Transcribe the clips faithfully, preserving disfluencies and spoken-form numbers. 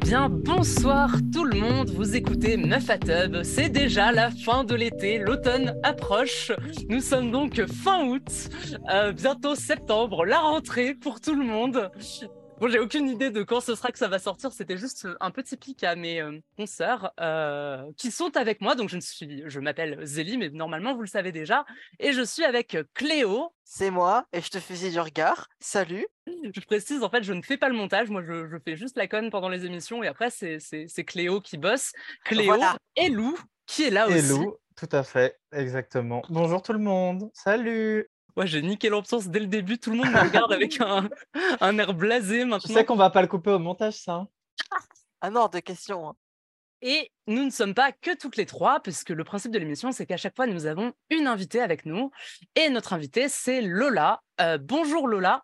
bien, bonsoir tout le monde, vous écoutez Meuf à Tub, c'est déjà la fin de l'été, l'automne approche, nous sommes donc fin août, euh, bientôt septembre, la rentrée pour tout le monde. Bon, j'ai aucune idée de quand ce sera que ça va sortir, c'était juste un petit pic à mes euh, consoeurs euh, qui sont avec moi, donc je, ne suis, je m'appelle Zélie, mais normalement vous le savez déjà, et je suis avec Cléo. C'est moi, et je te faisais du regard. Salut. Je précise, en fait, je ne fais pas le montage. Moi, je, je fais juste la conne pendant les émissions et après, c'est, c'est, c'est Cléo qui bosse. Cléo Voilà. et Lou qui est là aussi. Hello, tout à fait, exactement. Bonjour tout le monde, salut. Ouais, j'ai niqué l'ambiance dès le début. Tout le monde me regarde avec un, un air blasé Tu sais maintenant. qu'on va pas le couper au montage, ça, hein. Ah non, de questions. hein. Et nous ne sommes pas que toutes les trois, puisque le principe de l'émission, c'est qu'à chaque fois, nous avons une invitée avec nous. Et notre invitée, c'est Lola. Euh, bonjour Lola.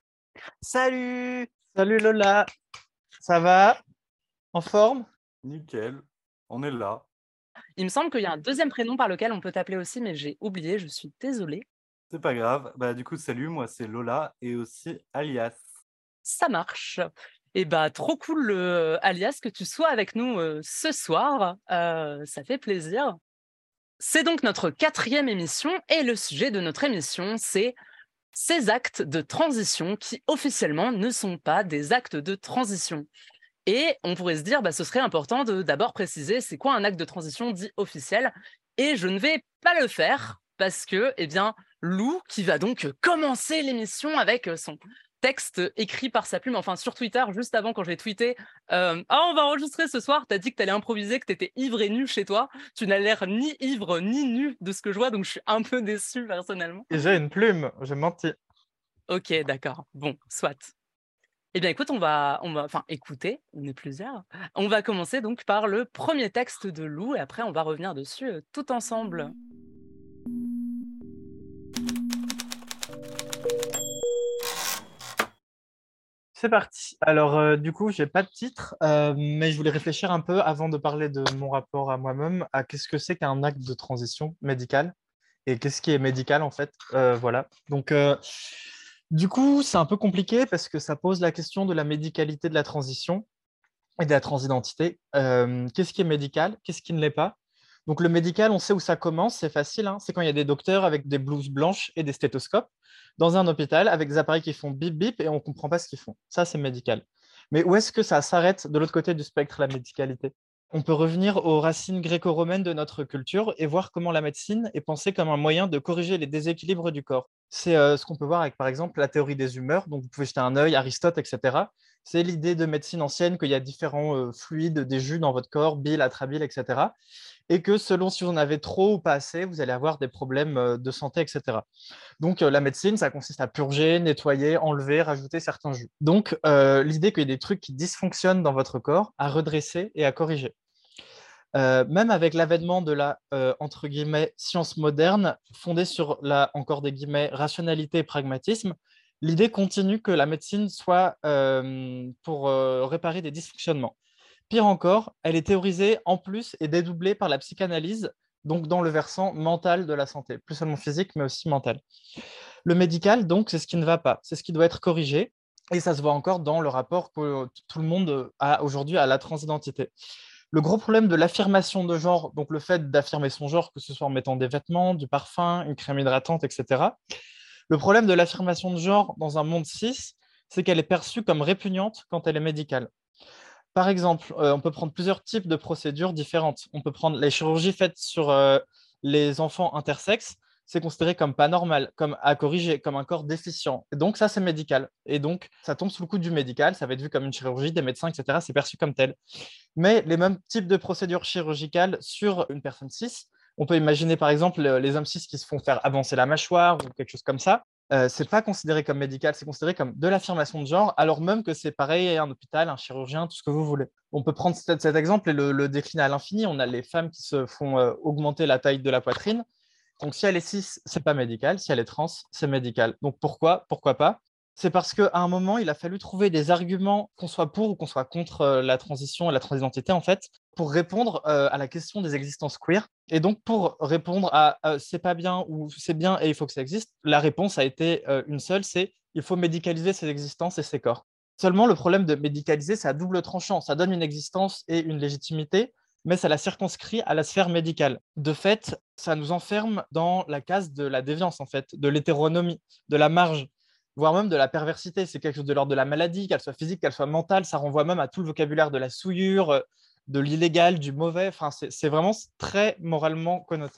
Salut. Salut Lola, ça va? En forme? Nickel, on est là. Il me semble qu'il y a un deuxième prénom par lequel on peut t'appeler aussi, mais j'ai oublié, je suis désolée. C'est pas grave. Bah, du coup, salut, moi c'est Lola et aussi Alias. Ça marche. Et bah trop cool, euh, Alias, que tu sois avec nous euh, ce soir. Euh, ça fait plaisir. C'est donc notre quatrième émission et le sujet de notre émission, c'est ces actes de transition qui officiellement ne sont pas des actes de transition. Et on pourrait se dire, bah, ce serait important de d'abord préciser c'est quoi un acte de transition dit officiel. Et je ne vais pas le faire parce que, eh bien, Lou, qui va donc commencer l'émission avec son texte écrit par sa plume, enfin sur Twitter, juste avant quand j'ai tweeté euh, « Ah, on va enregistrer ce soir », t'as dit que t'allais improviser, que t'étais ivre et nu chez toi. Tu n'as l'air ni ivre ni nu de ce que je vois, donc je suis un peu déçue personnellement. Et j'ai une plume, j'ai menti. Ok, d'accord. Bon, soit. Eh bien, écoute, on va, on va, enfin, écoutez, on est plusieurs. On va commencer donc par le premier texte de Lou et après, on va revenir dessus euh, tout ensemble. C'est parti. Alors, euh, du coup, j'ai pas de titre, euh, mais je voulais réfléchir un peu avant de parler de mon rapport à moi-même, à qu'est-ce que c'est qu'un acte de transition médicale et qu'est-ce qui est médical en fait. Euh, voilà. Donc, euh, du coup, c'est un peu compliqué parce que ça pose la question de la médicalité de la transition et de la transidentité. Euh, qu'est-ce qui est médical? Qu'est-ce qui ne l'est pas? Donc, le médical, on sait où ça commence, c'est facile, hein. C'est quand il y a des docteurs avec des blouses blanches et des stéthoscopes dans un hôpital avec des appareils qui font bip bip et on ne comprend pas ce qu'ils font. Ça, c'est médical. Mais où est-ce que ça s'arrête de l'autre côté du spectre, la médicalité? On peut revenir aux racines gréco-romaines de notre culture et voir comment la médecine est pensée comme un moyen de corriger les déséquilibres du corps. C'est euh, ce qu'on peut voir avec, par exemple, la théorie des humeurs. Donc, vous pouvez jeter un œil, Aristote, et cetera. C'est l'idée de médecine ancienne qu'il y a différents euh, fluides, des jus dans votre corps, bile, atrabile, et cetera. Et que selon si vous en avez trop ou pas assez, vous allez avoir des problèmes euh, de santé, et cetera. Donc, euh, la médecine, ça consiste à purger, nettoyer, enlever, rajouter certains jus. Donc, euh, l'idée qu'il y ait des trucs qui dysfonctionnent dans votre corps, à redresser et à corriger. Euh, même avec l'avènement de la euh, entre guillemets science moderne, fondée sur la encore des guillemets rationalité et pragmatisme, l'idée continue que la médecine soit euh, pour euh, réparer des dysfonctionnements. Pire encore, elle est théorisée en plus et dédoublée par la psychanalyse, donc dans le versant mental de la santé, plus seulement physique, mais aussi mental. Le médical, donc, c'est ce qui ne va pas, c'est ce qui doit être corrigé, et ça se voit encore dans le rapport que tout le monde a aujourd'hui à la transidentité. Le gros problème de l'affirmation de genre, donc le fait d'affirmer son genre, que ce soit en mettant des vêtements, du parfum, une crème hydratante, et cetera. Le problème de l'affirmation de genre dans un monde cis, c'est qu'elle est perçue comme répugnante quand elle est médicale. Par exemple, euh, on peut prendre plusieurs types de procédures différentes. On peut prendre les chirurgies faites sur euh, les enfants intersexes, c'est considéré comme pas normal, comme à corriger, comme un corps déficient. Et donc ça, c'est médical. Et donc, ça tombe sous le coup du médical, ça va être vu comme une chirurgie, des médecins, et cetera. C'est perçu comme tel. Mais les mêmes types de procédures chirurgicales sur une personne cis, on peut imaginer par exemple les hommes cis qui se font faire avancer la mâchoire ou quelque chose comme ça. Euh, c'est pas considéré comme médical, c'est considéré comme de l'affirmation de genre, alors même que c'est pareil un hôpital, un chirurgien, tout ce que vous voulez. On peut prendre cet, cet exemple et le, le décliner à l'infini. On a les femmes qui se font euh, augmenter la taille de la poitrine. Donc si elle est cis, c'est pas médical. Si elle est trans, c'est médical. Donc pourquoi Pourquoi pas? C'est parce qu'à un moment, il a fallu trouver des arguments, qu'on soit pour ou qu'on soit contre euh, la transition et la transidentité, en fait, pour répondre euh, à la question des existences queer. Et donc, pour répondre à euh, c'est pas bien ou c'est bien et il faut que ça existe, la réponse a été euh, une seule, c'est il faut médicaliser ces existences et ces corps. Seulement, le problème de médicaliser, c'est à double tranchant. Ça donne une existence et une légitimité, mais ça la circonscrit à la sphère médicale. De fait, ça nous enferme dans la case de la déviance, en fait, de l'hétéronomie, de la marge, voire même de la perversité. C'est quelque chose de l'ordre de la maladie, qu'elle soit physique, qu'elle soit mentale. Ça renvoie même à tout le vocabulaire de la souillure, de l'illégal, du mauvais. Enfin, c'est, c'est vraiment très moralement connoté.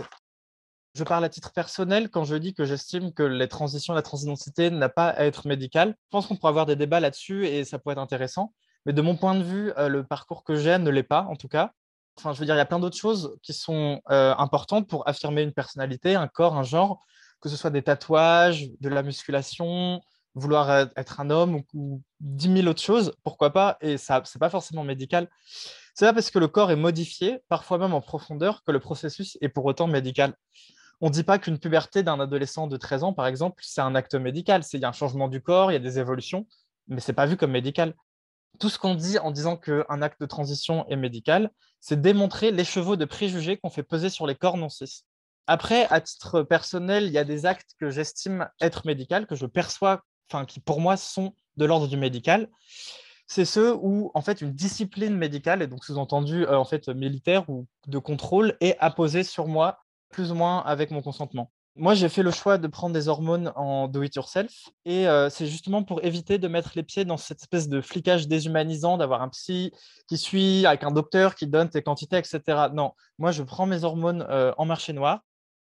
Je parle à titre personnel quand je dis que j'estime que les transitions, la transidentité n'a pas à être médicale. Je pense qu'on pourrait avoir des débats là-dessus et ça pourrait être intéressant. Mais de mon point de vue, euh, le parcours que j'ai ne l'est pas, en tout cas. Enfin, je veux dire, il y a plein d'autres choses qui sont euh, importantes pour affirmer une personnalité, un corps, un genre, que ce soit des tatouages, de la musculation, vouloir euh, être un homme ou, ou dix mille autres choses, pourquoi pas. Et ça, c'est pas forcément médical. C'est pas parce que le corps est modifié, parfois même en profondeur, que le processus est pour autant médical. On ne dit pas qu'une puberté d'un adolescent de treize ans, par exemple, c'est un acte médical. C'est- Il y a un changement du corps, il y a des évolutions, mais ce n'est pas vu comme médical. Tout ce qu'on dit en disant qu'un acte de transition est médical, c'est démontrer l'écheveau de préjugés qu'on fait peser sur les corps non cis. Après, à titre personnel, il y a des actes que j'estime être médicaux, que je perçois, enfin, qui pour moi sont de l'ordre du médical. C'est ceux où, en fait, une discipline médicale, et donc sous-entendu, euh, en fait, militaire ou de contrôle, est apposée sur moi, plus ou moins avec mon consentement. Moi, j'ai fait le choix de prendre des hormones en do-it-yourself, et euh, c'est justement pour éviter de mettre les pieds dans cette espèce de flicage déshumanisant, d'avoir un psy qui suit, avec un docteur qui donne tes quantités, et cetera. Non, moi, je prends mes hormones euh, en marché noir,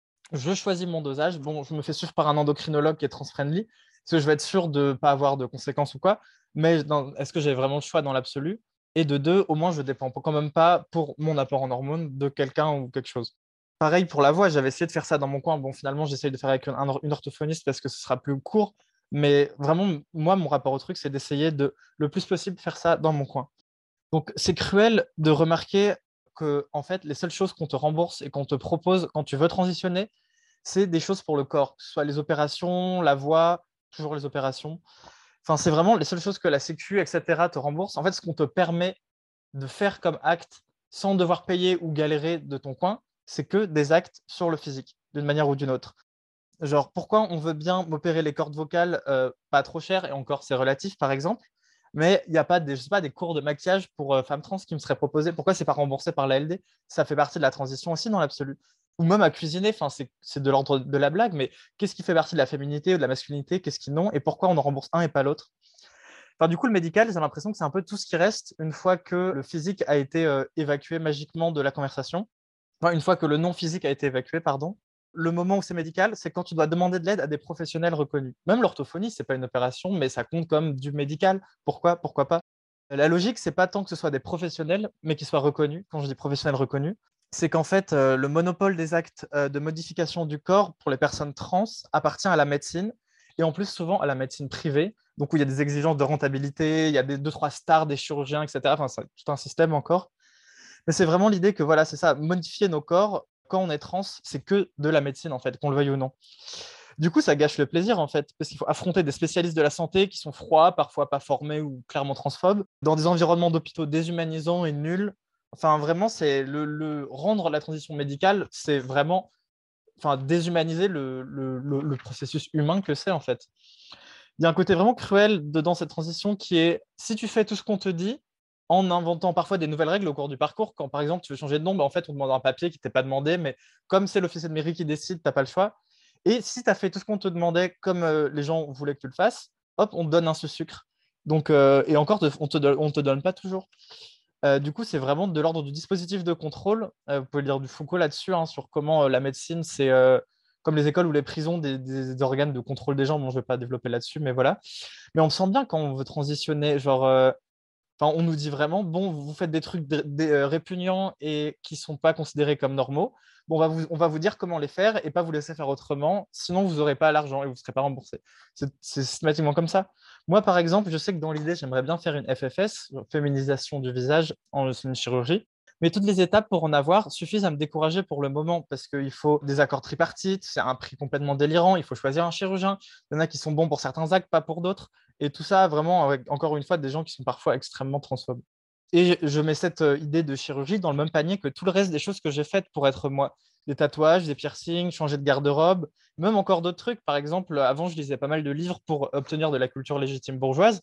je choisis mon dosage. Bon, je me fais suivre par un endocrinologue qui est trans-friendly, parce que je vais être sûr de ne pas avoir de conséquences ou quoi. Mais dans- est-ce que j'ai vraiment le choix dans l'absolu? Et de deux, au moins, je ne dépends quand même pas pour mon apport en hormones de quelqu'un ou quelque chose. Pareil pour la voix, j'avais essayé de faire ça dans mon coin. Bon, finalement, j'essaye de faire avec un- une orthophoniste parce que ce sera plus court. Mais vraiment, moi, mon rapport au truc, c'est d'essayer de le plus possible faire ça dans mon coin. Donc, c'est cruel de remarquer que, en fait, les seules choses qu'on te rembourse et qu'on te propose quand tu veux transitionner, c'est des choses pour le corps, que ce soit les opérations, la voix, toujours les opérations. Enfin, c'est vraiment les seules choses que la Sécu, et cetera, te rembourse. En fait, ce qu'on te permet de faire comme acte sans devoir payer ou galérer de ton coin, c'est que des actes sur le physique, d'une manière ou d'une autre. Genre, pourquoi on veut bien m'opérer les cordes vocales euh, pas trop cher, et encore c'est relatif par exemple, mais il n'y a pas des, je sais pas, des cours de maquillage pour euh, femmes trans qui me seraient proposés. Pourquoi c'est pas remboursé par l'A L D? Ça fait partie de la transition aussi dans l'absolu. Ou même à cuisiner, enfin, c'est, c'est de l'ordre de la blague, mais qu'est-ce qui fait partie de la féminité ou de la masculinité, qu'est-ce qui non, et pourquoi on en rembourse un et pas l'autre? Enfin, du coup, le médical, j'ai l'impression que c'est un peu tout ce qui reste une fois que le physique a été euh, évacué magiquement de la conversation. Enfin, une fois que le non physique a été évacué, pardon. Le moment où c'est médical, c'est quand tu dois demander de l'aide à des professionnels reconnus. Même l'orthophonie, c'est pas une opération, mais ça compte comme du médical. Pourquoi? Pourquoi pas? La logique, c'est pas tant que ce soit des professionnels, mais qu'ils soient reconnus. Quand je dis professionnels reconnus, c'est qu'en fait, euh, le monopole des actes euh, de modification du corps pour les personnes trans appartient à la médecine, et en plus souvent à la médecine privée, donc où il y a des exigences de rentabilité, il y a des deux, trois stars, des chirurgiens, et cetera. Enfin, c'est tout un système encore. Mais c'est vraiment l'idée que voilà, c'est ça, modifier nos corps quand on est trans, c'est que de la médecine en fait, qu'on le veuille ou non. Du coup, ça gâche le plaisir en fait, parce qu'il faut affronter des spécialistes de la santé qui sont froids, parfois pas formés ou clairement transphobes, dans des environnements d'hôpitaux déshumanisants et nuls. Enfin, vraiment, c'est le, le rendre la transition médicale, c'est vraiment, enfin, déshumaniser le, le, le, le processus humain que c'est en fait. Il y a un côté vraiment cruel dedans cette transition qui est si tu fais tout ce qu'on te dit, en inventant parfois des nouvelles règles au cours du parcours, quand par exemple tu veux changer de nom, ben, en fait on te demande un papier qui ne t'est pas demandé, mais comme c'est l'officier de mairie qui décide, tu n'as pas le choix. Et si tu as fait tout ce qu'on te demandait comme euh, les gens voulaient que tu le fasses, hop, on te donne un sucre. Donc, euh, et encore, on te, on te donne pas toujours. Euh, du coup, c'est vraiment de l'ordre du dispositif de contrôle. Euh, vous pouvez lire du Foucault là-dessus, hein, sur comment euh, la médecine, c'est euh, comme les écoles ou les prisons, des, des, des organes de contrôle des gens. Bon, je ne vais pas développer là-dessus, mais voilà. Mais on sent bien quand on veut transitionner, genre, euh, enfin, on nous dit vraiment, bon, vous faites des trucs dé- dé- euh, répugnants et qui ne sont pas considérés comme normaux. Bon, on va vous, on va vous dire comment les faire et pas vous laisser faire autrement, sinon vous n'aurez pas l'argent et vous ne serez pas remboursé. C'est c'est systématiquement comme ça. Moi, par exemple, je sais que dans l'idée, j'aimerais bien faire une F F S, genre féminisation du visage, en c'est une chirurgie. Mais toutes les étapes pour en avoir suffisent à me décourager pour le moment parce qu'il faut des accords tripartites, c'est un prix complètement délirant, il faut choisir un chirurgien. Il y en a qui sont bons pour certains actes, pas pour d'autres. Et tout ça, vraiment, avec, encore une fois, des gens qui sont parfois extrêmement transphobes. Et je mets cette euh, idée de chirurgie dans le même panier que tout le reste des choses que j'ai faites pour être moi. Des tatouages, des piercings, changer de garde-robe, même encore d'autres trucs. Par exemple, avant, je lisais pas mal de livres pour obtenir de la culture légitime bourgeoise.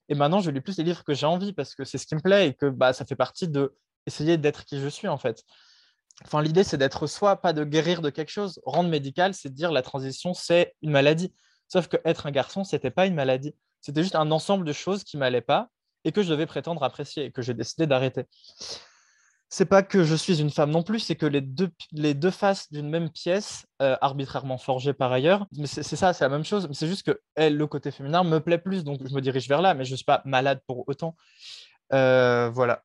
Et maintenant, je lis plus les livres que j'ai envie parce que c'est ce qui me plaît et que bah, ça fait partie de essayer d'être qui je suis en fait. Enfin, l'idée, c'est d'être soi, pas de guérir de quelque chose. Rendre médical, c'est de dire la transition, c'est une maladie. Sauf que être un garçon, c'était pas une maladie. C'était juste un ensemble de choses qui m'allaient pas et que je devais prétendre apprécier et que j'ai décidé d'arrêter. C'est pas que je suis une femme non plus, c'est que les deux, les deux faces d'une même pièce, euh, arbitrairement forgée par ailleurs, mais c'est c'est ça, c'est la même chose. Mais c'est juste que elle, le côté féminin me plaît plus, donc je me dirige vers là, mais je suis pas malade pour autant. Euh, voilà.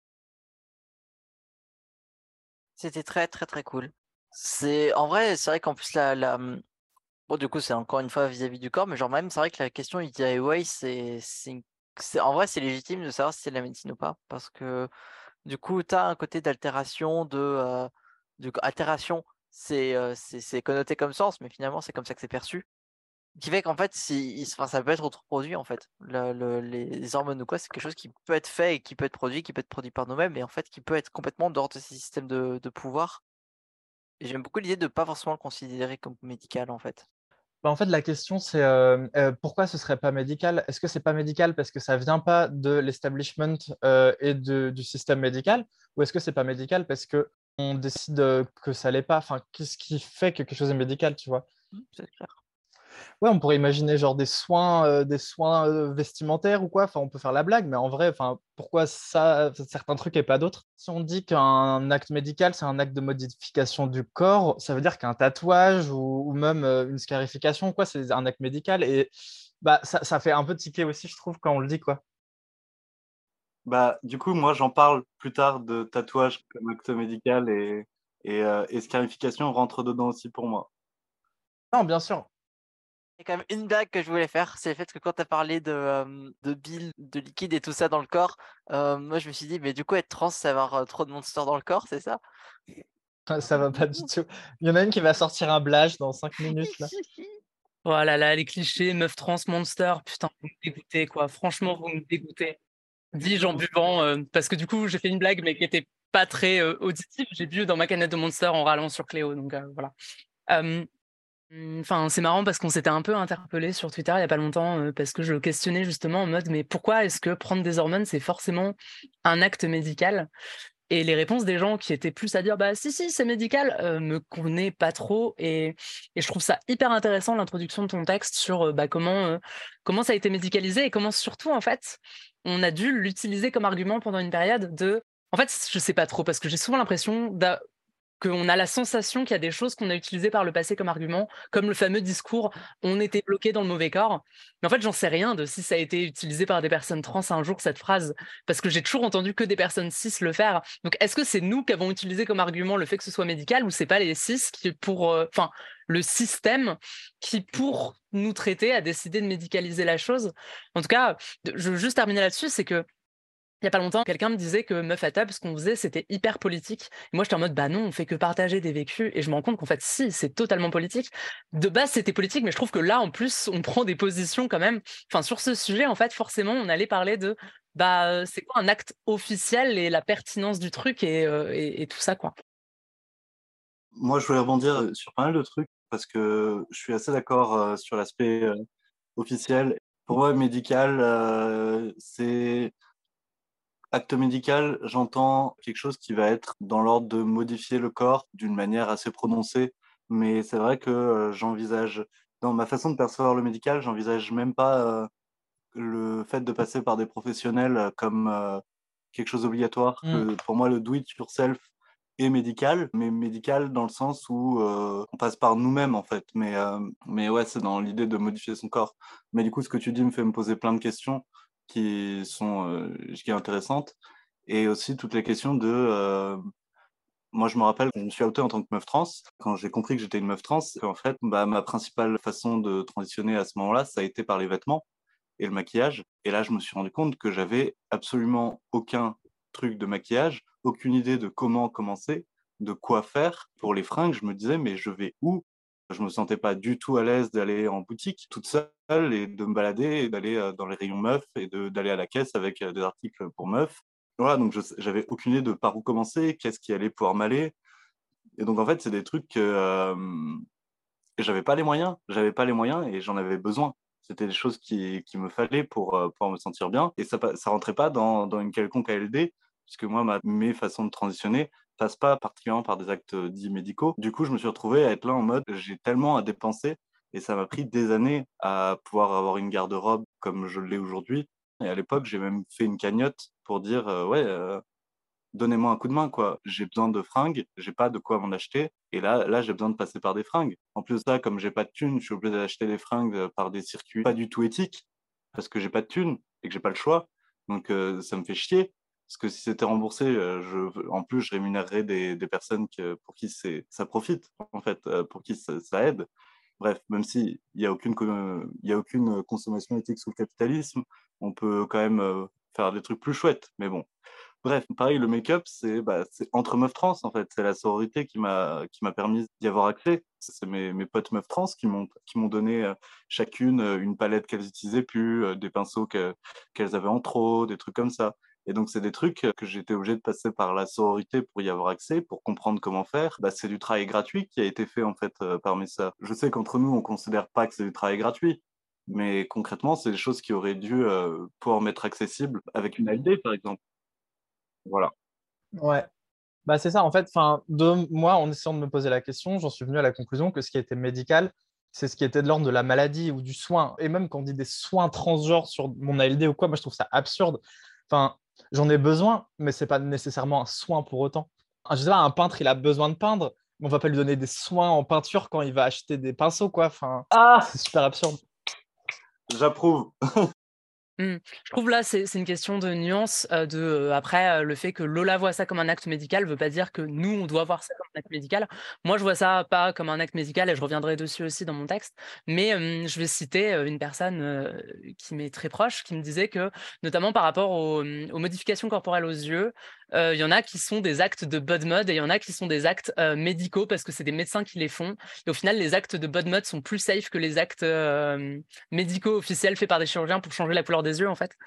C'était très très très cool. C'est en vrai, c'est vrai qu'en plus la, la hum, bon du coup c'est encore une fois vis-à-vis du corps, mais genre même c'est vrai que la question il dit ouais c'est c'est une- c'est- en vrai c'est légitime de savoir si c'est de la médecine ou pas parce que du coup tu as un côté d'altération de euh, du coup, altération c'est euh, c'est c'est connoté comme sens, mais finalement c'est comme ça que c'est perçu. Qui fait qu'en fait si il- enfin, ça peut être reproduit en fait. Le- le- les, les hormones ou quoi, c'est quelque chose qui peut être fait et qui peut être produit, qui peut être produit par nous-mêmes, et en fait qui peut être complètement en dehors de ces systèmes de, de pouvoir. Et j'aime beaucoup l'idée de pas forcément le considérer comme médical en fait. Bah, en fait, la question, c'est euh, euh, pourquoi ce serait pas médical? Est-ce que c'est pas médical parce que ça vient pas de l'establishment euh, et de- du système médical? Ou est-ce que c'est pas médical parce que on décide euh, que ça l'est pas? Enfin, qu'est-ce qui fait que quelque chose est médical, tu vois? Hmm, c'est clair. Ouais, on pourrait imaginer genre des soins, euh, des soins euh, vestimentaires ou quoi. Enfin, on peut faire la blague, mais en vrai, enfin, pourquoi ça, certains trucs et pas d'autres? Si on dit qu'un acte médical, c'est un acte de modification du corps, ça veut dire qu'un tatouage ou, ou même euh, une scarification, quoi, c'est un acte médical. Et bah, ça, ça fait un peu tiquer aussi, je trouve, quand on le dit, quoi. Bah, du coup, moi, j'en parle plus tard de tatouage comme acte médical et, et, euh, et scarification rentre dedans aussi pour moi. Non, bien sûr. Il y a quand même une blague que je voulais faire, c'est le fait que quand tu as parlé de, euh, de bile, de liquide et tout ça dans le corps, euh, moi je me suis dit, mais du coup être trans, c'est avoir euh, trop de monster dans le corps, c'est ça? Ça va pas du tout. Il y en a une qui va sortir un blage dans cinq minutes, là. Oh là là, les clichés, meuf trans, monster, putain, vous me dégoûtez, quoi. Franchement, vous me dégoûtez. Dis-je en buvant, euh, parce que du coup, j'ai fait une blague, mais qui était pas très euh, auditive. J'ai bu dans ma canette de monster en râlant sur Cléo, donc euh, voilà. Euh, Enfin, c'est marrant parce qu'on s'était un peu interpellé sur Twitter il y a pas longtemps, euh, parce que je le questionnais justement en mode, mais pourquoi est-ce que prendre des hormones, c'est forcément un acte médical? Et les réponses des gens qui étaient plus à dire bah si si c'est médical euh, me convenaient pas trop et, et je trouve ça hyper intéressant l'introduction de ton texte sur euh, bah, comment euh, comment ça a été médicalisé et comment surtout en fait on a dû l'utiliser comme argument pendant une période de en fait je sais pas trop parce que j'ai souvent l'impression d'a- qu'on a la sensation qu'il y a des choses qu'on a utilisées par le passé comme argument, comme le fameux discours on était bloqué dans le mauvais corps. Mais en fait, j'en sais rien de si ça a été utilisé par des personnes trans un jour, cette phrase, parce que j'ai toujours entendu que des personnes cis le faire. Donc, est-ce que c'est nous qui avons utilisé comme argument le fait que ce soit médical ou c'est pas les cis qui, pour. euh, Enfin, le système qui, pour nous traiter, a décidé de médicaliser la chose? En tout cas, je veux juste terminer là-dessus, c'est que il y a pas longtemps, quelqu'un me disait que Meuf à table, ce qu'on faisait, c'était hyper politique. Et moi, j'étais en mode, bah non, on fait que partager des vécus. Et je me rends compte qu'en fait, si, c'est totalement politique. De base, c'était politique, mais je trouve que là, en plus, on prend des positions quand même. Enfin, sur ce sujet, en fait, forcément, on allait parler de, bah, euh, c'est quoi un acte officiel et la pertinence du truc et, euh, et, et tout ça, quoi. Moi, je voulais rebondir sur pas mal de trucs parce que je suis assez d'accord euh, sur l'aspect euh, officiel. Pour moi, médical, euh, c'est acte médical, j'entends quelque chose qui va être dans l'ordre de modifier le corps d'une manière assez prononcée, mais c'est vrai que euh, j'envisage, dans ma façon de percevoir le médical, j'envisage même pas euh, le fait de passer par des professionnels euh, comme euh, quelque chose d'obligatoire. Mm. Que pour moi, le do it yourself est médical, mais médical dans le sens où euh, on passe par nous-mêmes en fait. Mais, euh, mais ouais, c'est dans l'idée de modifier son corps. Mais du coup, ce que tu dis me fait me poser plein de questions qui sont euh, qui est intéressantes. Et aussi toutes les questions de euh, moi, je me rappelle quand je me suis outé en tant que meuf trans, quand j'ai compris que j'étais une meuf trans, en fait, bah, ma principale façon de transitionner à ce moment-là, ça a été par les vêtements et le maquillage. Et là, je me suis rendu compte que j'avais absolument aucun truc de maquillage, aucune idée de comment commencer, de quoi faire pour les fringues. Je me disais, mais je vais où? Je me sentais pas du tout à l'aise d'aller en boutique toute seule et de me balader et d'aller euh, dans les rayons meufs et de, d'aller à la caisse avec euh, des articles pour meufs. Voilà, donc je, j'avais aucune idée de par où commencer, qu'est-ce qui allait pouvoir m'aller. Et donc, en fait, c'est des trucs que euh, j'avais pas les moyens. J'avais pas les moyens et j'en avais besoin. C'était des choses qui, qui me fallait pour euh, pouvoir me sentir bien. Et ça ne rentrait pas dans, dans une quelconque A L D, puisque moi, ma, mes façons de transitionner passent pas particulièrement par des actes dits médicaux. Du coup, je me suis retrouvé à être là en mode, j'ai tellement à dépenser, et ça m'a pris des années à pouvoir avoir une garde-robe comme je l'ai aujourd'hui. Et à l'époque, j'ai même fait une cagnotte pour dire, euh, ouais, euh, donnez-moi un coup de main, quoi. J'ai besoin de fringues, j'ai pas de quoi m'en acheter. Et là, là, j'ai besoin de passer par des fringues. En plus de ça, comme j'ai pas de thunes, je suis obligé d'acheter des fringues euh, par des circuits pas du tout éthiques parce que j'ai pas de thunes et que j'ai pas le choix. Donc, euh, ça me fait chier. Parce que si c'était remboursé, euh, je, en plus, je rémunérerais des, des personnes que, pour qui c'est, ça profite, en fait, euh, pour qui ça, ça aide. Bref, même s'il n'y a aucune, il y a aucune consommation éthique sous le capitalisme, on peut quand même euh, faire des trucs plus chouettes. Mais bon. Bref, pareil, le make-up, c'est bah, c'est entre meufs trans, en fait. C'est la sororité qui m'a qui m'a permis d'y avoir accès. C'est mes, mes potes meufs trans qui m'ont qui m'ont donné euh, chacune euh, une palette qu'elles utilisaient plus, euh, des pinceaux que, qu'elles avaient en trop, des trucs comme ça. Et donc, c'est des trucs que j'étais obligé de passer par la sororité pour y avoir accès, pour comprendre comment faire. Bah, c'est du travail gratuit qui a été fait, en fait, euh, par mes sœurs. Je sais qu'entre nous, on considère pas que c'est du travail gratuit. Mais concrètement, c'est des choses qui auraient dû euh, pouvoir m'être accessibles avec une A L D, par exemple. Voilà. Ouais. Bah, c'est ça, en fait, enfin, de moi, en essayant de me poser la question, j'en suis venu à la conclusion que ce qui était médical, c'est ce qui était de l'ordre de la maladie ou du soin. Et même quand on dit des soins transgenres sur mon A L D ou quoi, moi, je trouve ça absurde. Enfin, j'en ai besoin, mais c'est pas nécessairement un soin pour autant. Je sais pas, un peintre, il a besoin de peindre, mais on va pas lui donner des soins en peinture quand il va acheter des pinceaux, quoi. Enfin, Ah, c'est super absurde. j'approuve. Mmh. Je trouve là, c'est c'est une question de nuance. Euh, de, euh, après, euh, le fait que Lola voit ça comme un acte médical veut pas dire que nous, on doit voir ça comme un acte médical. Moi, je vois ça pas comme un acte médical et je reviendrai dessus aussi dans mon texte. Mais euh, je vais citer euh, une personne euh, qui m'est très proche qui me disait que, notamment par rapport aux, hum, aux modifications corporelles aux yeux, euh, il y en a qui sont des actes de bod mode et il y en a qui sont des actes euh, médicaux parce que c'est des médecins qui les font. Et au final, les actes de bod mode sont plus safe que les actes euh, médicaux officiels faits par des chirurgiens pour changer la couleur des yeux, en fait.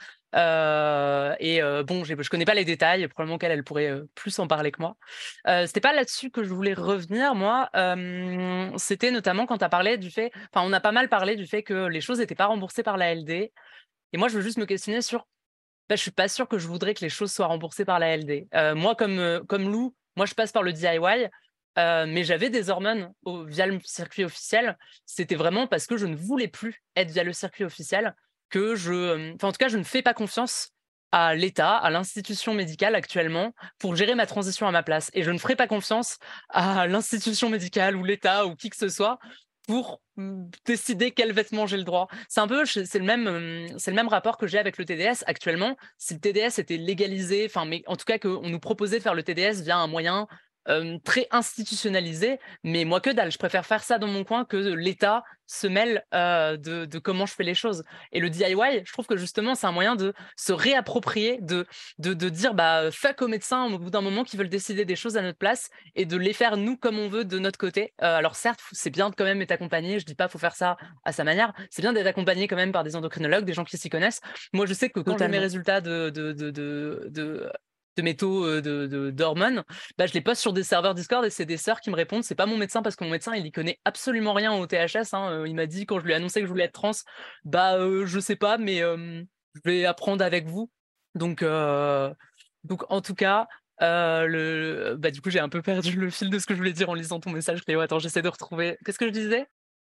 Euh, et euh, bon, je connais pas les détails, probablement qu'elle elle pourrait euh, plus en parler que moi. Euh, c'était pas là-dessus que je voulais revenir, moi. Euh, c'était notamment quand tu as parlé du fait, enfin, on a pas mal parlé du fait que les choses n'étaient pas remboursées par la L D. Et moi, je veux juste me questionner sur, bah, je suis pas sûre que je voudrais que les choses soient remboursées par la L D. Euh, moi, comme, euh, comme Lou, moi, je passe par le D I Y. Euh, mais j'avais des hormones au, via le circuit officiel. C'était vraiment parce que je ne voulais plus être via le circuit officiel que je... Enfin, en tout cas, je ne fais pas confiance à l'État, à l'institution médicale actuellement pour gérer ma transition à ma place. Et je ne ferai pas confiance à l'institution médicale ou l'État ou qui que ce soit pour décider quel vêtement j'ai le droit. C'est un peu, c'est le même, c'est le même rapport que j'ai avec le T D S actuellement. Si le T D S était légalisé, enfin, mais en tout cas qu'on nous proposait de faire le T D S via un moyen euh, très institutionnalisé, mais moi que dalle, je préfère faire ça dans mon coin que l'État se mêle euh, de, de comment je fais les choses. Et le D I Y, je trouve que justement c'est un moyen de se réapproprier, de, de, de dire bah fuck aux médecins au bout d'un moment qui veulent décider des choses à notre place et de les faire nous comme on veut de notre côté. Euh, alors certes, c'est bien de quand même être accompagné, je dis pas faut faire ça à sa manière, c'est bien d'être accompagné quand même par des endocrinologues, des gens qui s'y connaissent. Moi je sais que quand j'ai mes résultats de, de, de, de, de de mes taux de, de, d'hormones, bah, je les poste sur des serveurs Discord et c'est des sœurs qui me répondent. C'est pas mon médecin parce que mon médecin il y connaît absolument rien au T H S. Hein. Il m'a dit quand je lui ai annoncé que je voulais être trans, bah euh, je sais pas, mais euh, je vais apprendre avec vous. Donc, euh, donc en tout cas, euh, le... bah, du coup j'ai un peu perdu le fil de ce que je voulais dire en lisant ton message, Cléo. Attends, j'essaie de retrouver. Qu'est-ce que je disais?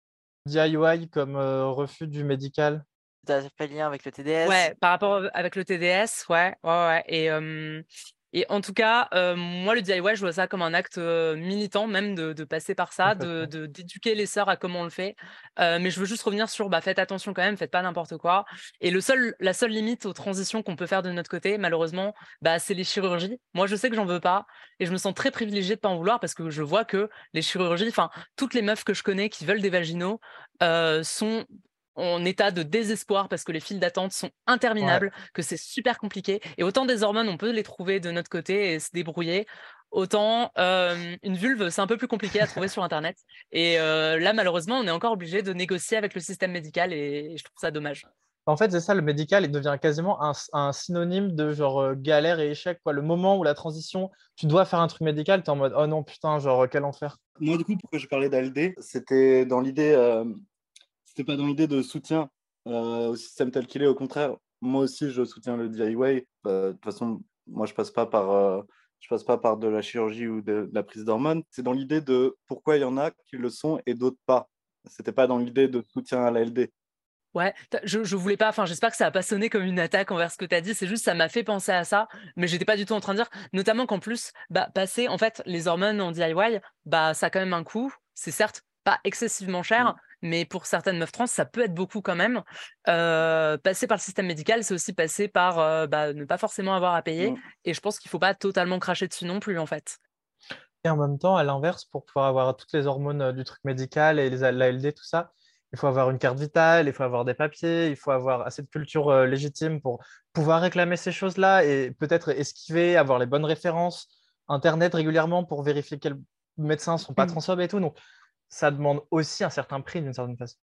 D I Y comme euh, refus du médical. Tu as fait le lien avec le T D S? Ouais, par rapport avec le T D S, ouais, ouais, ouais. Et, euh, et en tout cas, euh, moi, le D I Y, je vois ça comme un acte euh, militant, même de, de passer par ça, de, de, d'éduquer les sœurs à comment on le fait. Euh, mais je veux juste revenir sur, bah, faites attention quand même, faites pas n'importe quoi. Et le seul, la seule limite aux transitions qu'on peut faire de notre côté, malheureusement, bah, c'est les chirurgies. Moi, je sais que j'en veux pas. Et je me sens très privilégiée de pas en vouloir parce que je vois que les chirurgies, enfin, toutes les meufs que je connais qui veulent des vaginaux euh, sont en état de désespoir parce que les files d'attente sont interminables, ouais. Que c'est super compliqué. Et autant des hormones, on peut les trouver de notre côté et se débrouiller. Autant euh, une vulve, c'est un peu plus compliqué à trouver sur Internet. Et euh, là, malheureusement, on est encore obligé de négocier avec le système médical et je trouve ça dommage. En fait, c'est ça, le médical, il devient quasiment un, un synonyme de genre euh, galère et échec, quoi. Le moment où la transition, tu dois faire un truc médical, tu es en mode oh non, putain, genre quel enfer. Moi, du coup, pourquoi je parlais d'A L D, c'était dans l'idée, euh, c'était pas dans l'idée de soutien, euh, au système tel qu'il est. Au contraire, moi aussi, je soutiens le D I Y. Euh, De toute façon, moi, je passe pas par, euh, je passe pas par de la chirurgie ou de, de la prise d'hormones. C'est dans l'idée de pourquoi il y en a qui le sont et d'autres pas. C'était pas dans l'idée de soutien à la L D. Ouais, t'as- je, je voulais pas, enfin, j'espère que ça a pas sonné comme une attaque envers ce que tu as dit, c'est juste ça m'a fait penser à ça, mais j'étais pas du tout en train de dire, notamment qu'en plus, bah, passer, en fait, les hormones en D I Y, bah, ça a quand même un coût, c'est certes pas excessivement cher, Mm. mais pour certaines meufs trans, ça peut être beaucoup quand même. Euh, passer par le système médical, c'est aussi passer par euh, bah, ne pas forcément avoir à payer, Mm. et je pense qu'il faut pas totalement cracher dessus non plus, en fait. Et en même temps, à l'inverse, pour pouvoir avoir toutes les hormones euh, du truc médical et les, l'A L D, tout ça, il faut avoir une carte vitale, il faut avoir des papiers, il faut avoir assez de culture euh, légitime pour pouvoir réclamer ces choses-là et peut-être esquiver, avoir les bonnes références, Internet régulièrement pour vérifier quels médecins sont pas Mm. transphobes et tout. Donc, ça demande aussi un certain prix d'une certaine façon.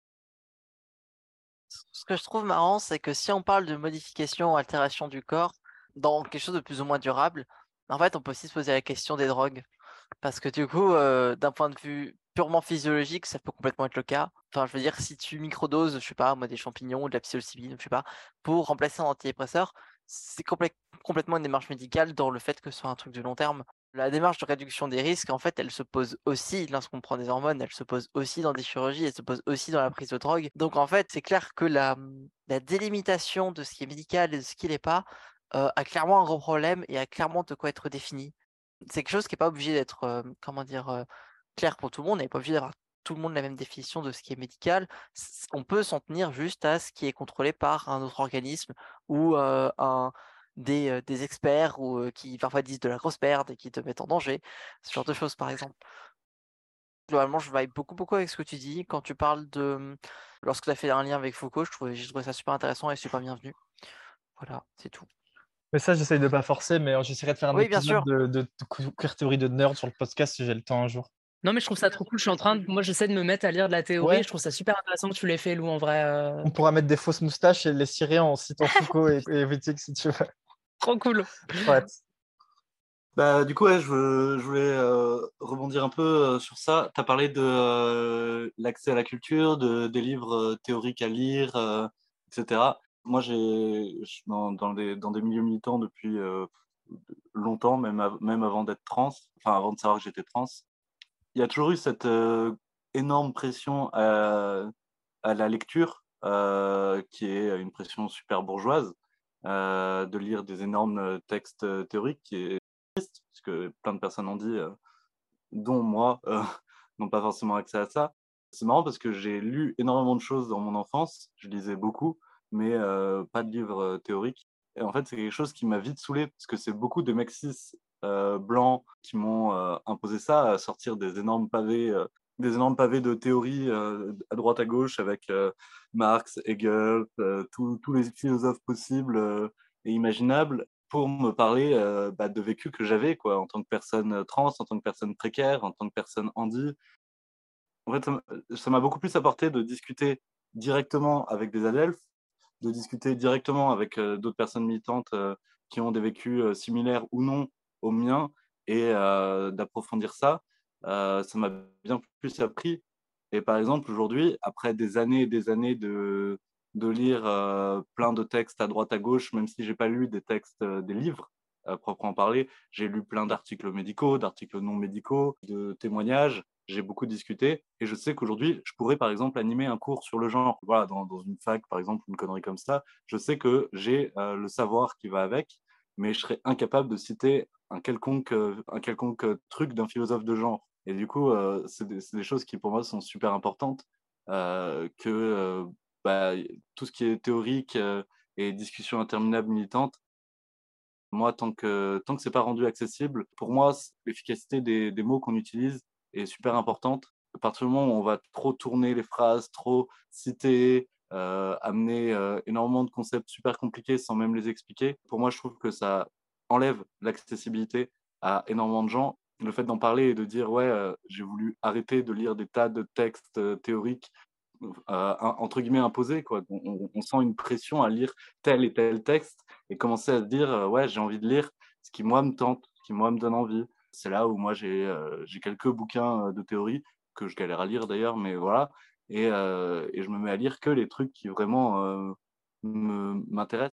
Ce que je trouve marrant, c'est que si on parle de modification ou altération du corps dans quelque chose de plus ou moins durable, en fait, on peut aussi se poser la question des drogues. Parce que du coup, euh, d'un point de vue purement physiologique, ça peut complètement être le cas. Enfin, je veux dire, si tu microdoses, je sais pas, moi, des champignons ou de la psilocybine, je sais pas, pour remplacer un antidépresseur, c'est complè- complètement une démarche médicale dans le fait que ce soit un truc de long terme. La démarche de réduction des risques, en fait, elle se pose aussi lorsqu'on prend des hormones, elle se pose aussi dans des chirurgies, elle se pose aussi dans la prise de drogue. Donc, en fait, c'est clair que la, la délimitation de ce qui est médical et de ce qui l'est pas euh, a clairement un gros problème et a clairement de quoi être défini. C'est quelque chose qui est pas obligé d'être, euh, comment dire, euh, clair pour tout le monde. On n'est pas obligé d'avoir tout le monde la même définition de ce qui est médical. C- On peut s'en tenir juste à ce qui est contrôlé par un autre organisme ou euh, un, des, euh, des experts ou euh, qui parfois disent de la grosse merde et qui te mettent en danger. Ce genre de choses, par exemple. Globalement, je vibe beaucoup, beaucoup avec ce que tu dis. Quand tu parles de... Lorsque tu as fait un lien avec Foucault, je trouvais, j'ai trouvé ça super intéressant et super bienvenu. Voilà, c'est tout. Mais ça, j'essaye de pas forcer, mais j'essaierai de faire un Oui, bien épisode sûr. de, de, de queer théorie de nerd sur le podcast si j'ai le temps un jour. Non, mais je trouve ça trop cool. Je suis en train de, moi, j'essaie de me mettre à lire de la théorie. Et Ouais, je trouve ça super intéressant que tu l'aies fait, Lou, en vrai. euh, on pourra mettre des fausses moustaches et les cirer en citant Foucault et, et Wittig si tu veux. Trop cool. Ouais. Bah, du coup, ouais, je, veux- je voulais euh, rebondir un peu euh, sur ça. Tu as parlé de euh, l'accès à la culture, de, des livres euh, théoriques à lire, euh, et cetera. Moi, j'ai, je suis dans, dans des, dans des milieux militants depuis euh, longtemps, même, av- même avant d'être trans, enfin avant de savoir que j'étais trans. Il y a toujours eu cette euh, énorme pression à, à la lecture, euh, qui est une pression super bourgeoise, euh, de lire des énormes textes euh, théoriques, qui est parce que plein de personnes ont dit, euh, dont moi, euh, n'ont pas forcément accès à ça. C'est marrant parce que j'ai lu énormément de choses dans mon enfance, je lisais beaucoup, mais euh, pas de livres euh, théoriques. Et en fait, c'est quelque chose qui m'a vite saoulé, parce que c'est beaucoup de mecs cis euh, blancs qui m'ont euh, imposé ça, à sortir des énormes pavés, euh, des énormes pavés de théorie euh, à droite à gauche avec euh, Marx, Hegel, euh, tous tous les philosophes possibles euh, et imaginables pour me parler euh, bah, de vécu que j'avais quoi, en tant que personne trans, en tant que personne précaire, en tant que personne handi. En fait, ça m'a ça m'a beaucoup plus apporté de discuter directement avec des adelphes, de discuter directement avec euh, d'autres personnes militantes euh, qui ont des vécus euh, similaires ou non aux miens et euh, d'approfondir ça. Euh, ça m'a bien plus appris. Et par exemple, aujourd'hui, après des années et des années de, de lire euh, plein de textes à droite à gauche, même si j'ai pas lu des textes, euh, des livres à proprement parler, j'ai lu plein d'articles médicaux, d'articles non médicaux, de témoignages. J'ai beaucoup discuté et je sais qu'aujourd'hui, je pourrais par exemple animer un cours sur le genre. Voilà, dans, dans une fac, par exemple, une connerie comme ça. Je sais que j'ai euh, le savoir qui va avec, mais je serais incapable de citer un quelconque, euh, un quelconque euh, truc d'un philosophe de genre. Et du coup, euh, c'est des, c'est des choses qui pour moi sont super importantes, euh, que euh, bah, tout ce qui est théorique euh, et discussion interminable militante, moi, tant que tant que c'est pas rendu accessible, pour moi, c- l'efficacité des, des mots qu'on utilise est super importante. À partir du moment où on va trop tourner les phrases, trop citer, euh, amener euh, énormément de concepts super compliqués sans même les expliquer, pour moi, je trouve que ça enlève l'accessibilité à énormément de gens. Le fait d'en parler et de dire, ouais, euh, j'ai voulu arrêter de lire des tas de textes euh, théoriques euh, entre guillemets imposés, quoi. On, on- on sent une pression à lire tel et tel texte et commencer à se dire euh, ouais, j'ai envie de lire ce qui moi me tente, ce qui moi me donne envie. C'est là où moi j'ai euh, j'ai quelques bouquins euh, de théorie que je galère à lire d'ailleurs, mais voilà. et, euh, et je me mets à lire que les trucs qui vraiment euh, me- m'intéressent.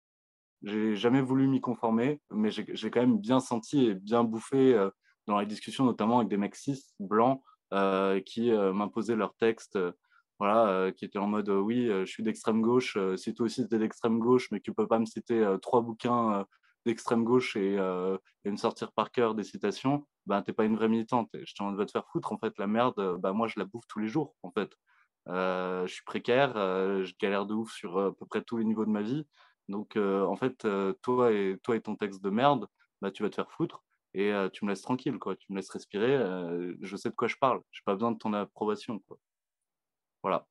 J'ai jamais voulu m'y conformer, mais j'ai j'ai quand même bien senti et bien bouffé euh, dans les discussions, notamment avec des mecs cis, blancs, euh, qui euh, m'imposaient leurs textes, euh, voilà, euh, qui étaient en mode euh, oui, euh, je suis d'extrême gauche, euh, si toi aussi t'es d'extrême gauche, mais que tu peux pas me citer euh, trois bouquins euh, d'extrême gauche et, euh, et me sortir par cœur des citations, ben t'es pas une vraie militante. Et je t'en va te faire foutre, en fait, la merde, euh, bah moi je la bouffe tous les jours, en fait. Euh, je suis précaire, euh, je galère de ouf sur euh, à peu près tous les niveaux de ma vie. Donc, euh, en fait, euh, toi, et, toi et ton texte de merde, bah, tu vas te faire foutre et euh, tu me laisses tranquille, quoi. Tu me laisses respirer. Euh, je sais de quoi je parle. J'ai pas besoin de ton approbation, quoi. Voilà.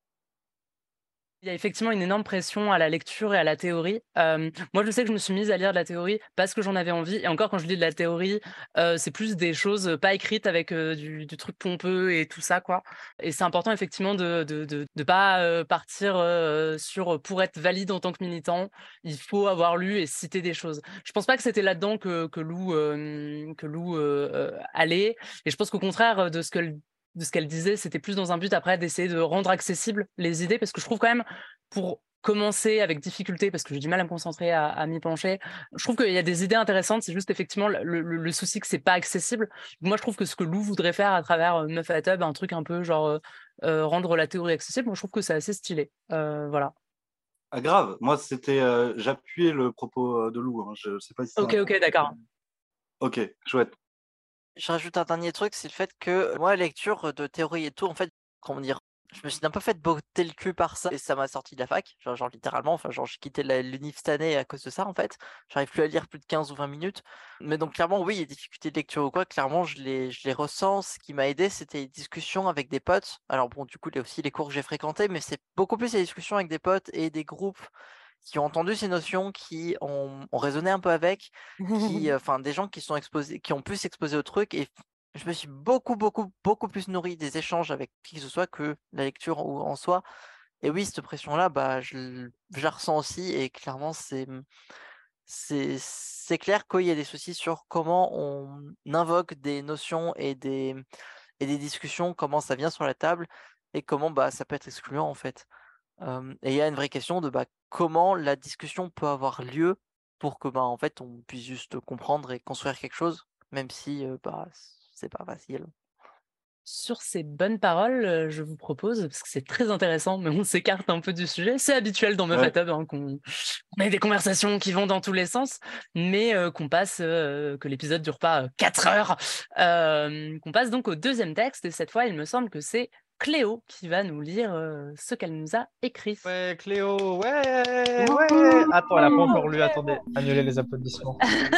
Il y a effectivement une énorme pression à la lecture et à la théorie. Euh, moi, je sais que je me suis mise à lire de la théorie parce que j'en avais envie. Et encore, quand je lis de la théorie, euh, c'est plus des choses pas écrites avec euh, du, du truc pompeux et tout ça, quoi. Et c'est important, effectivement, de de, de, de pas euh, partir euh, sur pour être valide en tant que militant. Il faut avoir lu et citer des choses. Je pense pas que c'était là-dedans que, que Lou, euh, que Lou euh, euh, allait. Et je pense qu'au contraire de ce que de ce qu'elle disait, c'était plus dans un but après d'essayer de rendre accessibles les idées, parce que je trouve quand même, pour commencer avec difficulté, parce que j'ai du mal à me concentrer, à, à m'y pencher, je trouve qu'il y a des idées intéressantes, c'est juste effectivement le, le, le souci que c'est pas accessible. Moi, je trouve que ce que Lou voudrait faire à travers euh, Meuf à Tub, un truc un peu genre euh, euh, rendre la théorie accessible, moi je trouve que c'est assez stylé. Euh, voilà. Ah, grave. Moi, c'était, euh, j'appuyais le propos euh, de Lou, hein. Je sais pas si Ok, ça. ok, d'accord. Ok, chouette. Je rajoute un dernier truc, c'est le fait que moi, lecture de théorie et tout, en fait, comment dire, je me suis un peu fait botter le cul par ça et ça m'a sorti de la fac, genre, genre littéralement, enfin genre j'ai quitté la- l'unif cette année à cause de ça en fait. J'arrive plus à lire plus de quinze ou vingt minutes. Mais donc clairement, oui, il y a des difficultés de lecture ou quoi, clairement je les, je les ressens. Ce qui m'a aidé, c'était les discussions avec des potes. Alors bon, du coup, il y a aussi les cours que j'ai fréquentés, mais c'est beaucoup plus les discussions avec des potes et des groupes qui ont entendu ces notions, qui ont, ont raisonné un peu avec, qui, euh, enfin, des gens qui sont exposés, qui ont pu s'exposer au truc, et je me suis beaucoup, beaucoup, beaucoup plus nourri des échanges avec qui que ce soit que la lecture ou en soi. Et oui, cette pression-là, bah, je, l- je la ressens aussi, et clairement, c'est, c'est, c'est clair qu'il y a des soucis sur comment on invoque des notions et des, et des discussions, comment ça vient sur la table, et comment bah, ça peut être excluant en fait. Euh, et il y a une vraie question de bah, comment la discussion peut avoir lieu pour que bah, en fait on puisse juste comprendre et construire quelque chose, même si euh, bah, c'est pas facile. Sur ces bonnes paroles, euh, je vous propose, parce que c'est très intéressant, mais on s'écarte un peu du sujet, c'est habituel dans Meuf à Ouais. Tub, hein, qu'on on ait des conversations qui vont dans tous les sens, mais euh, qu'on passe, euh, que l'épisode dure pas euh, quatre heures, euh, qu'on passe donc au deuxième texte, et cette fois, il me semble que c'est Cléo qui va nous lire euh, ce qu'elle nous a écrit. Ouais, Cléo, ouais, ouais. Wouhou. Attends, elle a pas encore lu. Attendez, annulez les applaudissements.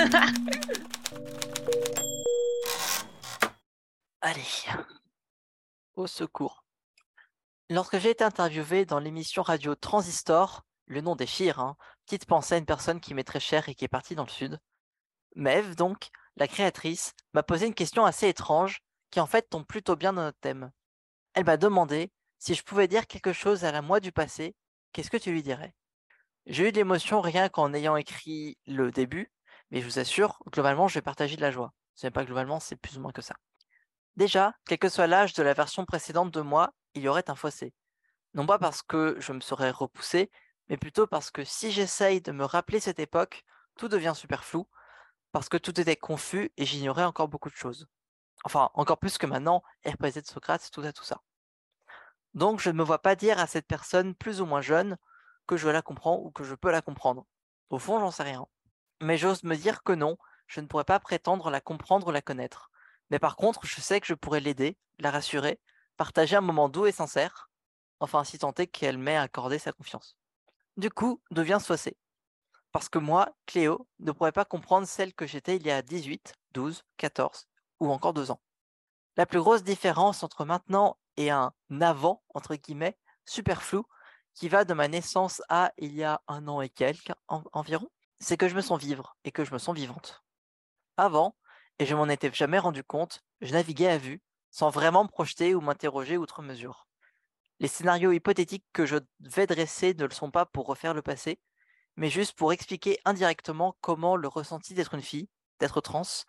Allez, au secours. Lorsque j'ai été interviewé dans l'émission radio Transistor, le nom déchire, hein, petite pensée à une personne qui m'est très chère et qui est partie dans le sud, Maeve, donc, la créatrice, m'a posé une question assez étrange qui en fait tombe plutôt bien dans notre thème. Elle m'a demandé si je pouvais dire quelque chose à la moi du passé, qu'est-ce que tu lui dirais? J'ai eu de l'émotion rien qu'en ayant écrit le début, mais je vous assure, globalement, je vais partager de la joie. Ce n'est pas globalement, c'est plus ou moins que ça. Déjà, quel que soit l'âge de la version précédente de moi, il y aurait un fossé. Non pas parce que je me serais repoussé, mais plutôt parce que si j'essaye de me rappeler cette époque, tout devient super flou, parce que tout était confus et j'ignorais encore beaucoup de choses. Enfin, encore plus que maintenant, R P Z de Socrate, tout ça, tout ça. Donc, je ne me vois pas dire à cette personne plus ou moins jeune que je la comprends ou que je peux la comprendre. Au fond, j'en sais rien. Mais j'ose me dire que non, je ne pourrais pas prétendre la comprendre ou la connaître. Mais par contre, je sais que je pourrais l'aider, la rassurer, partager un moment doux et sincère, enfin si tant est qu'elle m'ait accordé sa confiance. Du coup, devient ce fossé. Parce que moi, Cléo, ne pourrais pas comprendre celle que j'étais il y a dix-huit, douze, quatorze ou encore deux ans. La plus grosse différence entre maintenant et un avant, entre guillemets, super flou, qui va de ma naissance à il y a un an et quelques en- environ, c'est que je me sens vivre et que je me sens vivante. Avant, et je m'en étais jamais rendu compte, je naviguais à vue, sans vraiment me projeter ou m'interroger outre mesure. Les scénarios hypothétiques que je vais dresser ne le sont pas pour refaire le passé, mais juste pour expliquer indirectement comment le ressenti d'être une fille, d'être trans,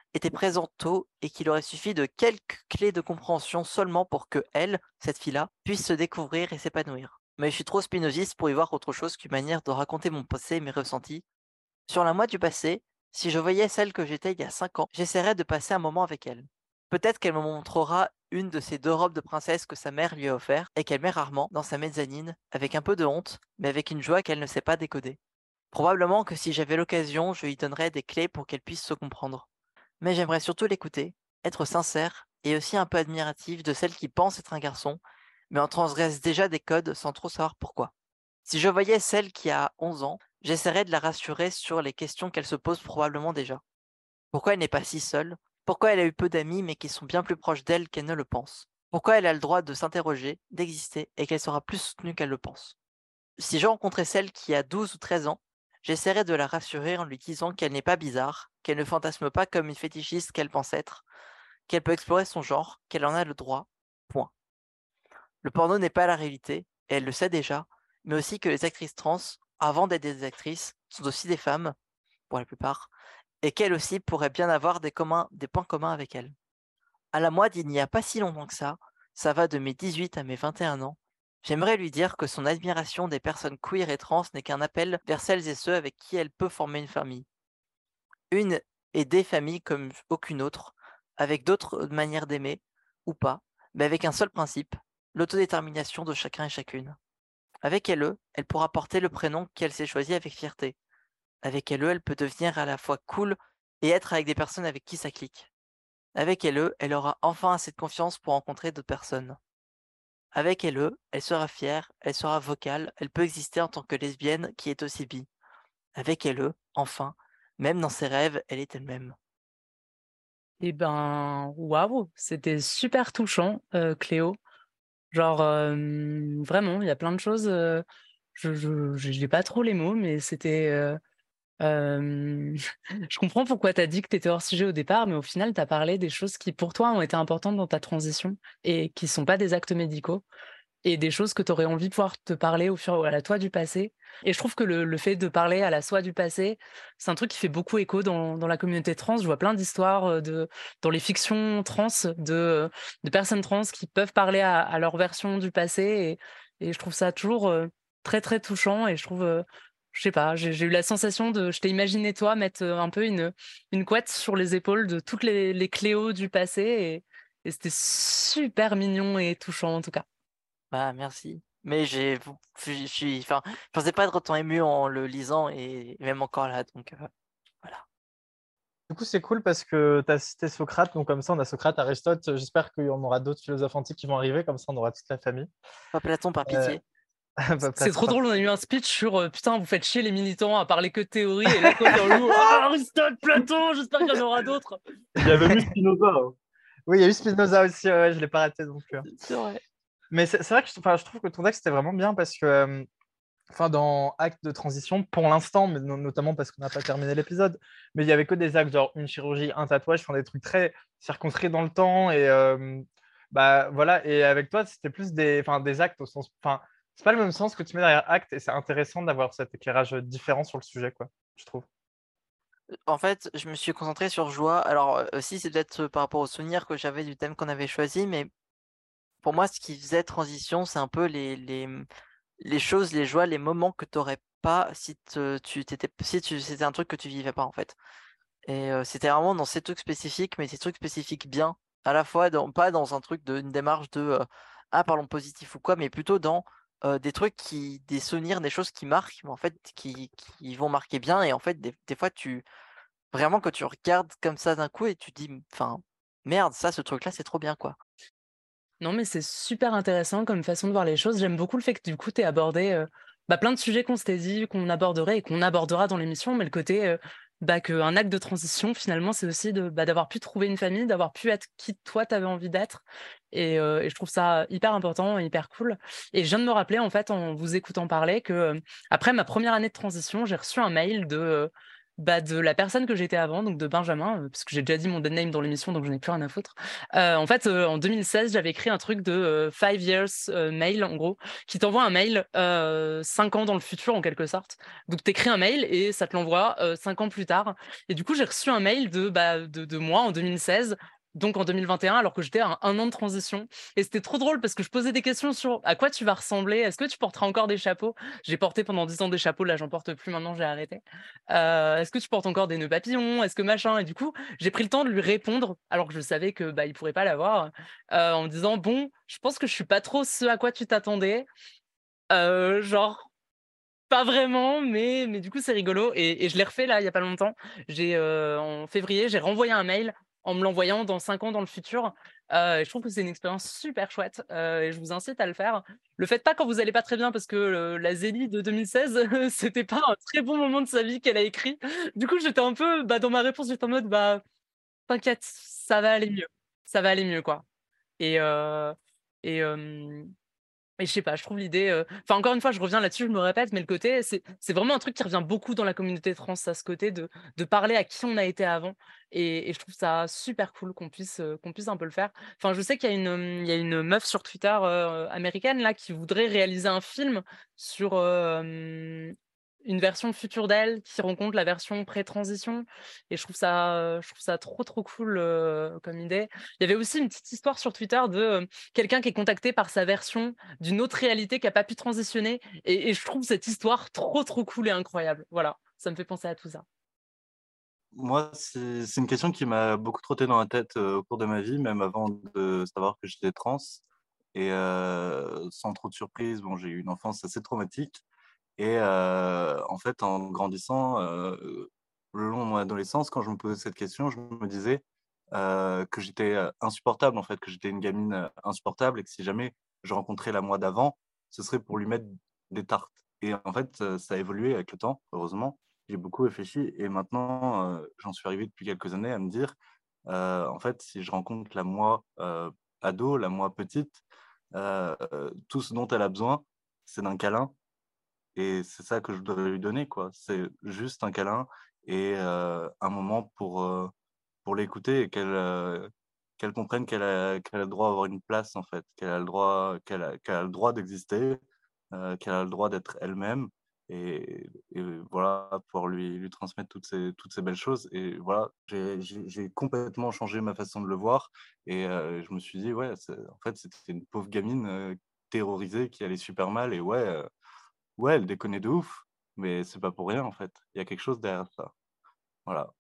était présent tôt et qu'il aurait suffi de quelques clés de compréhension seulement pour que elle, cette fille-là, puisse se découvrir et s'épanouir. Mais je suis trop spinoziste pour y voir autre chose qu'une manière de raconter mon passé et mes ressentis. Sur la moi du passé, si je voyais celle que j'étais il y a cinq ans, j'essaierais de passer un moment avec elle. Peut-être qu'elle me montrera une de ces deux robes de princesse que sa mère lui a offert et qu'elle met rarement dans sa mezzanine, avec un peu de honte, mais avec une joie qu'elle ne sait pas décoder. Probablement que si j'avais l'occasion, je lui donnerais des clés pour qu'elle puisse se comprendre. Mais j'aimerais surtout l'écouter, être sincère et aussi un peu admiratif de celle qui pense être un garçon, mais en transgresse déjà des codes sans trop savoir pourquoi. Si je voyais celle qui a onze ans, j'essaierais de la rassurer sur les questions qu'elle se pose probablement déjà. Pourquoi elle n'est pas si seule? Pourquoi elle a eu peu d'amis mais qui sont bien plus proches d'elle qu'elle ne le pense? Pourquoi elle a le droit de s'interroger, d'exister et qu'elle sera plus soutenue qu'elle le pense? Si je rencontrais celle qui a douze ou treize ans, j'essaierais de la rassurer en lui disant qu'elle n'est pas bizarre, qu'elle ne fantasme pas comme une fétichiste qu'elle pense être, qu'elle peut explorer son genre, qu'elle en a le droit. Point. Le porno n'est pas la réalité, et elle le sait déjà, mais aussi que les actrices trans, avant d'être des actrices, sont aussi des femmes, pour la plupart, et qu'elles aussi pourraient bien avoir des, communs, des points communs avec elle. À la moi d'il n'y a pas si longtemps que ça, ça va de mes dix-huit à mes vingt et un ans, j'aimerais lui dire que son admiration des personnes queer et trans n'est qu'un appel vers celles et ceux avec qui elle peut former une famille. Une et des familles comme aucune autre, avec d'autres manières d'aimer, ou pas, mais avec un seul principe, l'autodétermination de chacun et chacune. Avec elle, elle pourra porter le prénom qu'elle s'est choisi avec fierté. Avec elle, elle peut devenir à la fois cool et être avec des personnes avec qui ça clique. Avec elle, elle aura enfin assez de confiance pour rencontrer d'autres personnes. Avec elle, elle sera fière, elle sera vocale, elle peut exister en tant que lesbienne qui est aussi bi. Avec elle, enfin, même dans ses rêves, elle est elle-même. Eh ben, waouh, c'était super touchant, euh, Cléo. Genre, euh, vraiment, il y a plein de choses. euh, je je j'ai pas trop les mots, mais c'était. euh, euh, je comprends pourquoi tu as dit que tu étais hors sujet au départ, mais au final, tu as parlé des choses qui, pour toi, ont été importantes dans ta transition et qui sont pas des actes médicaux et des choses que tu aurais envie de pouvoir te parler au fur à la toi du passé. Et je trouve que le, le fait de parler à la soi du passé, c'est un truc qui fait beaucoup écho dans, dans la communauté trans. Je vois plein d'histoires euh, de, dans les fictions trans de, de personnes trans qui peuvent parler à, à leur version du passé. Et, et je trouve ça toujours euh, très, très touchant. Et je trouve, euh, je sais pas, j'ai j'ai eu la sensation de, je t'ai imaginé toi mettre euh, un peu une, une couette sur les épaules de toutes les, les Cléo du passé. Et, et c'était super mignon et touchant en tout cas. Bah, merci. Mais j'ai, je suis, enfin, je pensais pas être autant ému en le lisant et même encore là, donc euh, voilà. Du coup, c'est cool parce que tu as cité Socrate, donc comme ça, on a Socrate, Aristote. J'espère qu'il y en aura d'autres philosophes antiques qui vont arriver, comme ça, on aura toute la famille. Pas Platon, par Euh, pitié. bah, C'est Platon, trop par- drôle, on a eu un speech sur euh, putain, vous faites chier les militants à parler que de théorie, et là, quand on loue, ah, Aristote, Platon, j'espère qu'il y en aura d'autres. Il y avait même Spinoza. hein. Oui, il y a eu Spinoza aussi, ouais, je ne l'ai pas raté non plus. hein. C'est vrai. Mais c'est c'est vrai que je, enfin, je trouve que ton texte était vraiment bien parce que, euh, enfin, dans Acte de transition, pour l'instant, mais no- notamment parce qu'on n'a pas terminé l'épisode, mais il y avait que des actes, genre une chirurgie, un tatouage, enfin, des trucs très circonscrits dans le temps. Et euh, bah voilà, et avec toi, c'était plus des, enfin, des actes au sens. Enfin, c'est pas le même sens que tu mets derrière acte, et c'est intéressant d'avoir cet éclairage différent sur le sujet, quoi, je trouve. En fait, je me suis concentré sur joie. Alors euh, aussi, c'est peut-être euh, par rapport aux souvenirs que j'avais du thème qu'on avait choisi, mais pour moi, ce qui faisait transition, c'est un peu les, les, les choses, les joies, les moments que tu n'aurais pas si te- tu t'étais, si tu, c'était un truc que tu vivais pas en fait. Et euh, c'était vraiment dans ces trucs spécifiques, mais ces trucs spécifiques bien, à la fois dans, pas dans un truc de, une démarche de euh, ah parlons positif ou quoi, mais plutôt dans euh, des trucs qui, des souvenirs, des choses qui marquent, mais en fait qui, qui vont marquer bien. Et en fait, des, des fois, tu vraiment que tu regardes comme ça d'un coup et tu dis, enfin merde, ça, ce truc-là, c'est trop bien quoi. Non, mais c'est super intéressant comme façon de voir les choses. J'aime beaucoup le fait que du coup, tu aies abordé euh, bah, plein de sujets qu'on s'était dit, qu'on aborderait et qu'on abordera dans l'émission, mais le côté euh, bah, qu'un acte de transition, finalement, c'est aussi de, bah, d'avoir pu trouver une famille, d'avoir pu être qui toi, tu avais envie d'être. Et, euh, et je trouve ça hyper important et hyper cool. Et je viens de me rappeler, en fait, en vous écoutant parler, que euh, après ma première année de transition, j'ai reçu un mail de... euh, bah, de la personne que j'étais avant, donc de Benjamin, euh, parce que j'ai déjà dit mon dead name dans l'émission, donc je n'ai plus rien à foutre. Euh, en fait, euh, en deux mille seize, j'avais écrit un truc de euh, five years euh, mail, en gros, qui t'envoie un mail euh, cinq ans dans le futur, en quelque sorte. Donc, tu écris un mail et ça te l'envoie euh, cinq ans plus tard. Et du coup, j'ai reçu un mail de, bah, de, de moi en deux mille seize, donc en deux mille vingt et un, alors que j'étais à un, un an de transition. Et c'était trop drôle parce que je posais des questions sur à quoi tu vas ressembler, est-ce que tu porteras encore des chapeaux? J'ai porté pendant dix ans des chapeaux, là, j'en porte plus, maintenant j'ai arrêté. Euh, est-ce que tu portes encore des nœuds papillons? Est-ce que machin? Et du coup, j'ai pris le temps de lui répondre, alors que je savais que bah, il pourrait pas l'avoir, euh, en me disant bon, je pense que je suis pas trop ce à quoi tu t'attendais. Euh, genre, pas vraiment, mais, mais du coup, c'est rigolo. Et, et je l'ai refait là, il y a pas longtemps. J'ai, euh, en février, j'ai renvoyé un mail en me l'envoyant dans cinq ans dans le futur. Euh, et je trouve que c'est une expérience super chouette euh, et je vous incite à le faire. Le faites pas quand vous allez pas très bien parce que euh, la Zélie de deux mille seize, c'était pas un très bon moment de sa vie qu'elle a écrit. Du coup, j'étais un peu, bah, dans ma réponse, j'étais en mode, bah, t'inquiète, ça va aller mieux. Ça va aller mieux, quoi. Et, euh, et, euh, et je sais pas, je trouve l'idée, heu enfin, encore une fois, je reviens là-dessus, je me répète, mais le côté, c'est c'est vraiment un truc qui revient beaucoup dans la communauté trans, ça, ce côté de de parler à qui on a été avant et et je trouve ça super cool qu'on puisse, heu, qu'on puisse un peu le faire. Enfin, je sais qu'il y a une, hem, il y a une meuf sur Twitter, heu, américaine, là, qui voudrait réaliser un film sur, hem, une version future d'elle qui rencontre la version pré-transition et je trouve ça, heu, je trouve ça trop, trop cool, heu, comme idée. Il y avait aussi une petite histoire sur Twitter de, heu, quelqu'un qui est contacté par sa version d'une autre réalité qui a pas pu transitionner et, et je trouve cette histoire trop trop cool et incroyable. Voilà, ça me fait penser à tout ça. Moi, c'est c'est une question qui m'a beaucoup trotté dans la tête euh, au cours de ma vie, même avant de savoir que j'étais trans. Et euh, sans trop de surprise, bon, j'ai eu une enfance assez traumatique. Et euh, en fait, en grandissant, euh, le long de mon adolescence, quand je me posais cette question, je me disais euh, que j'étais euh, insupportable, en fait, que j'étais une gamine euh, insupportable et que si jamais je rencontrais la moi d'avant, ce serait pour lui mettre des tartes. Et en fait, euh, ça a évolué avec le temps, heureusement. J'ai beaucoup réfléchi et maintenant, euh, j'en suis arrivé depuis quelques années à me dire, euh, en fait, si je rencontre la moi euh, ado, la moi petite, euh, euh, tout ce dont elle a besoin, c'est d'un câlin et c'est ça que je voudrais lui donner, quoi. C'est juste un câlin et euh, un moment pour, euh, pour l'écouter et qu'elle euh, qu'elle comprenne qu'elle a, qu'elle a le droit d'avoir une place, en fait, qu'elle a le droit, qu'elle a, qu'elle a le droit d'exister, euh, qu'elle a le droit d'être elle-même. Et, et voilà, pouvoir lui, lui transmettre toutes ces, toutes ces belles choses. Et voilà, j'ai j'ai- j'ai complètement changé ma façon de le voir. Et euh, je me suis dit, ouais, c'est- en fait, c'était une pauvre gamine euh, terrorisée qui allait super mal. Et ouais, euh, ouais, elle déconnait de ouf, mais c'est pas pour rien en fait. Il y a quelque chose derrière ça. Voilà.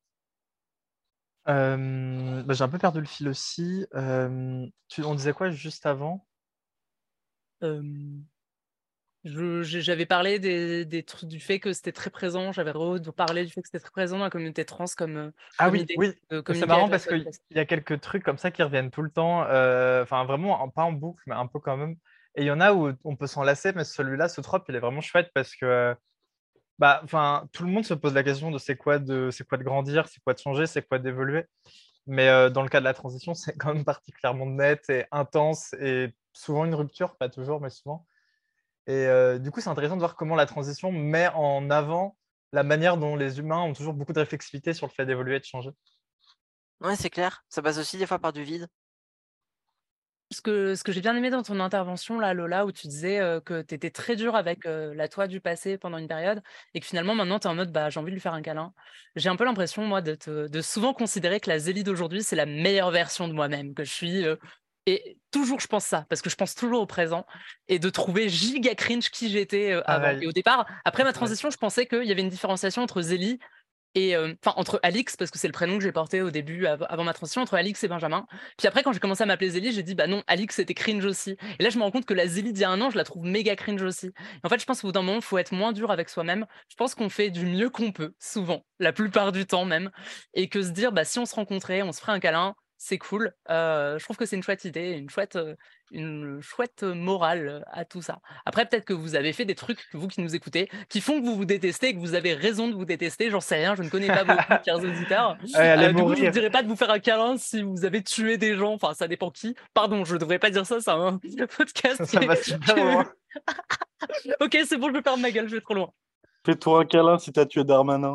Euh, bah, j'ai un peu perdu le fil aussi. Euh, tu, on disait quoi juste avant? Euh, je- j'ai- j'avais parlé des, des trucs du fait que c'était très présent, j'avais reparlé du fait que c'était très présent dans la communauté trans comme, euh, Ah comme oui, idée oui. de C'est communiquer marrant avec la parce qu'il population. y a quelques trucs comme ça qui reviennent tout le temps. euh, Enfin, vraiment, en- pas en boucle, mais un peu quand même. Et il y en a où on peut s'en lasser, mais celui-là, ce trop, il est vraiment chouette parce que euh, bah, enfin, tout le monde se pose la question de c'est quoi de, c'est quoi de grandir, c'est quoi de changer, c'est quoi d'évoluer. Mais euh, dans le cas de la transition, c'est quand même particulièrement net et intense et souvent une rupture, pas toujours, mais souvent. Et euh, du coup, c'est intéressant de voir comment la transition met en avant la manière dont les humains ont toujours beaucoup de réflexivité sur le fait d'évoluer et de changer. Ouais, c'est clair. Ça passe aussi des fois par du vide. Ce que, ce que j'ai bien aimé dans ton intervention, là, Lola, où tu disais euh, que tu étais très dur avec euh, la toi du passé pendant une période et que finalement, maintenant, tu es en mode bah, j'ai envie de lui faire un câlin. J'ai un peu l'impression, moi, de, te- de souvent considérer que la Zélie d'aujourd'hui, c'est la meilleure version de moi-même, que je suis. euh, et toujours, je pense ça, parce que je pense toujours au présent et de trouver giga cringe qui j'étais euh, avant. Pareil, Et au départ, après ma pareil. transition, je pensais qu'il y avait une différenciation entre Zélie et euh, enfin entre Alix parce que c'est le prénom que j'ai porté au début av- avant ma transition entre Alix et Benjamin. Puis après quand j'ai commencé à m'appeler Zélie, j'ai dit bah non, Alix c'était cringe aussi. Et là je me rends compte que la Zélie d'il y a un an, je la trouve méga cringe aussi. Et en fait, je pense qu'au bout d'un moment, il faut être moins dur avec soi-même. Je pense qu'on fait du mieux qu'on peut, souvent, la plupart du temps même, et que se dire bah si on se rencontrait, on se ferait un câlin, c'est cool. Euh, je trouve que c'est une chouette idée, une chouette, euh, une chouette morale à tout ça. Après, peut-être que vous avez fait des trucs, vous qui nous écoutez, qui font que vous vous détestez et que vous avez raison de vous détester. J'en sais rien, je ne connais pas vos vies, chers auditeurs. Allez, allez Euh, du coup, je ne vous mourir. dirai pas de vous faire un câlin si vous avez tué des gens. Enfin, ça dépend qui. Pardon, je ne devrais pas dire ça, c'est un podcast qui Ça va est... super qui est- loin. Ok, c'est bon, je vais perdre ma gueule, je vais trop loin. Fais-toi un câlin si t'as tué Darmanin.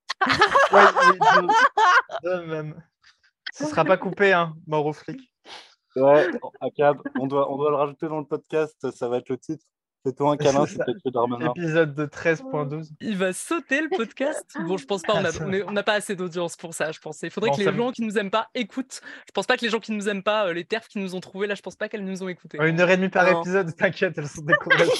Ouais, oui, deux, deux même. Ce sera pas coupé, hein, mort aux flics. Ouais, Akab, on doit, on doit le rajouter dans le podcast, ça va être le titre. Fais-toi un câlin, C'est c'est ça. peut-être le Darmanin. Épisode de treize point douze. Il va sauter le podcast. Bon, je pense pas, on Ah, a- ça- on est- on n'a pas assez d'audience pour ça, je pense. Il faudrait Bon, que ça les me- gens qui nous aiment pas écoutent. Je pense pas que les gens qui nous aiment pas, euh, les terfs qui nous ont trouvés, là, je pense pas qu'elles nous ont écoutés. Une heure et demie par Non. épisode, t'inquiète, elles sont découvertes.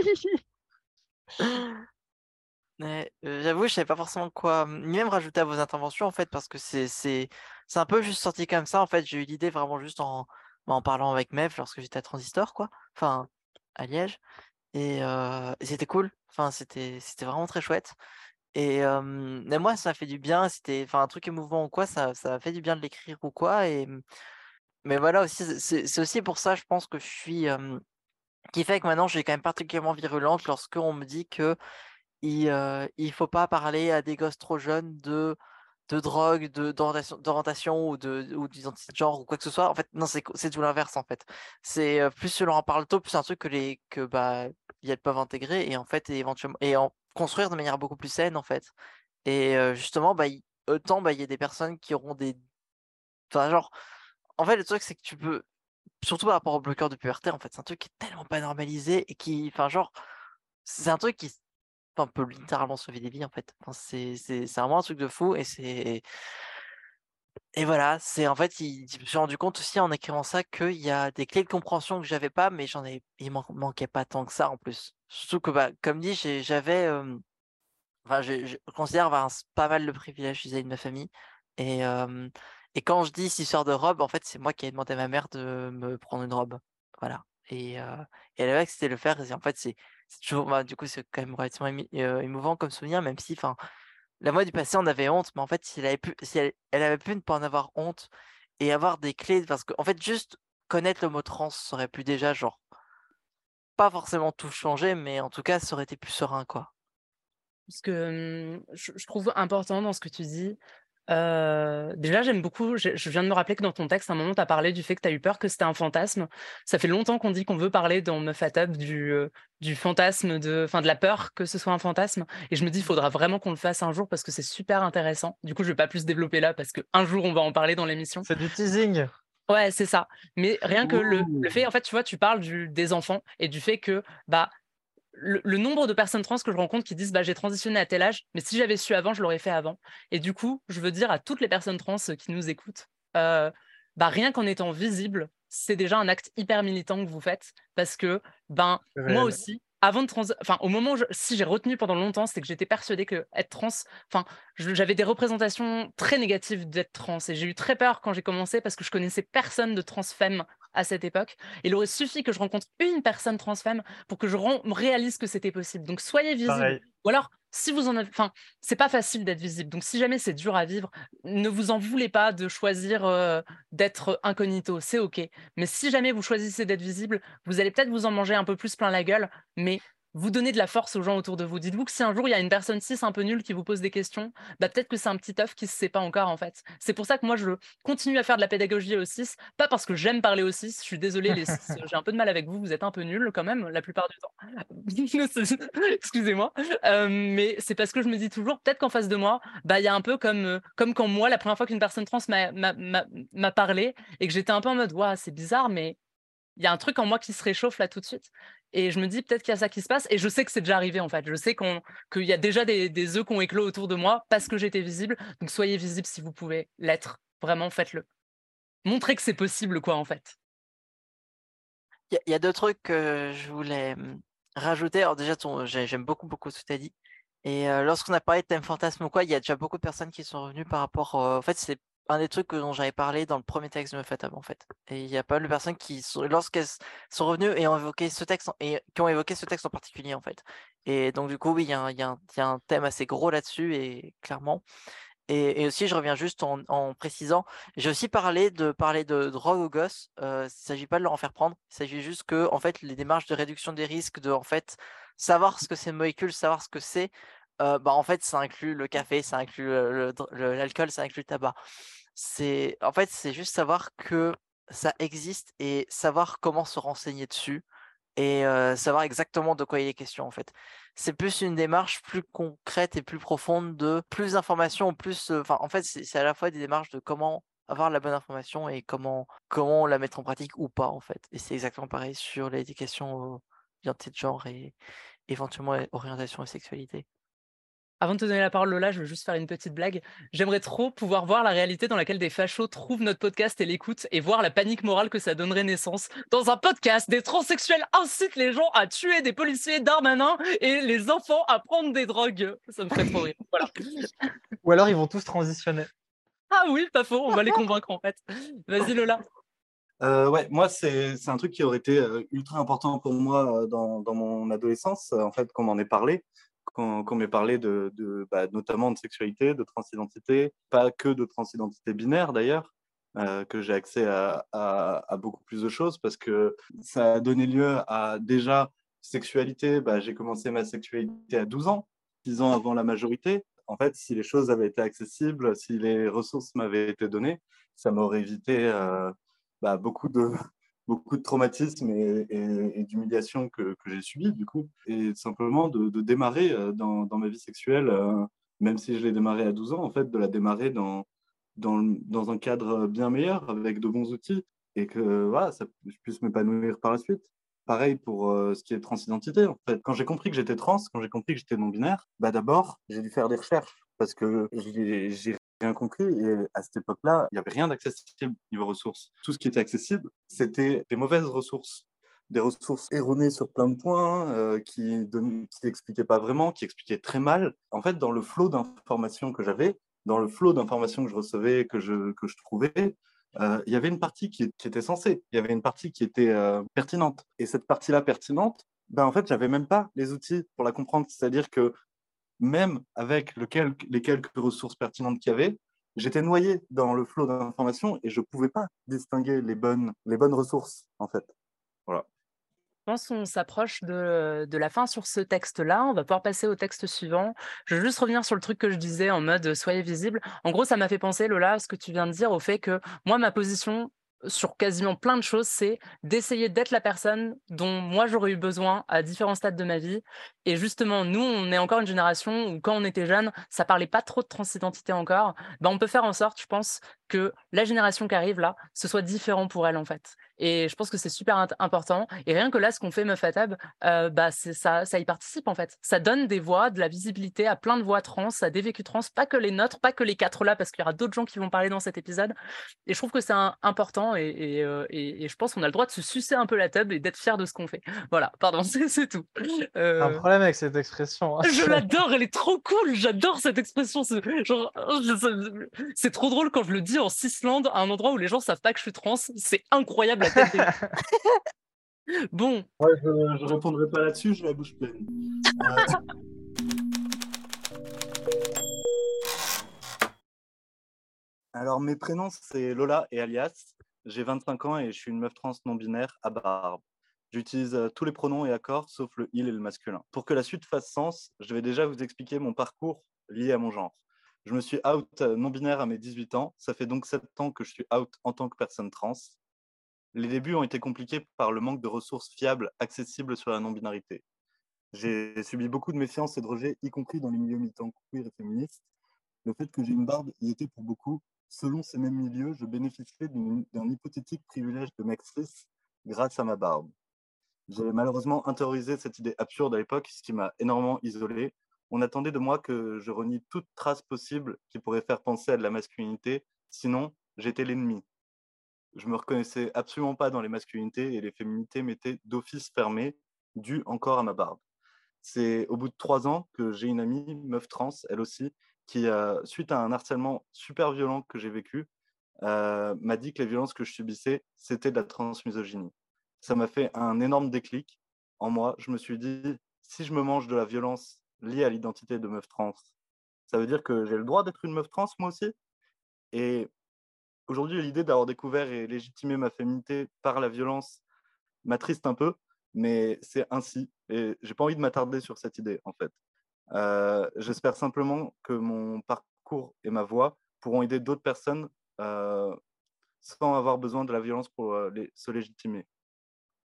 Ouais, euh, j'avoue, je savais pas forcément quoi hum, ni même rajouter à vos interventions en fait, parce que c'est c'est c'est un peu juste sorti comme ça en fait. J'ai eu l'idée vraiment juste en bah, en parlant avec Mev lorsque j'étais à Transistor quoi, enfin à Liège, et, euh, et c'était cool. Enfin c'était c'était vraiment très chouette. Et euh, mais moi ça m'a fait du bien. C'était enfin un truc émouvant ou quoi, ça ça m'a fait du bien de l'écrire ou quoi. Et mais voilà aussi c'est c'est c'est aussi pour ça je pense que je suis euh, qui fait que maintenant j'ai quand même particulièrement virulente lorsque on me dit que il, euh, il faut pas parler à des gosses trop jeunes de, de drogue, de, d'orientation, d'orientation ou de, ou d'identité de genre ou quoi que ce soit. En fait, non, c'est, c'est tout l'inverse, en fait. C'est euh, plus tu leur en parles tôt, plus c'est un truc que les, que, bah, ils peuvent intégrer et en fait, et éventuellement, et en construire de manière beaucoup plus saine, en fait. Et euh, justement, bah, il- autant, bah, il y a des personnes qui auront des, enfin, genre, en fait, le truc, c'est que tu peux, surtout par rapport au bloqueur de puberté, en fait, c'est un truc qui est tellement pas normalisé et qui, enfin, genre, c'est un truc qui enfin, peut littéralement sauver des vies en fait. Enfin, c'est c'est c'est vraiment un truc de fou et c'est et voilà, c'est en fait, il je me suis rendu compte aussi en écrivant ça qu'il y a des clés de compréhension que j'avais pas, mais j'en ai il m'en manquait pas tant que ça en plus. Surtout que bah, comme dit, j'ai j'avais euh, enfin je, je considère avoir un s- pas mal de privilèges vis-à-vis de ma famille et euh, et quand je dis cette histoire de robe, en fait, c'est moi qui ai demandé à ma mère de me prendre une robe. Voilà. Et, euh, et elle avait accepté de le faire. Et en fait, c'est c'est toujours, bah, du coup, c'est quand même relativement ému- euh, émouvant comme souvenir, même si, enfin, la moi du passé, on avait honte, mais en fait, si elle avait pu, si elle, elle avait pu ne pas en avoir honte et avoir des clés, parce qu'en fait, juste connaître le mot trans, ça aurait pu déjà, genre, pas forcément tout changer, mais en tout cas, ça aurait été plus serein, quoi. Ce que hum, je, je trouve important dans ce que tu dis, euh, déjà j'aime beaucoup, je, je viens de me rappeler que dans ton texte, à un moment, tu as parlé du fait que tu as eu peur que c'était un fantasme. Ça fait longtemps qu'on dit qu'on veut parler dans Meuf à table du, euh, du fantasme, de, enfin, de la peur que ce soit un fantasme. Et je me dis, il faudra vraiment qu'on le fasse un jour parce que c'est super intéressant. Du coup, je vais pas plus développer là parce qu'un jour, on va en parler dans l'émission. C'est du teasing. Ouais, c'est ça. Mais rien que le, Ouh. le fait, en fait, tu vois, tu parles du, des enfants et du fait que bah, le, le nombre de personnes trans que je rencontre qui disent bah, j'ai transitionné à tel âge, mais si j'avais su avant, je l'aurais fait avant. Et du coup, je veux dire à toutes les personnes trans qui nous écoutent, euh, bah, rien qu'en étant visible, c'est déjà un acte hyper militant que vous faites parce que ben, C'est moi réel. aussi, avant de trans, enfin au moment où je- si j'ai retenu pendant longtemps, c'est que j'étais persuadée que être trans, enfin je- j'avais des représentations très négatives d'être trans et j'ai eu très peur quand j'ai commencé parce que je connaissais personne de trans femme à cette époque. Il aurait suffi que je rencontre une personne trans femme pour que je ren- réalise que c'était possible. Donc soyez visible. Pareil. Ou alors, si vous en avez, enfin, c'est pas facile d'être visible. Donc si jamais c'est dur à vivre, ne vous en voulez pas de choisir euh, d'être incognito. C'est ok. Mais si jamais vous choisissez d'être visible, vous allez peut-être vous en manger un peu plus plein la gueule, mais vous donnez de la force aux gens autour de vous. Dites-vous que si un jour il y a une personne cis un peu nulle qui vous pose des questions, bah peut-être que c'est un petit œuf qui se sait pas encore en fait. C'est pour ça que moi je continue à faire de la pédagogie aux cis, pas parce que j'aime parler aux cis. Je suis désolée les cis, j'ai un peu de mal avec vous. Vous êtes un peu nuls quand même la plupart du temps. Excusez-moi. Euh, mais c'est parce que je me dis toujours, peut-être qu'en face de moi, bah il y a un peu comme euh, comme quand moi la première fois qu'une personne trans m'a m'a- m'a- m'a parlé et que j'étais un peu en mode, waouh, c'est bizarre, mais il y a un truc en moi qui se réchauffe là tout de suite. Et je me dis peut-être qu'il y a ça qui se passe. Et je sais que c'est déjà arrivé en fait. Je sais qu'on, qu'il y a déjà des, des œufs qui ont éclos autour de moi parce que j'étais visible. Donc soyez visible si vous pouvez l'être. Vraiment, faites-le. Montrez que c'est possible, quoi, en fait. Il y, a- il y a deux trucs que je voulais hum, rajouter. Alors déjà, ton- j'ai- j'aime beaucoup beaucoup ce que tu as dit. Et euh, lorsqu'on a parlé de thème fantasme ou quoi, il y a déjà beaucoup de personnes qui sont revenues par rapport. euh, En fait, c'est un des trucs que- dont j'avais parlé dans le premier texte de Mefatab, en fait. Et il y a pas mal de personnes qui, sont, lorsqu'elles s- sont revenues et ont évoqué ce texte en- et qui ont évoqué ce texte en particulier, en fait. Et donc du coup, oui, il y a un, il y a un- il y a un thème assez gros là-dessus et clairement. Et, et aussi, je reviens juste en, en précisant, j'ai aussi parlé de parler de drogue aux gosses. Euh, il ne s'agit pas de leur en faire prendre. Il s'agit juste que, en fait, les démarches de réduction des risques, de en fait savoir ce que c'est une molécule, savoir ce que c'est, euh, bah en fait, ça inclut le café, ça inclut le- le dr- le- l'alcool, ça inclut le tabac. C'est, en fait, c'est juste savoir que ça existe et savoir comment se renseigner dessus. et euh, savoir exactement de quoi il est question en fait. C'est plus une démarche plus concrète et plus profonde de plus d'informations, plus. Enfin, en fait, c'est c'est à la fois des démarches de comment avoir la bonne information et comment comment la mettre en pratique ou pas en fait. Et c'est exactement pareil sur l'éducation aux identités de genre et éventuellement euh, orientation et sexualité. Avant de te donner la parole, Lola, je veux juste faire une petite blague. J'aimerais trop pouvoir voir la réalité dans laquelle des fachos trouvent notre podcast et l'écoutent et voir la panique morale que ça donnerait naissance. Dans un podcast, des transsexuels incitent les gens à tuer des policiers Darmanin et les enfants à prendre des drogues. Ça me ferait trop rire. Voilà. Ou alors ils vont tous transitionner. Ah oui, pas faux, on va les convaincre en fait. Vas-y Lola. Euh, ouais, moi, c'est c'est un truc qui aurait été euh, ultra important pour moi euh, dans, dans mon adolescence, euh, en fait, qu'on m'en ait parlé, qu'on qu'on m'ait parlé de, de bah, notamment de sexualité, de transidentité, pas que de transidentité binaire d'ailleurs, euh, que j'ai accès à, à, à beaucoup plus de choses parce que ça a donné lieu à déjà sexualité. Bah, j'ai commencé ma sexualité à douze ans, dix ans avant la majorité. En fait, si les choses avaient été accessibles, si les ressources m'avaient été données, ça m'aurait évité euh, bah, beaucoup de, beaucoup de traumatismes et, et, et d'humiliations que, que j'ai subies, du coup. Et simplement de, de démarrer euh, dans, dans ma vie sexuelle, euh, même si je l'ai démarré à douze ans, en fait, de la démarrer dans, dans, dans un cadre bien meilleur, avec de bons outils, et que voilà, ça, je puisse m'épanouir par la suite. Pareil pour euh, ce qui est transidentité, en fait. Quand j'ai compris que j'étais trans, quand j'ai compris que j'étais non-binaire, bah d'abord, j'ai dû faire des recherches parce que j'ai j'ai rien compris. Et à cette époque-là, il n'y avait rien d'accessible niveau ressources. Tout ce qui était accessible, c'était des mauvaises ressources. Des ressources erronées sur plein de points, euh, qui n'expliquaient pas vraiment, qui expliquaient très mal. En fait, dans le flot d'informations que j'avais, dans le flot d'informations que je recevais, que je, que je trouvais, euh, il y avait une partie qui, qui était censée, il y avait une partie qui était euh, pertinente. Et cette partie-là pertinente, ben en fait, j'avais même pas les outils pour la comprendre. C'est-à-dire que même avec le quel- les quelques ressources pertinentes qu'il y avait, j'étais noyé dans le flot d'informations et je ne pouvais pas distinguer les bonnes, les bonnes ressources, en fait. Voilà. Je pense qu'on s'approche de, de la fin sur ce texte-là. On va pouvoir passer au texte suivant. Je veux juste revenir sur le truc que je disais en mode euh, soyez visible. En gros, ça m'a fait penser, Lola, à ce que tu viens de dire, au fait que moi, ma position sur quasiment plein de choses, c'est d'essayer d'être la personne dont moi j'aurais eu besoin à différents stades de ma vie. Et justement, nous, on est encore une génération où quand on était jeune, ça parlait pas trop de transidentité encore. Ben, on peut faire en sorte, je pense, que la génération qui arrive là, ce soit différent pour elle en fait. Et je pense que c'est super int- important. Et rien que là, ce qu'on fait, Meuf à Table, euh, bah, c'est ça, ça y participe en fait. Ça donne des voix, de la visibilité à plein de voix trans, à des vécus trans, pas que les nôtres, pas que les quatre là, parce qu'il y aura d'autres gens qui vont parler dans cet épisode. Et je trouve que c'est un- important et, et, euh, et- et je pense qu'on a le droit de se sucer un peu la table et d'être fier de ce qu'on fait. Voilà, pardon, c'est c'est tout. Un Euh, problème avec cette expression, hein. je l'adore, elle est trop cool, j'adore cette expression. C'est genre, je- c'est trop drôle quand je le dis en Cisland, à un endroit où les gens savent pas que je suis trans. C'est incroyable la tête des gens. Bon, Ouais, je ne répondrai pas là-dessus, j'ai la bouche pleine. Euh, alors, mes prénoms, c'est Lola et Alias. J'ai vingt-cinq ans et je suis une meuf trans non-binaire à barbe. J'utilise euh, tous les pronoms et accords sauf le il et le masculin. Pour que la suite fasse sens, je vais déjà vous expliquer mon parcours lié à mon genre. Je me suis out euh, non-binaire à mes dix-huit ans. Ça fait donc sept ans que je suis out en tant que personne trans. Les débuts ont été compliqués par le manque de ressources fiables accessibles sur la non-binarité. J'ai subi beaucoup de méfiance et de rejet, y compris dans les milieux militants queer et féministes. Le fait que j'ai une barbe y était pour beaucoup. Selon ces mêmes milieux, je bénéficiais d'un hypothétique privilège de mec cis grâce à ma barbe. J'ai malheureusement intériorisé cette idée absurde à l'époque, ce qui m'a énormément isolé. On attendait de moi que je renie toute trace possible qui pourrait faire penser à de la masculinité, sinon j'étais l'ennemi. Je me reconnaissais absolument pas dans les masculinités et les féminités m'étaient d'office fermées, dû encore à ma barbe. C'est au bout de trois ans que j'ai une amie, meuf trans, elle aussi, qui, euh, suite à un harcèlement super violent que j'ai vécu, euh, m'a dit que les violences que je subissais, c'était de la transmisogynie. Ça m'a fait un énorme déclic en moi. Je me suis dit, si je me mange de la violence liée à l'identité de meuf trans, ça veut dire que j'ai le droit d'être une meuf trans moi aussi. Et aujourd'hui, l'idée d'avoir découvert et légitimé ma féminité par la violence m'attriste un peu, mais c'est ainsi. Et j'ai pas envie de m'attarder sur cette idée, en fait. Euh, j'espère simplement que mon parcours et ma voix pourront aider d'autres personnes euh, sans avoir besoin de la violence pour euh, les, se légitimer.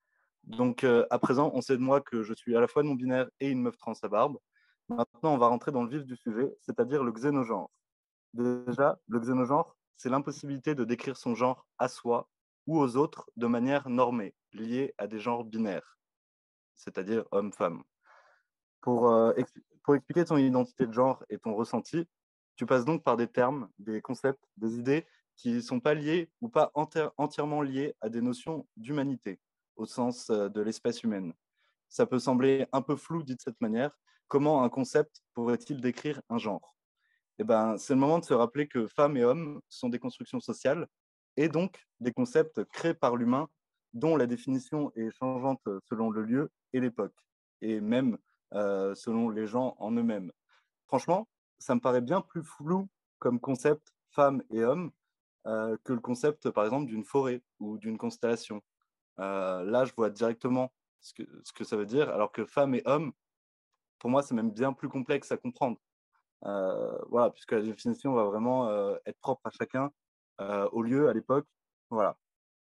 Donc, euh, à présent, on sait de moi que je suis à la fois non-binaire et une meuf trans à barbe. Maintenant, on va rentrer dans le vif du sujet, c'est-à-dire le xénogenre. Déjà, le xénogenre, c'est l'impossibilité de décrire son genre à soi ou aux autres de manière normée, liée à des genres binaires, c'est-à-dire homme-femme. Pour, euh, expli- pour expliquer ton identité de genre et ton ressenti, tu passes donc par des termes, des concepts, des idées qui ne sont pas liés ou pas enti- entièrement liés à des notions d'humanité, au sens euh, de l'espèce humaine. Ça peut sembler un peu flou dit de cette manière. Comment un concept pourrait-il décrire un genre? Eh ben, c'est le moment de se rappeler que femmes et hommes sont des constructions sociales et donc des concepts créés par l'humain dont la définition est changeante selon le lieu et l'époque, et même euh, selon les gens en eux-mêmes. Franchement, ça me paraît bien plus flou comme concept femmes et hommes euh, que le concept, par exemple, d'une forêt ou d'une constellation. Euh, là, je vois directement ce que, ce que ça veut dire, alors que femmes et hommes, pour moi, c'est même bien plus complexe à comprendre. Euh, voilà, puisque la définition va vraiment euh, être propre à chacun, euh, au lieu, à l'époque. Voilà.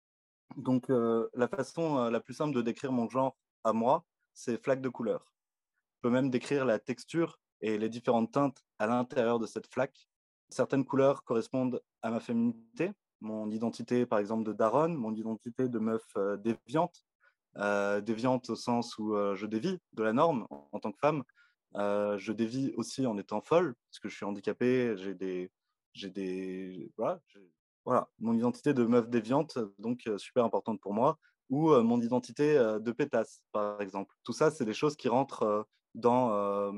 Donc, euh, la façon euh, la plus simple de décrire mon genre à moi, c'est flaque de couleur. Je peux même décrire la texture et les différentes teintes à l'intérieur de cette flaque. Certaines couleurs correspondent à ma féminité, mon identité, par exemple, de daronne, mon identité de meuf euh, déviante, euh, déviante au sens où euh, je dévie de la norme en, en tant que femme. Euh, je dévie aussi en étant folle, parce que je suis handicapé, j'ai des, j'ai des, voilà, j'ai- voilà, mon identité de meuf déviante, donc euh, super importante pour moi, ou euh, mon identité euh, de pétasse, par exemple. Tout ça, c'est des choses qui rentrent euh, dans, euh,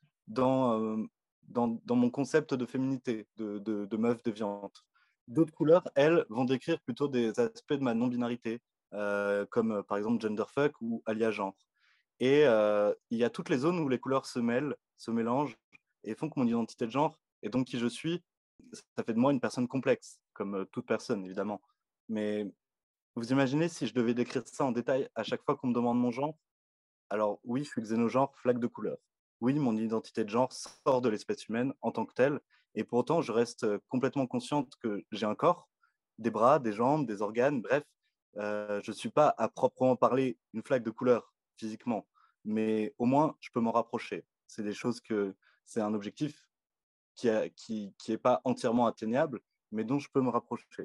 dans, euh, dans, dans mon concept de féminité, de, de, de meuf déviante. D'autres couleurs, elles, vont décrire plutôt des aspects de ma non-binarité, euh, comme euh, par exemple genderfuck ou alliage genre. Et euh, il y a toutes les zones où les couleurs se mêlent, se mélangent et font que mon identité de genre et donc qui je suis, ça fait de moi une personne complexe, comme euh, toute personne évidemment. Mais vous imaginez si je devais décrire ça en détail à chaque fois qu'on me demande mon genre? Alors oui, je suis xénogenre, flaque de couleur. Oui, mon identité de genre sort de l'espèce humaine en tant que telle, et pourtant je reste euh, complètement consciente que j'ai un corps, des bras, des jambes, des organes, bref, euh, je ne suis pas à proprement parler une flaque de couleur physiquement, mais au moins je peux m'en rapprocher. C'est des choses que c'est un objectif qui n'est qui, qui est pas entièrement atteignable, mais dont je peux me rapprocher.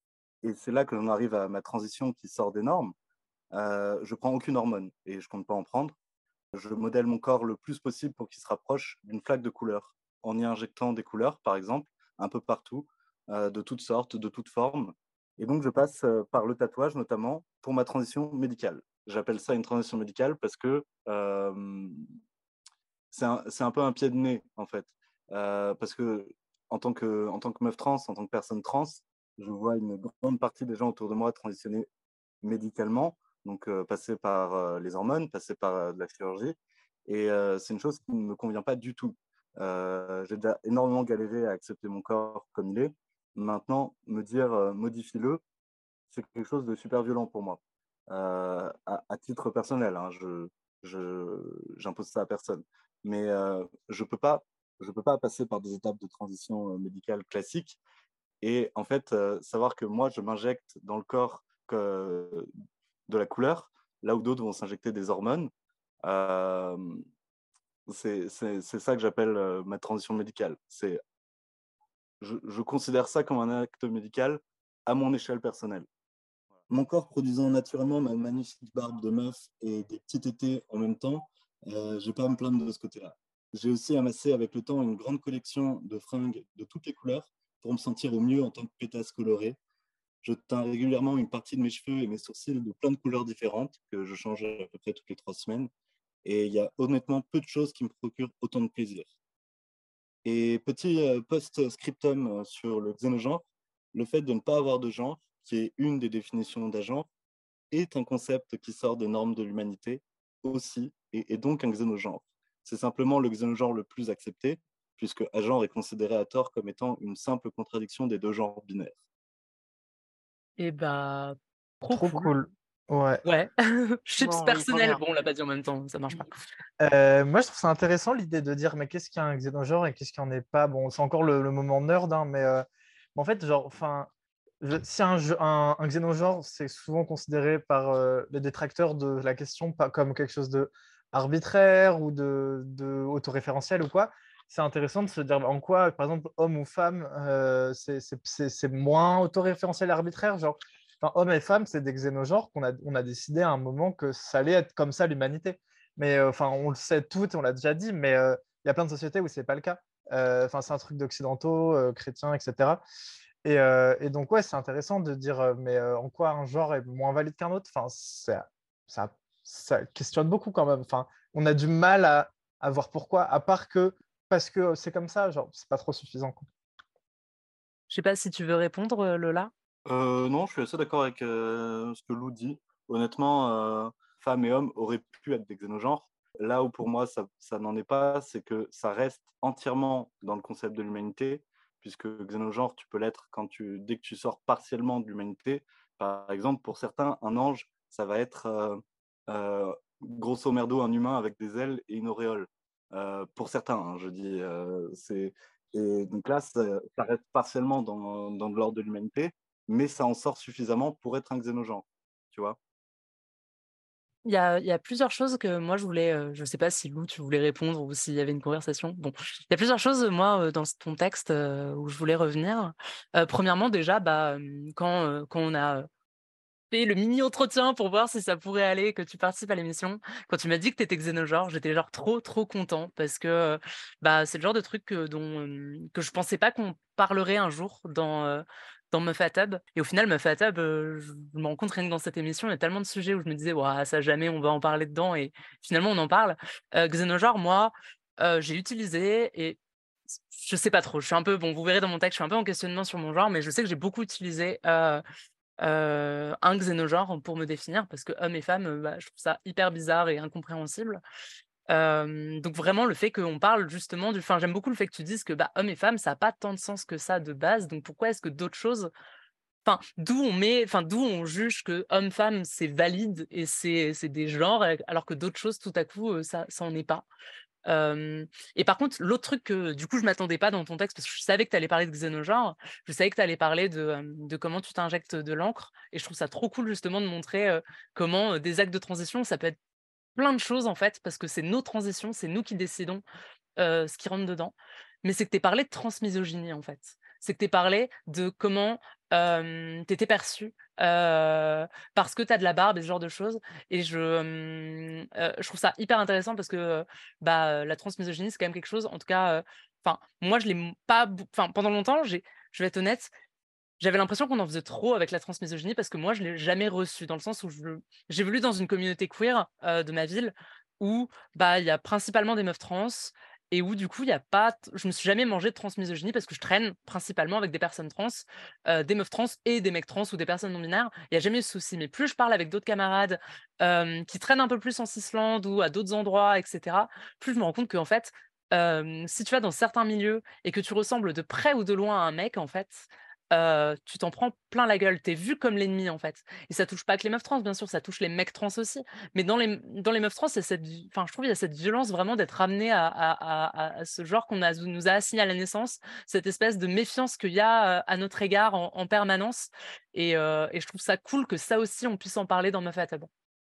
Et c'est là que l'on arrive à ma transition qui sort des normes. Euh, je prends aucune hormone et je compte pas en prendre. Je modèle mon corps le plus possible pour qu'il se rapproche d'une flaque de couleurs, en y injectant des couleurs, par exemple, un peu partout, euh, de toutes sortes, de toutes formes. Et donc, je passe euh, par le tatouage, notamment, pour ma transition médicale. J'appelle ça une transition médicale parce que euh, c'est un, c'est un peu un pied de nez, en fait. Euh, parce que en tant que, en tant que meuf trans, en tant que personne trans, je vois une grande partie des gens autour de moi transitionner médicalement, donc euh, passer par euh, les hormones, passer par euh, de la chirurgie. Et euh, c'est une chose qui ne me convient pas du tout. Euh, j'ai déjà énormément galéré à accepter mon corps comme il est. Maintenant, me dire euh, modifie-le, c'est quelque chose de super violent pour moi. Euh, à, à, titre personnel, hein, je, je, j'impose ça à personne. Mais euh, je peux pas, je peux pas passer par des étapes de transition euh, médicale classique. Et en fait, euh, savoir que moi, je m'injecte dans le corps que, de la couleur, là où d'autres vont s'injecter des hormones, euh, c'est, c'est, c'est ça que j'appelle euh, ma transition médicale. C'est, je, je considère ça comme un acte médical à mon échelle personnelle. Mon corps produisant naturellement ma magnifique barbe de meuf et des petits tétés en même temps, euh, je vais pas à me plaindre de ce côté-là. J'ai aussi amassé avec le temps une grande collection de fringues de toutes les couleurs pour me sentir au mieux en tant que pétasse colorée. Je teins régulièrement une partie de mes cheveux et mes sourcils de plein de couleurs différentes que je change à peu près toutes les trois semaines. Et il y a honnêtement peu de choses qui me procurent autant de plaisir. Et petit euh, post-scriptum euh, sur le xénogenre, le fait de ne pas avoir de genre, qui est une des définitions d'un genre, est un concept qui sort des normes de l'humanité aussi, et, et donc un xénogenre. C'est simplement le xénogenre le plus accepté, puisque agenre est considéré à tort comme étant une simple contradiction des deux genres binaires. Et bah, trop Trop cool. cool. Ouais. Ouais. Chips Bon, oui, trop personnel. bien. Bon, on l'a pas dit en même temps, ça marche pas. Euh, moi, je trouve ça intéressant l'idée de dire, mais qu'est-ce qu'il y a un xénogenre et qu'est-ce qu'il n'y en est pas? Bon, c'est encore le, le moment nerd, hein, mais euh, en fait, genre, enfin, je- si un, jeu- un, un xénogenre, c'est souvent considéré par euh, les détracteurs de la question pas comme quelque chose de arbitraire ou de, de autoréférentiel ou quoi, c'est intéressant de se dire en quoi, par exemple, homme ou femme, euh, c'est c'est- c'est- c'est moins autoréférentiel et arbitraire. Genre, enfin, homme et femme, c'est des xénogenres qu'on a, on a décidé à un moment que ça allait être comme ça l'humanité. Mais euh, enfin, on le sait tout, on l'a déjà dit, mais euh, il y a plein de sociétés où c'est pas le cas. Euh, Enfin, c'est un truc d'occidentaux, euh, chrétiens, et cetera. Et, euh, et donc, ouais, c'est intéressant de dire, euh, mais euh, en quoi un genre est moins valide qu'un autre? Enfin, ça, ça, ça questionne beaucoup quand même. Enfin, on a du mal à, à voir pourquoi, à part que parce que c'est comme ça, genre, c'est pas trop suffisant, quoi. Je sais pas si tu veux répondre, euh, Lola. Euh, non, je suis assez d'accord avec euh, ce que Lou dit. Honnêtement, euh, femmes et hommes auraient pu être des xénogenres. Là où pour moi ça, ça n'en est pas, c'est que ça reste entièrement dans le concept de l'humanité, puisque xénogenre, tu peux l'être quand tu, dès que tu sors partiellement de l'humanité. Par exemple, pour certains, un ange, ça va être euh, euh, grosso merdo un humain avec des ailes et une auréole. Euh, pour certains, hein, je dis, euh, c'est et donc là, ça, ça reste partiellement dans, dans de l'ordre de l'humanité, mais ça en sort suffisamment pour être un xénogenre, tu vois. Il y a, il y a plusieurs choses que moi je voulais, euh, je sais pas si Lou tu voulais répondre ou s'il y avait une conversation. Bon, il y a plusieurs choses moi euh, dans ce- ton texte euh, où je voulais revenir. Euh, premièrement déjà, bah euh, quand euh, quand on a fait le mini entretien pour voir si ça pourrait aller, que tu participes à l'émission, quand tu m'as dit que tu étais xénogenre, j'étais genre trop trop content parce que euh, bah c'est le genre de truc que, dont euh, que je pensais pas qu'on parlerait un jour dans euh, dans Meuf à Table. Et au final, Meuf à Table, euh, je me rends compte rien que dans cette émission, il y a tellement de sujets où je me disais, ouah, ça jamais on va en parler dedans, et finalement on en parle. Euh, xénogenre, moi, euh, j'ai utilisé et je sais pas trop. Je suis un peu, bon, vous verrez dans mon texte, je suis un peu en questionnement sur mon genre, mais je sais que j'ai beaucoup utilisé euh, euh, un xénogenre pour me définir parce que homme et femme, euh, bah, je trouve ça hyper bizarre et incompréhensible. Euh, donc vraiment le fait qu'on parle justement du, enfin j'aime beaucoup le fait que tu dises que bah, homme et femme ça n'a pas tant de sens que ça de base. Donc pourquoi est-ce que d'autres choses, enfin d'où on met, enfin d'où on juge que homme-femme c'est valide et c'est c'est des genres alors que d'autres choses tout à coup euh, ça ça en est pas. Hem Et par contre, l'autre truc que, du coup, je m'attendais pas dans ton texte, parce que je savais que tu allais parler de xénogenre, je savais que tu allais parler de, hem, de comment tu t'injectes de l'encre, et je trouve ça trop cool justement de montrer, heu, comment, heu, des actes de transition, ça peut être plein de choses en fait, parce que c'est nos transitions, c'est nous qui décidons heu, ce qui rentre dedans. Mais c'est que tu parlé de transmisogynie, en fait. C'est que tu parlé de comment, hem, tu étais perçue, heu, parce que tu as de la barbe et ce genre de choses, et je, hem, heu, je trouve ça hyper intéressant parce que, heu, bah, heu, la transmisogynie, c'est quand même quelque chose, en tout cas, heu, enfin, moi, je l'ai m pas beau enfin, pendant longtemps, j'ai je vais être honnête, j'avais l'impression qu'on en faisait trop avec la transmisogynie parce que moi, je l'ai jamais reçue dans le sens où je j'évolue dans une communauté queer, heu, de ma ville où, bah, il y a principalement des meufs trans, et où du coup, il y a pas t je me suis jamais mangée de transmisogynie parce que je traîne principalement avec des personnes trans, heu, des meufs trans et des mecs trans ou des personnes non binaires. Il y a jamais eu de souci. Mais plus je parle avec d'autres camarades, hem, qui traînent un peu plus en Islande ou à d'autres endroits et cetera, plus je me rends compte qu'en fait, hem, si tu vas dans certains milieux et que tu ressembles de près ou de loin à un mec, en fait, heu, tu t'en prends plein la gueule. Tu es vu comme l'ennemi, en fait, et ça touche pas que les meufs trans, bien sûr, ça touche les mecs trans aussi. Mais dans les dans les meufs trans, il y a cette vi enfin, je trouve, il y a cette violence vraiment d'être ramené à à à à à ce genre qu'on a nous a assigné à la naissance, cette espèce de méfiance qu'il y a, heu, à notre égard en en permanence, et heu et je trouve ça cool que ça aussi, on puisse en parler dans Meuf à Table.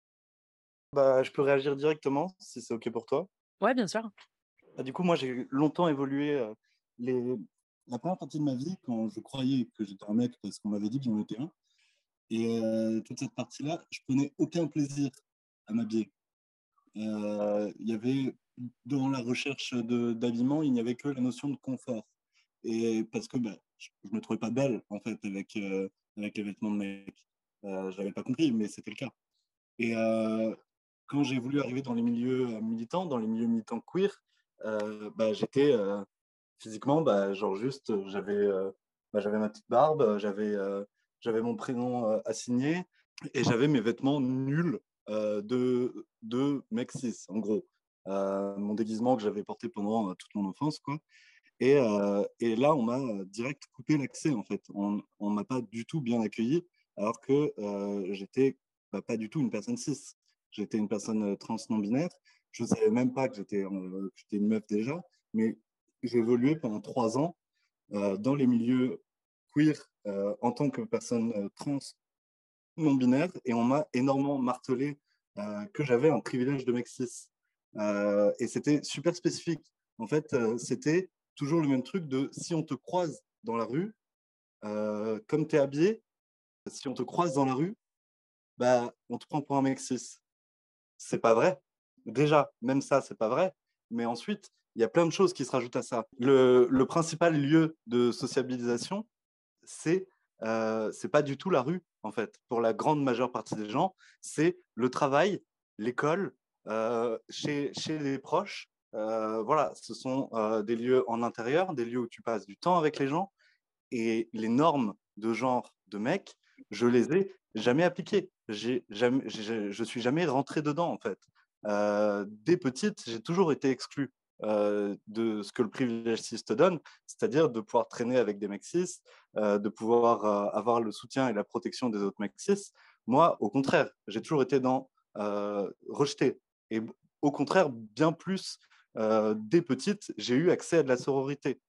Bah, je peux réagir directement si c'est OK pour toi. Ouais, bien sûr. Ah, du coup, moi, j'ai longtemps évolué euh, les... la première partie de ma vie quand je croyais que j'étais un mec parce qu'on m'avait dit que j'en étais un. Et euh, toute cette partie-là, je prenais aucun plaisir à m'habiller. Euh, Il y avait, dans la recherche de- d'habillement, il n'y avait que la notion de confort. Et parce que bah, je ne me trouvais pas belle, en fait, avec, euh, avec les vêtements de mec. Euh, je n'avais pas compris, mais c'était le cas. Et euh, quand j'ai voulu arriver dans les milieux euh, militants, dans les milieux militants queer, euh, bah, j'étais euh, physiquement, bah, genre juste, euh, j'avais euh, bah, j'avais ma petite barbe, euh, j'avais euh, j'avais mon prénom euh, assigné et j'avais mes vêtements nuls euh, de, de mec cis, en gros. Euh, mon déguisement que j'avais porté pendant euh, toute mon enfance, quoi. Et, euh, et là, on m'a euh, direct coupé l'accès, en fait. On ne m'a pas du tout bien accueilli, alors que euh, j'étais bah, pas du tout une personne cis. J'étais une personne euh, trans non-binaire. Je ne savais même pas que j'étais euh, que j'étais une meuf déjà, mais j'ai évolué pendant trois ans euh, dans les milieux queer euh, en tant que personne euh, trans non binaire et on m'a énormément martelé euh, que j'avais un privilège de mec cis. Euh, et c'était super spécifique. En fait, euh, c'était toujours le même truc de si on te croise dans la rue, euh, comme tu es habillé, si on te croise dans la rue, bah, on te prend pour un mec cis. C'est pas vrai. Déjà, même ça, c'est pas vrai. Mais ensuite, il y a plein de choses qui se rajoutent à ça. Le, le principal lieu de sociabilisation, c'est euh, c'est pas du tout la rue, en fait. Pour la grande majeure partie des gens, c'est le travail, l'école, euh, chez, chez les proches. Euh, voilà, ce sont euh, des lieux en intérieur, des lieux où tu passes du temps avec les gens. Et les normes de genre de mec, je les ai jamais appliquées. J'ai jamais, j'ai- je suis jamais rentré dedans, en fait. Euh, dès petite, j'ai toujours été exclu euh, de ce que le privilège cis te donne, c'est-à-dire de pouvoir traîner avec des mecs cis, euh, de pouvoir euh, avoir le soutien et la protection des autres mecs cis. Moi, au contraire, j'ai toujours été dans euh, rejeté. Et au contraire, bien plus, euh, dès petite, j'ai eu accès à de la sororité.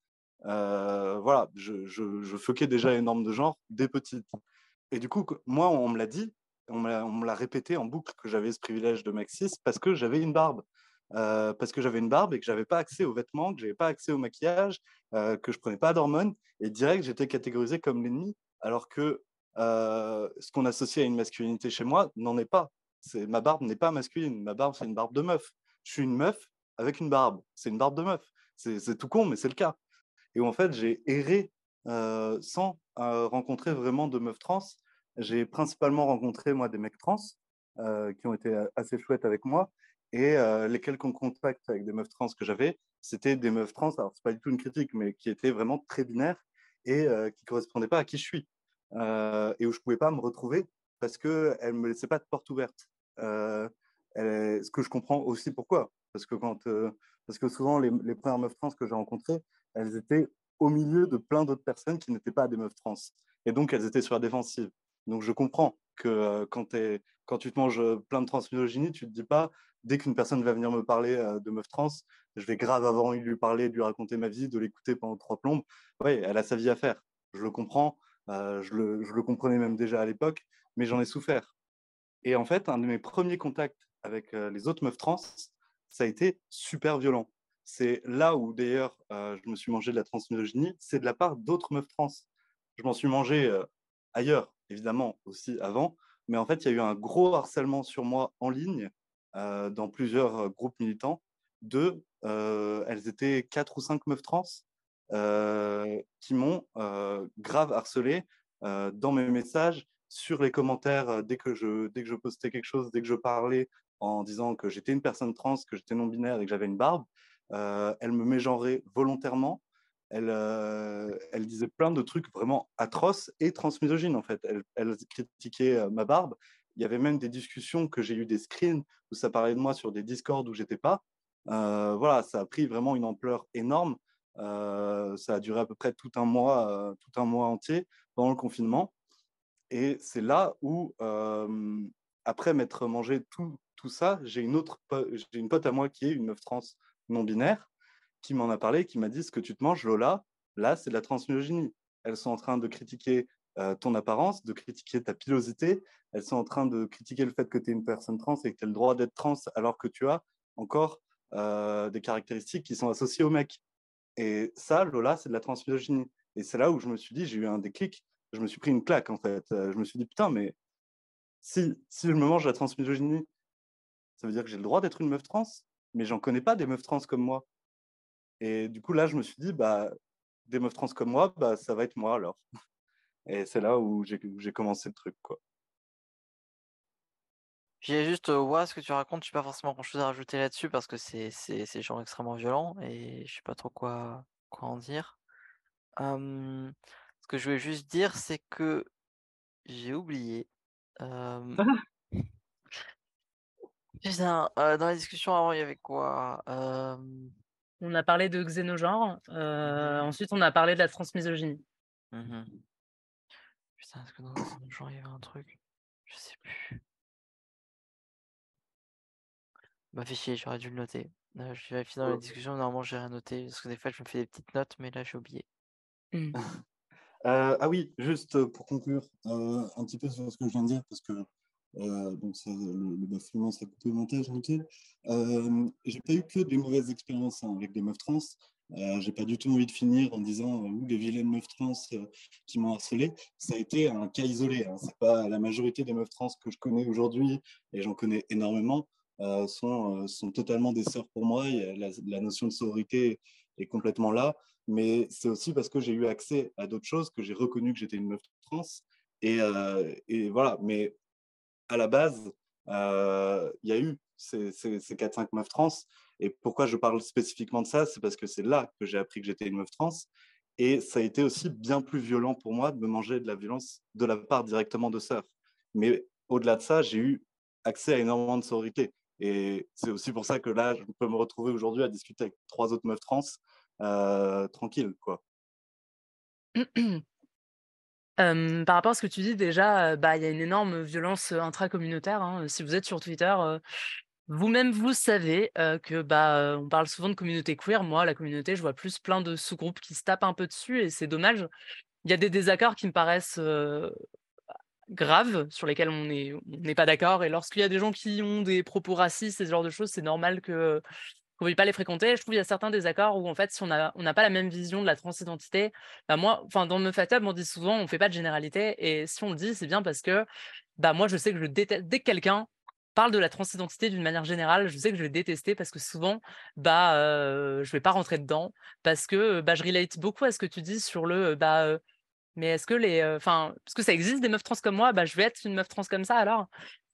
Euh, voilà, je, je, je fuckais déjà les normes de genre dès petite. Et du coup, moi, on me l'a dit, on me l'a répété en boucle que j'avais ce privilège de mec cis parce que j'avais une barbe. Euh, parce que j'avais une barbe et que j'avais pas accès aux vêtements, que j'avais pas accès au maquillage, euh, que je prenais pas d'hormones. Et direct, j'étais catégorisé comme l'ennemi, alors que euh, ce qu'on associe à une masculinité chez moi n'en est pas. C'est, ma barbe n'est pas masculine. Ma barbe, c'est une barbe de meuf. Je suis une meuf avec une barbe. C'est une barbe de meuf. C'est, c'est tout con, mais c'est le cas. Et où en fait, j'ai erré euh, sans euh, rencontrer vraiment de meufs trans. J'ai principalement rencontré, moi, des mecs trans euh, qui ont été assez chouettes avec moi. Et euh, les quelques contacts avec des meufs trans que j'avais, c'était des meufs trans, alors c'est pas du tout une critique, mais qui étaient vraiment très binaires et euh, qui correspondaient pas à qui je suis. Euh, et où je pouvais pas me retrouver parce qu'elles me laissaient pas de porte ouverte. Euh, elle, ce que je comprends aussi pourquoi. Parce que, quand, euh, parce que souvent, les, les premières meufs trans que j'ai rencontrées, elles étaient au milieu de plein d'autres personnes qui n'étaient pas des meufs trans. Et donc, elles étaient sur la défensive. Donc, je comprends que euh, quand, quand tu te manges plein de transmisogynie, tu te dis pas, dès qu'une personne va venir me parler euh, de meuf trans, je vais grave avoir envie de lui parler, de lui raconter ma vie, de l'écouter pendant trois plombes. Oui, elle a sa vie à faire. Je le comprends. Euh, je, le, je le comprenais même déjà à l'époque, mais j'en ai souffert. Et en fait, un de mes premiers contacts avec euh, les autres meufs trans, ça a été super violent. C'est là où d'ailleurs euh, je me suis mangé de la transmisogynie, c'est de la part d'autres meufs trans. Je m'en suis mangé euh, ailleurs, évidemment, aussi avant, mais en fait, il y a eu un gros harcèlement sur moi en ligne, euh, dans plusieurs euh, groupes militants, de, euh, elles étaient quatre ou cinq meufs trans euh, qui m'ont euh, grave harcelé euh, dans mes messages, sur les commentaires, euh, dès que, je, dès que je postais quelque chose, dès que je parlais en disant que j'étais une personne trans, que j'étais non-binaire et que j'avais une barbe, euh, elle me mégenrait volontairement. Elle, euh, elle disait plein de trucs vraiment atroces et transmisogynes, en fait. Elle, elle critiquait euh, ma barbe. Il y avait même des discussions que j'ai eu des screens où ça parlait de moi sur des Discord où j'étais pas. Euh, voilà, ça a pris vraiment une ampleur énorme. Euh, ça a duré à peu près tout un mois, euh, tout un mois entier pendant le confinement. Et c'est là où, euh, après m'être mangé tout, tout ça, j'ai une autre, j'ai une pote à moi qui est une meuf trans non binaire qui m'en a parlé, qui m'a dit ce que tu te manges, Lola, là, c'est de la transmisogynie. Elles sont en train de critiquer euh, ton apparence, de critiquer ta pilosité. Elles sont en train de critiquer le fait que tu es une personne trans et que tu as le droit d'être trans alors que tu as encore euh, des caractéristiques qui sont associées au mec. Et ça, Lola, c'est de la transmisogynie. Et c'est là où je me suis dit, j'ai eu un déclic, je me suis pris une claque en fait. Euh, je me suis dit, putain, mais si, si je me mange la transmisogynie, ça veut dire que j'ai le droit d'être une meuf trans, mais j'en connais pas des meufs trans comme moi. Et du coup, là, je me suis dit, bah, des meufs trans comme moi, bah, ça va être moi alors. Et c'est là où j'ai, où j'ai commencé le truc, quoi. J'ai juste, euh, ouais, ce que tu racontes, je n'ai pas forcément grand-chose à rajouter là-dessus parce que c'est c'est c'est genre extrêmement violent et je sais pas trop quoi quoi en dire. Euh, ce que je voulais juste dire, c'est que j'ai oublié. Euh, Putain, euh, dans la discussion avant, il y avait quoi? Euh, On a parlé de xénogenre, euh, ensuite on a parlé de la transmisogynie. mhm. Putain, est-ce que dans ce genre il y avait un truc? Je sais plus. Bah fait chier, j'aurais dû le noter. Euh, je vérifie dans la discussion, normalement j'ai rien noté, parce que des fois je me fais des petites notes, mais là j'ai oublié. Mm. Euh, ah oui, juste pour conclure euh, un petit peu sur ce que je viens de dire, parce que euh, donc ça, le, le bafouillement sera coupé au montage, nickel. Euh, j'ai pas eu que des mauvaises expériences hein, avec des meufs trans. Euh, j'ai pas du tout envie de finir en disant euh, ou les vilaines meufs trans euh, qui m'ont harcelé. Ça a été un cas isolé. Hein. C'est pas la majorité des meufs trans que je connais aujourd'hui, et j'en connais énormément, euh, sont, euh, sont totalement des sœurs pour moi. Il y a la, la notion de sororité est complètement là. Mais c'est aussi parce que j'ai eu accès à d'autres choses que j'ai reconnu que j'étais une meuf trans. Et, euh, et voilà, mais à la base, euh, il y a eu ces, ces, ces quatre cinq meufs trans. Et pourquoi je parle spécifiquement de ça, c'est parce que c'est là que j'ai appris que j'étais une meuf trans. Et ça a été aussi bien plus violent pour moi de me manger de la violence de la part directement de sœurs. Mais au-delà de ça, j'ai eu accès à énormément de sororité. Et c'est aussi pour ça que là, je peux me retrouver aujourd'hui à discuter avec trois autres meufs trans euh, tranquille, quoi. Hem, par rapport à ce que tu dis déjà, heu, bah, il y a une énorme violence, heu, intracommunautaire, hein. Si vous êtes sur Twitter, heu, vous-même vous savez, heu, que, bah, heu, on parle souvent de communauté queer. Moi, la communauté, je vois plus plein de sous-groupes qui se tapent un peu dessus et c'est dommage. Il y a des désaccords qui me paraissent, heu, graves, sur lesquels on est on n'est pas d'accord et lorsqu'il y a des gens qui ont des propos racistes et ce genre de choses, c'est normal que qu'on veuille pas les fréquenter. Je trouve il y a certains désaccords où en fait, si on a on n'a pas la même vision de la transidentité, bah, moi enfin dans Meufatub, on dit souvent: «On fait pas de généralité» et si on le dit, c'est bien parce que, bah, moi je sais que je déteste dès que quelqu'un parle de la transidentité d'une manière générale, je sais que je vais détester parce que souvent, bah, heu, je vais pas rentrer dedans parce que, bah, je relate beaucoup à ce que tu dis sur le, bah, heu, mais est-ce que les, heu, enfin, parce que ça existe des meufs trans comme moi, bah, je vais être une meuf trans comme ça alors.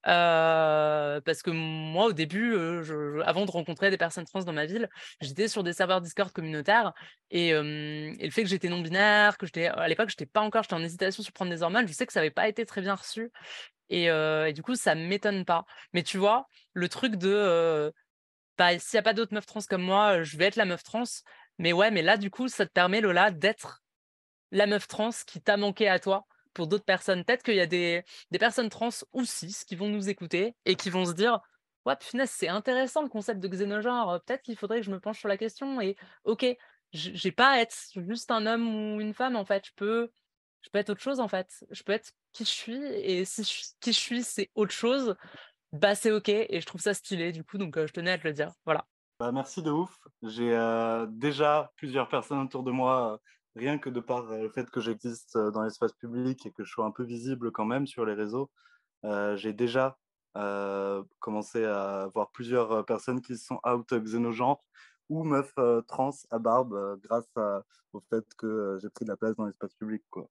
Heu, parce que moi au début, heu, je je avant de rencontrer des personnes trans dans ma ville, j'étais sur des serveurs Discord communautaires et hem et le fait que j'étais non binaire, que j'étais à l'époque j'étais pas encore j'étais en hésitation sur prendre des hormones, je sais que ça avait pas été très bien reçu et heu et du coup ça m'étonne pas. Mais tu vois, le truc de, heu, bah, s'il y a pas d'autres meufs trans comme moi, heu, je vais être la meuf trans. Mais ouais, mais là du coup ça te permet Lola d'être la meuf trans qui t'a manqué à toi pour d'autres personnes. Peut-être qu'il y a des, des personnes trans ou cis qui vont nous écouter et qui vont se dire ouais, punaise, c'est intéressant le concept de xénogenre. euh, Peut-être qu'il faudrait que je me penche sur la question. Et ok, j- j'ai pas à être juste un homme ou une femme en fait. Je peux, je peux être autre chose en fait. Je peux être qui je suis et si je- qui je suis c'est autre chose, bah c'est ok et je trouve ça stylé du coup. Donc euh, je tenais à te le dire. Voilà. Bah, merci de ouf. J'ai euh, déjà plusieurs personnes autour de moi, euh, rien que de par euh, le fait que j'existe euh, dans l'espace public et que je sois un peu visible quand même sur les réseaux. Euh, j'ai déjà euh, commencé à voir plusieurs euh, personnes qui sont out xénogenres ou meufs euh, trans à barbe euh, grâce à- au fait que euh, j'ai pris de la place dans l'espace public, quoi.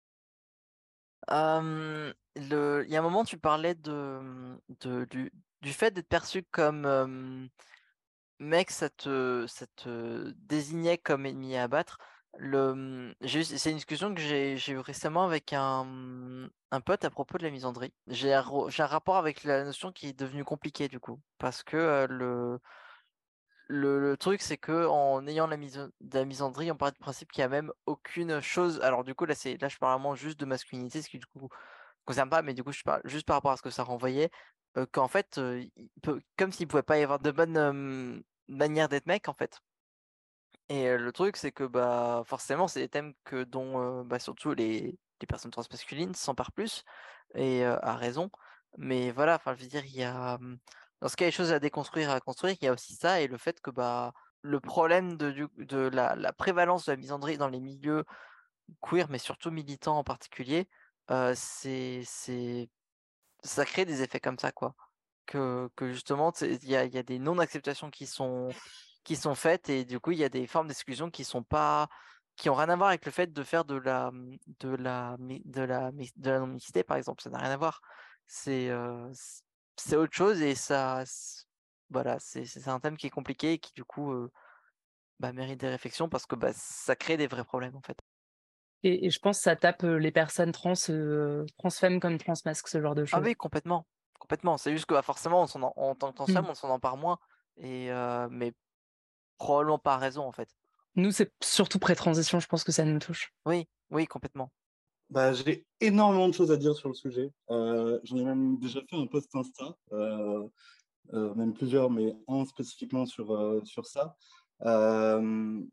Euh, le... Il y a un moment, tu parlais de, de- du, du fait d'être perçu comme euh, mec, ça te, ça te désignait comme ennemi à abattre. Le... j'ai eu- C'est une discussion que j'ai j'ai eue récemment avec un, un pote à propos de la misandrie. J'ai un, ro- j'ai un rapport avec la notion qui est devenue compliquée du coup. Parce que euh, le, le, le truc, c'est que en ayant la, miso- de la misandrie, on part du principe qu'il n'y a même aucune chose. Alors du coup, là, c'est, là je parle vraiment juste de masculinité, ce qui du coup concerne pas, mais du coup, je parle juste par rapport à ce que ça renvoyait, euh, qu'en fait, euh, il peut, comme s'il pouvait pas y avoir de bonne euh, manière d'être mec, en fait. Et euh, le truc, c'est que bah forcément, c'est des thèmes que dont euh, bah, surtout les, les personnes transmasculines s'emparent plus, et euh, à raison. Mais voilà, enfin, je veux dire, il y a hum, dans ce cas, les choses à déconstruire, à construire, il y a aussi ça, et le fait que bah le problème de, du- de la, la prévalence de la misandrie dans les milieux queer, mais surtout militants en particulier, euh, c'est, c'est, ça crée des effets comme ça, quoi. Que, que justement, tu sais, il y a, il y a des non-acceptations qui sont, qui sont faites, et du coup, il y a des formes d'exclusion qui sont pas, qui ont rien à voir avec le fait de faire de la, de la, mi- de la, mi- de la non-mixité, par exemple. Ça n'a rien à voir. C'est, euh, c'est c'est autre chose, et ça, c'est- voilà, c'est, c'est un thème qui est compliqué et qui, du coup, euh, bah, mérite des réflexions parce que bah, ça crée des vrais problèmes, en fait. Et, et je pense que ça tape euh, les personnes trans, euh, trans femmes comme trans masques, ce genre de Ah choses. oui, complètement. Complètement. C'est juste que bah, forcément, on s'en en, en tant que Mm. transfemme, on s'en empare moins. Et, euh, mais probablement pas à raison, en fait. Nous, c'est surtout pré-transition, je pense que ça nous touche. Oui, oui, complètement. Bah, j'ai énormément de choses à dire sur le sujet. Euh, j'en ai même déjà fait un post Insta, euh, euh, même plusieurs, mais un spécifiquement sur, euh, sur ça. Euh,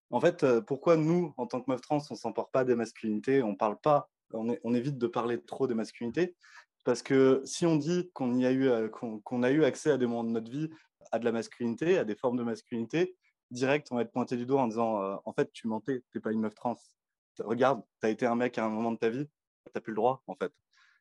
En fait, euh, pourquoi nous, en tant que meuf trans, on s'empare pas des masculinités, on parle pas, on, est- on évite de parler trop des masculinités, parce que si on dit qu'on y a eu, euh, qu'on, qu'on a eu accès à des moments de notre vie, à de la masculinité, à des formes de masculinité, direct, on va être pointé du doigt en disant, euh, en fait, tu mentais, t'es pas une meuf trans. Regarde, t'as été un mec à un moment de ta vie, t'as plus le droit, en fait.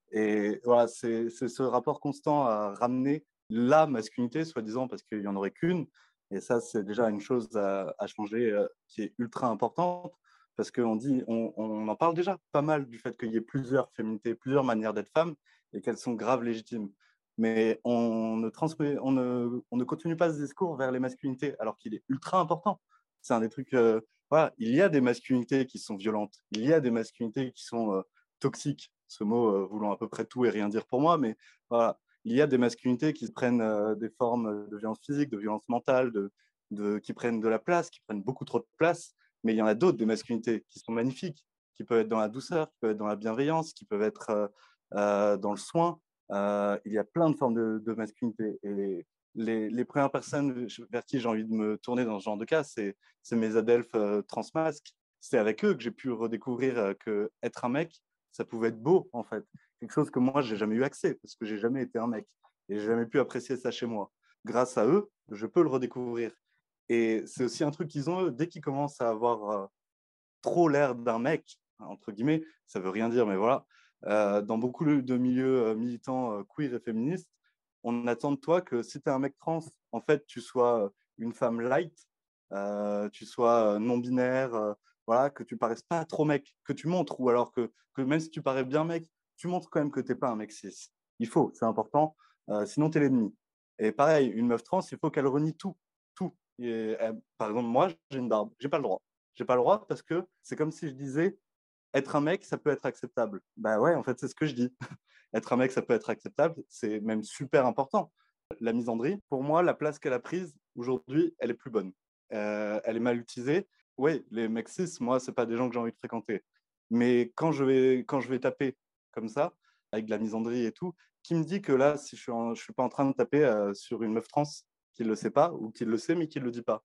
Et voilà, c'est c'est ce rapport constant à ramener la masculinité, soi-disant, parce qu'il n'y en aurait qu'une. Et ça, c'est déjà une chose à, à changer euh, qui est ultra importante, parce qu'on dit, on, on en parle déjà pas mal du fait qu'il y ait plusieurs féminités, plusieurs manières d'être femme, et qu'elles sont graves légitimes. Mais on ne, transmet, on, ne, on ne continue pas ce discours vers les masculinités, alors qu'il est ultra important. C'est un des trucs. Euh, voilà, il y a des masculinités qui sont violentes, il y a des masculinités qui sont euh, toxiques, ce mot euh, voulant à peu près tout et rien dire pour moi, mais voilà, il y a des masculinités qui prennent euh, des formes de violence physique, de violence mentale, de, de, qui prennent de la place, qui prennent beaucoup trop de place, mais il y en a d'autres, des masculinités qui sont magnifiques, qui peuvent être dans la douceur, qui peuvent être dans la bienveillance, qui peuvent être euh, euh, dans le soin. Euh, il y a plein de formes de, de masculinité. Et les, les premières personnes vers qui j'ai envie de me tourner dans ce genre de cas, c'est mes adelphes euh, transmasques. C'est avec eux que j'ai pu redécouvrir euh, que être un mec, ça pouvait être beau, en fait. Quelque chose que moi, j'ai jamais eu accès, parce que j'ai jamais été un mec. Et j'ai jamais pu apprécier ça chez moi. Grâce à eux, je peux le redécouvrir. Et c'est aussi un truc qu'ils ont, eux, dès qu'ils commencent à avoir euh, trop l'air d'un mec, entre guillemets, ça veut rien dire, mais voilà, euh, dans beaucoup de milieux euh, militants euh, queer et féministes, on attend de toi que si tu es un mec trans, en fait, tu sois une femme light, euh, tu sois non-binaire, euh, voilà, que tu paraisses pas trop mec, que tu montres, ou alors que, que même si tu parais bien mec, tu montres quand même que t'es pas un mec cis. Il faut, c'est important, euh, sinon tu es l'ennemi. Et pareil, une meuf trans, il faut qu'elle renie tout, tout. Et, euh, par exemple, moi, j'ai une barbe, j'ai pas le droit. J'ai pas le droit parce que c'est comme si je disais être un mec, ça peut être acceptable. Bah ouais, en fait, c'est ce que je dis. Être un mec, ça peut être acceptable, c'est même super important. La misandrie, pour moi, la place qu'elle a prise aujourd'hui, elle est plus bonne. Euh, elle est mal utilisée. Oui, les mecs cis, moi, c'est pas des gens que j'ai envie de fréquenter. Mais quand je vais, quand je vais taper comme ça, avec de la misandrie et tout, qui me dit que là, si je suis, en, je suis pas en train de taper euh, sur une meuf trans qui le sait pas ou qui le sait mais qui le dit pas.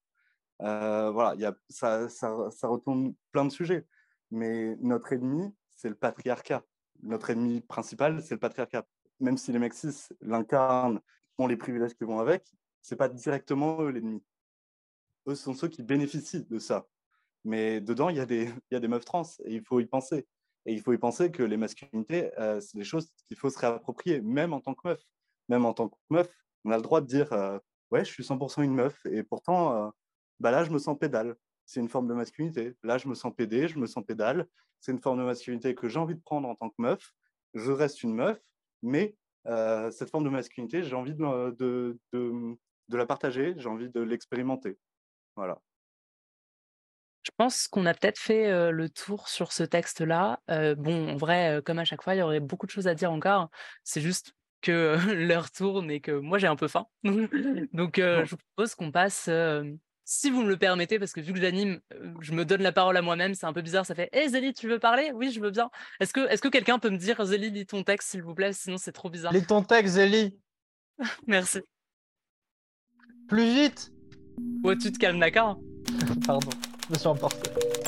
Euh, voilà, y a, ça, ça, ça retourne plein de sujets. Mais notre ennemi, c'est le patriarcat. Notre ennemi principal, c'est le patriarcat. Même si les mecs cis l'incarnent, ont les privilèges qui vont avec, c'est pas directement eux l'ennemi. Eux sont ceux qui bénéficient de ça. Mais dedans, il y a des, il y a des meufs trans et il faut y penser. Et il faut y penser que les masculinités, euh, c'est des choses qu'il faut se réapproprier, même en tant que meuf. Même en tant que meuf, on a le droit de dire euh, ouais, je suis cent pour cent une meuf et pourtant, euh, bah là, je me sens pédale. C'est une forme de masculinité. Là, je me sens pédé, je me sens pédale. C'est une forme de masculinité que j'ai envie de prendre en tant que meuf. Je reste une meuf, mais euh, cette forme de masculinité, j'ai envie de, de, de, de la partager, j'ai envie de l'expérimenter. Voilà. Je pense qu'on a peut-être fait euh, le tour sur ce texte-là. Euh, bon, en vrai, euh, comme à chaque fois, il y aurait beaucoup de choses à dire encore. C'est juste que euh, l'heure tourne et que moi, j'ai un peu faim. Donc, euh, je vous propose qu'on passe, euh, si vous me le permettez, parce que vu que j'anime, euh, je me donne la parole à moi-même. C'est un peu bizarre. Ça fait Hé, Zélie, tu veux parler? Oui, je veux bien. Est-ce que, est-ce que quelqu'un peut me dire, Zélie, lis ton texte, s'il vous plaît? Sinon, c'est trop bizarre. Lis ton texte, Zélie. Merci. Plus vite. Ouais, tu te calmes, d'accord? Pardon, je me suis emporté.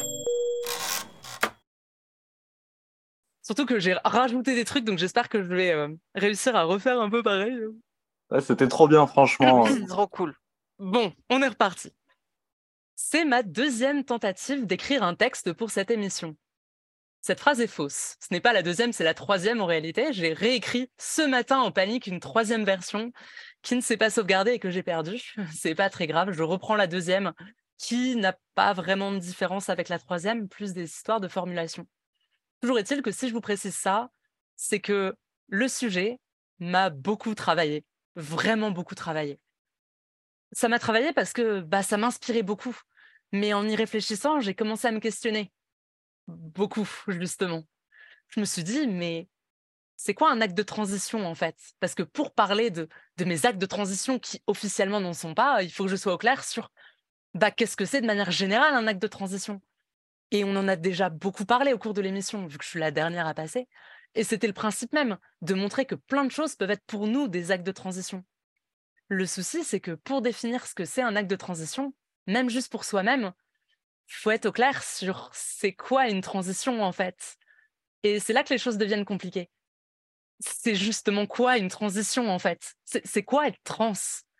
Surtout que j'ai rajouté des trucs, donc j'espère que je vais euh, réussir à refaire un peu pareil. Ouais, c'était trop bien, franchement. C'est trop cool. Bon, on est reparti. C'est ma deuxième tentative d'écrire un texte pour cette émission. Cette phrase est fausse. Ce n'est pas la deuxième, c'est la troisième en réalité. J'ai réécrit ce matin en panique une troisième version qui ne s'est pas sauvegardée et que j'ai perdue. C'est pas très grave, je reprends la deuxième qui n'a pas vraiment de différence avec la troisième, plus des histoires de formulation. Toujours est-il que si je vous précise ça, c'est que le sujet m'a beaucoup travaillé, vraiment beaucoup travaillé. Ça m'a travaillé parce que bah, ça m'inspirait beaucoup. Mais en y réfléchissant, j'ai commencé à me questionner. Beaucoup, justement. Je me suis dit, mais c'est quoi un acte de transition, en fait? Parce que pour parler de, de mes actes de transition qui officiellement n'en sont pas, il faut que je sois au clair sur bah, qu'est-ce que c'est de manière générale un acte de transition. Et on en a déjà beaucoup parlé au cours de l'émission, vu que je suis la dernière à passer. Et c'était le principe même, de montrer que plein de choses peuvent être pour nous des actes de transition. Le souci, c'est que pour définir ce que c'est un acte de transition, même juste pour soi-même, faut être au clair sur c'est quoi une transition en fait. Et c'est là que les choses deviennent compliquées. C'est justement quoi une transition en fait? C'est c'est quoi être trans?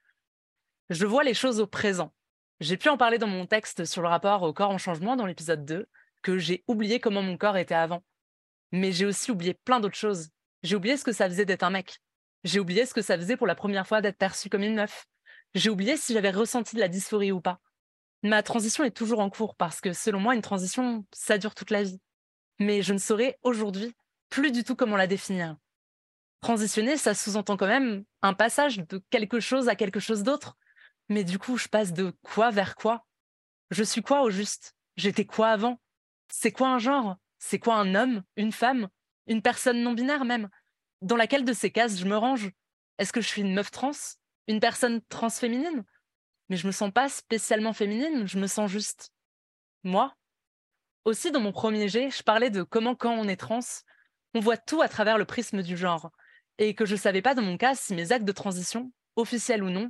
Je vois les choses au présent. J'ai pu en parler dans mon texte sur le rapport au corps en changement dans l'épisode deux, que j'ai oublié comment mon corps était avant. Mais j'ai aussi oublié plein d'autres choses. J'ai oublié ce que ça faisait d'être un mec. J'ai oublié ce que ça faisait pour la première fois d'être perçu comme une meuf. J'ai oublié si j'avais ressenti de la dysphorie ou pas. Ma transition est toujours en cours parce que selon moi, une transition, ça dure toute la vie. Mais je ne saurais aujourd'hui plus du tout comment la définir. Transitionner, ça sous-entend quand même un passage de quelque chose à quelque chose d'autre. Mais du coup, je passe de quoi vers quoi? Je suis quoi au juste? J'étais quoi avant? C'est quoi un genre? C'est quoi un homme? Une femme? Une personne non binaire même? Dans laquelle de ces cases je me range? Est-ce que je suis une meuf trans? Une personne transféminine? Mais je me sens pas spécialement féminine, je me sens juste moi. Aussi, dans mon premier jet, je parlais de comment, quand on est trans, on voit tout à travers le prisme du genre. Et que je savais pas dans mon cas si mes actes de transition, officiels ou non,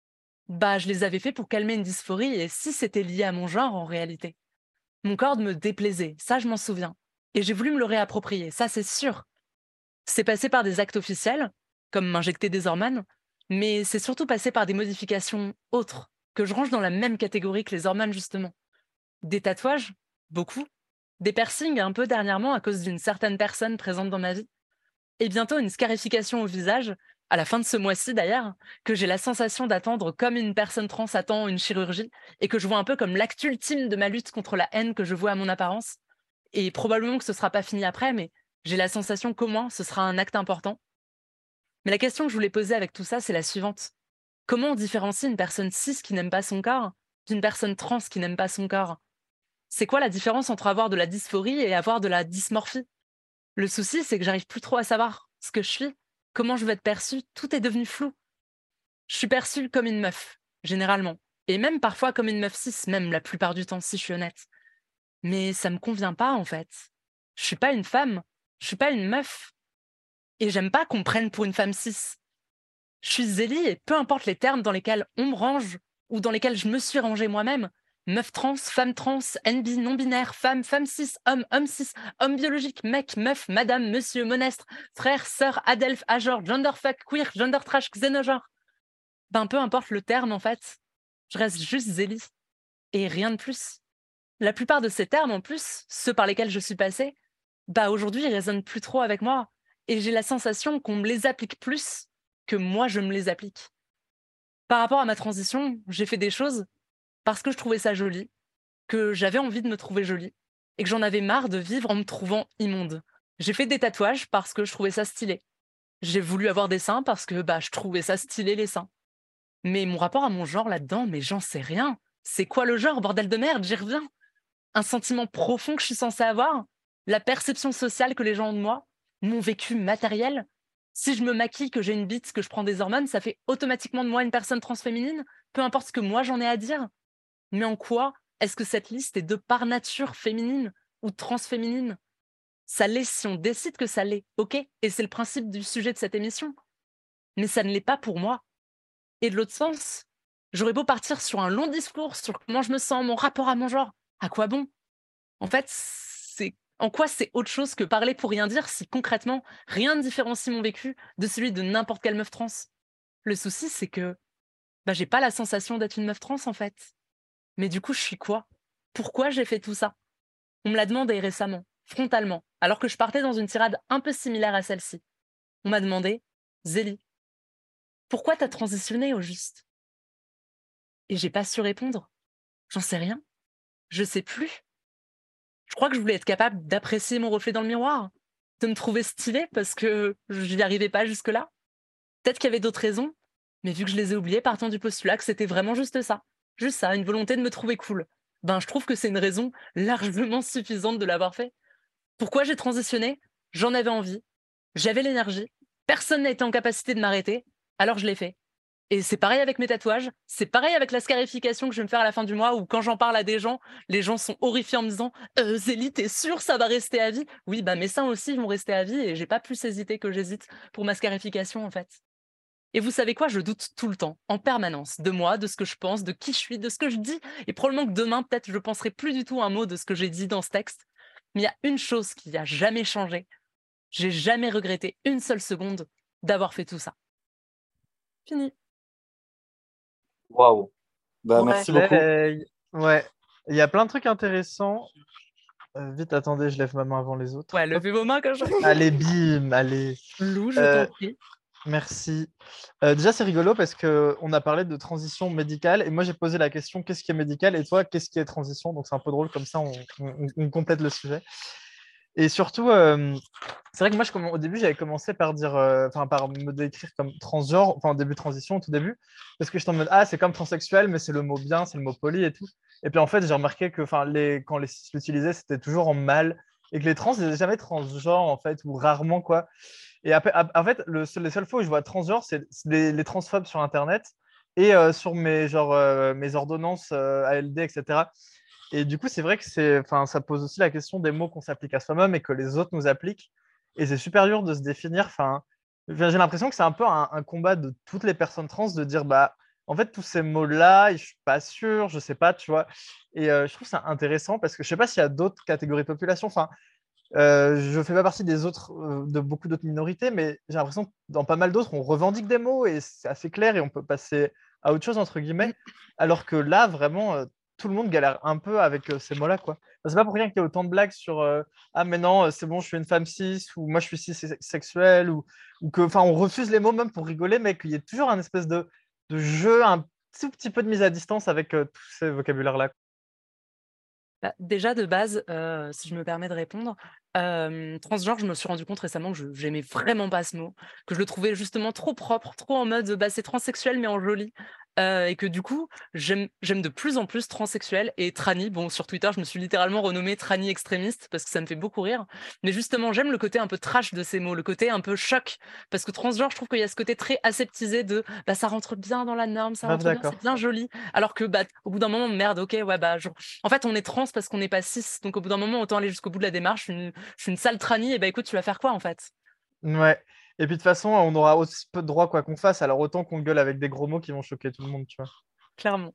bah je les avais faits pour calmer une dysphorie et si c'était lié à mon genre en réalité. Mon corps me déplaisait, ça je m'en souviens. Et j'ai voulu me le réapproprier, ça c'est sûr. C'est passé par des actes officiels, comme m'injecter des hormones, mais c'est surtout passé par des modifications autres, que je range dans la même catégorie que les hormones justement. Des tatouages, beaucoup. Des piercings un peu dernièrement à cause d'une certaine personne présente dans ma vie. Et bientôt une scarification au visage, à la fin de ce mois-ci d'ailleurs, que j'ai la sensation d'attendre comme une personne trans attend une chirurgie, et que je vois un peu comme l'acte ultime de ma lutte contre la haine que je vois à mon apparence. Et probablement que ce sera pas fini après, mais j'ai la sensation qu'au moins ce sera un acte important. Mais la question que je voulais poser avec tout ça, c'est la suivante. Comment on différencie une personne cis qui n'aime pas son corps d'une personne trans qui n'aime pas son corps? C'est quoi la différence entre avoir de la dysphorie et avoir de la dysmorphie? Le souci, c'est que j'arrive plus trop à savoir ce que je suis, comment je veux être perçue, tout est devenu flou. Je suis perçue comme une meuf, généralement, et même parfois comme une meuf cis, même la plupart du temps, si je suis honnête. Mais ça me convient pas, en fait. Je suis pas une femme, je suis pas une meuf, et j'aime pas qu'on me prenne pour une femme cis. Je suis Zélie, et peu importe les termes dans lesquels on me range, ou dans lesquels je me suis rangée moi-même, meuf trans, femme trans, N B, non-binaire, femme, femme cis, homme, homme cis, homme biologique, mec, meuf, madame, monsieur, monestre, frère, sœur, adelph, agor, genderfuck, queer, gender trash, xénogenre. Ben peu importe le terme en fait, je reste juste Zélie. Et rien de plus. La plupart de ces termes en plus, ceux par lesquels je suis passée, bah aujourd'hui ils résonnent plus trop avec moi. Et j'ai la sensation qu'on me les applique plus que moi je me les applique. Par rapport à ma transition, j'ai fait des choses parce que je trouvais ça joli, que j'avais envie de me trouver jolie, et que j'en avais marre de vivre en me trouvant immonde. J'ai fait des tatouages parce que je trouvais ça stylé. J'ai voulu avoir des seins parce que bah, je trouvais ça stylé les seins. Mais mon rapport à mon genre là-dedans, mais j'en sais rien. C'est quoi le genre, bordel de merde, j'y reviens. Un sentiment profond que je suis censée avoir, la perception sociale que les gens ont de moi, mon vécu matériel. Si je me maquille, que j'ai une bite, que je prends des hormones, ça fait automatiquement de moi une personne transféminine, peu importe ce que moi j'en ai à dire. Mais en quoi est-ce que cette liste est de par nature féminine ou transféminine? Ça l'est si on décide que ça l'est, ok? Et c'est le principe du sujet de cette émission. Mais ça ne l'est pas pour moi. Et de l'autre sens, j'aurais beau partir sur un long discours sur comment je me sens, mon rapport à mon genre. À quoi bon? En fait, c'est en quoi c'est autre chose que parler pour rien dire si concrètement, rien ne différencie mon vécu de celui de n'importe quelle meuf trans? Le souci, c'est que bah, j'ai pas la sensation d'être une meuf trans en fait. Mais du coup, je suis quoi? Pourquoi j'ai fait tout ça? On me l'a demandé récemment, frontalement, alors que je partais dans une tirade un peu similaire à celle-ci. On m'a demandé, Zélie, pourquoi t'as transitionné au juste? Et j'ai pas su répondre. J'en sais rien. Je sais plus. Je crois que je voulais être capable d'apprécier mon reflet dans le miroir, de me trouver stylée parce que je n'y arrivais pas jusque-là. Peut-être qu'il y avait d'autres raisons, mais vu que je les ai oubliées, partant du postulat que c'était vraiment juste ça. Juste ça, une volonté de me trouver cool. Ben, je trouve que c'est une raison largement suffisante de l'avoir fait. Pourquoi j'ai transitionné? J'en avais envie. J'avais l'énergie. Personne n'a été en capacité de m'arrêter. Alors je l'ai fait. Et c'est pareil avec mes tatouages. C'est pareil avec la scarification que je vais me faire à la fin du mois où quand j'en parle à des gens, les gens sont horrifiés en me disant euh, « Zélie, t'es sûre ça va rester à vie ?» Oui, bah mes seins aussi vont rester à vie et j'ai pas plus hésité que j'hésite pour ma scarification en fait. Et vous savez quoi, je doute tout le temps, en permanence, de moi, de ce que je pense, de qui je suis, de ce que je dis. Et probablement que demain, peut-être, je ne penserai plus du tout un mot de ce que j'ai dit dans ce texte. Mais il y a une chose qui n'a jamais changé. J'ai jamais regretté une seule seconde d'avoir fait tout ça. Fini. Waouh. Bah, Ouais. merci beaucoup. Ouais, ouais. Il y a plein de trucs intéressants. Euh, vite, attendez, je lève ma main avant les autres. Ouais, Hop. levez vos mains quand je... Allez, bim, allez. Lou, je Euh, t'en prie. Merci. Euh, déjà, c'est rigolo parce qu'on a parlé de transition médicale et moi, j'ai posé la question qu'est-ce qui est médical et toi, qu'est-ce qui est transition? Donc, c'est un peu drôle comme ça, on, on- on complète le sujet. Et surtout, euh, c'est vrai que moi, je, comm- au début, j'avais commencé par dire, euh, enfin, par me décrire comme transgenre, enfin, au début transition, au tout début, parce que j'étais en mode, ah, c'est comme transsexuel, mais c'est le mot bien, c'est le mot poli et tout. Et puis, en fait, j'ai remarqué que, enfin, les, quand les cis l'utilisaient, c'était toujours en mal et que les trans, ils n'étaient jamais transgenres, en fait, ou rarement, quoi. Et après, ap- en fait, le seul- les seules fois où je vois transgenre, c'est c'est les, les transphobes sur Internet et euh, sur mes, genre, euh, mes ordonnances euh, A L D, et cetera. Et du coup, c'est vrai que c'est, enfin, ça pose aussi la question des mots qu'on s'applique à soi-même et que les autres nous appliquent. Et c'est super dur de se définir. Enfin, j'ai l'impression que c'est un peu un, un combat de toutes les personnes trans de dire, bah, en fait, tous ces mots-là, je suis pas sûr, je sais pas, tu vois. Et euh, je trouve ça intéressant parce que je sais pas s'il y a d'autres catégories de population. Enfin, euh, je fais pas partie des autres, euh, de beaucoup d'autres minorités, mais j'ai l'impression que dans pas mal d'autres, on revendique des mots et c'est assez clair et on peut passer à autre chose, entre guillemets. Alors que là, vraiment, euh, tout le monde galère un peu avec euh, ces mots-là, quoi. Enfin, c'est pas pour rien qu'il y a autant de blagues sur euh, ah, mais non, euh, c'est bon, je suis une femme cis, ou moi je suis cis-sexuelle, ou, ou que, enfin, on refuse les mots même pour rigoler, mais qu'il y ait toujours un espèce de, de jeu, un tout petit peu de mise à distance avec euh, tous ces vocabulaires-là. Bah, déjà, de base, euh, si je me permets de répondre, euh, transgenre, je me suis rendu compte récemment que je j'aimais vraiment pas ce mot, que je le trouvais justement trop propre, trop en mode bah, c'est transsexuel mais en joli. Euh, et que du coup, j'aime j'aime de plus en plus transsexuel et tranny. Bon, sur Twitter, je me suis littéralement renommé tranny extrémiste parce que ça me fait beaucoup rire. Mais justement, j'aime le côté un peu trash de ces mots, le côté un peu choc. Parce que transgenre, je trouve qu'il y a ce côté très aseptisé de bah, ça rentre bien dans la norme, ça Grave rentre bien, c'est d'accord. bien joli. Alors que bah, au bout d'un moment, merde, ok, ouais, bah, je en fait, on est trans parce qu'on n'est pas cis. Donc, au bout d'un moment, autant aller jusqu'au bout de la démarche. Je suis une, je suis une sale tranny. Et bah, écoute, tu vas faire quoi, en fait? Ouais. Et puis de toute façon, on aura aussi peu de droits quoi qu'on fasse, alors autant qu'on gueule avec des gros mots qui vont choquer tout le monde, tu vois. Clairement.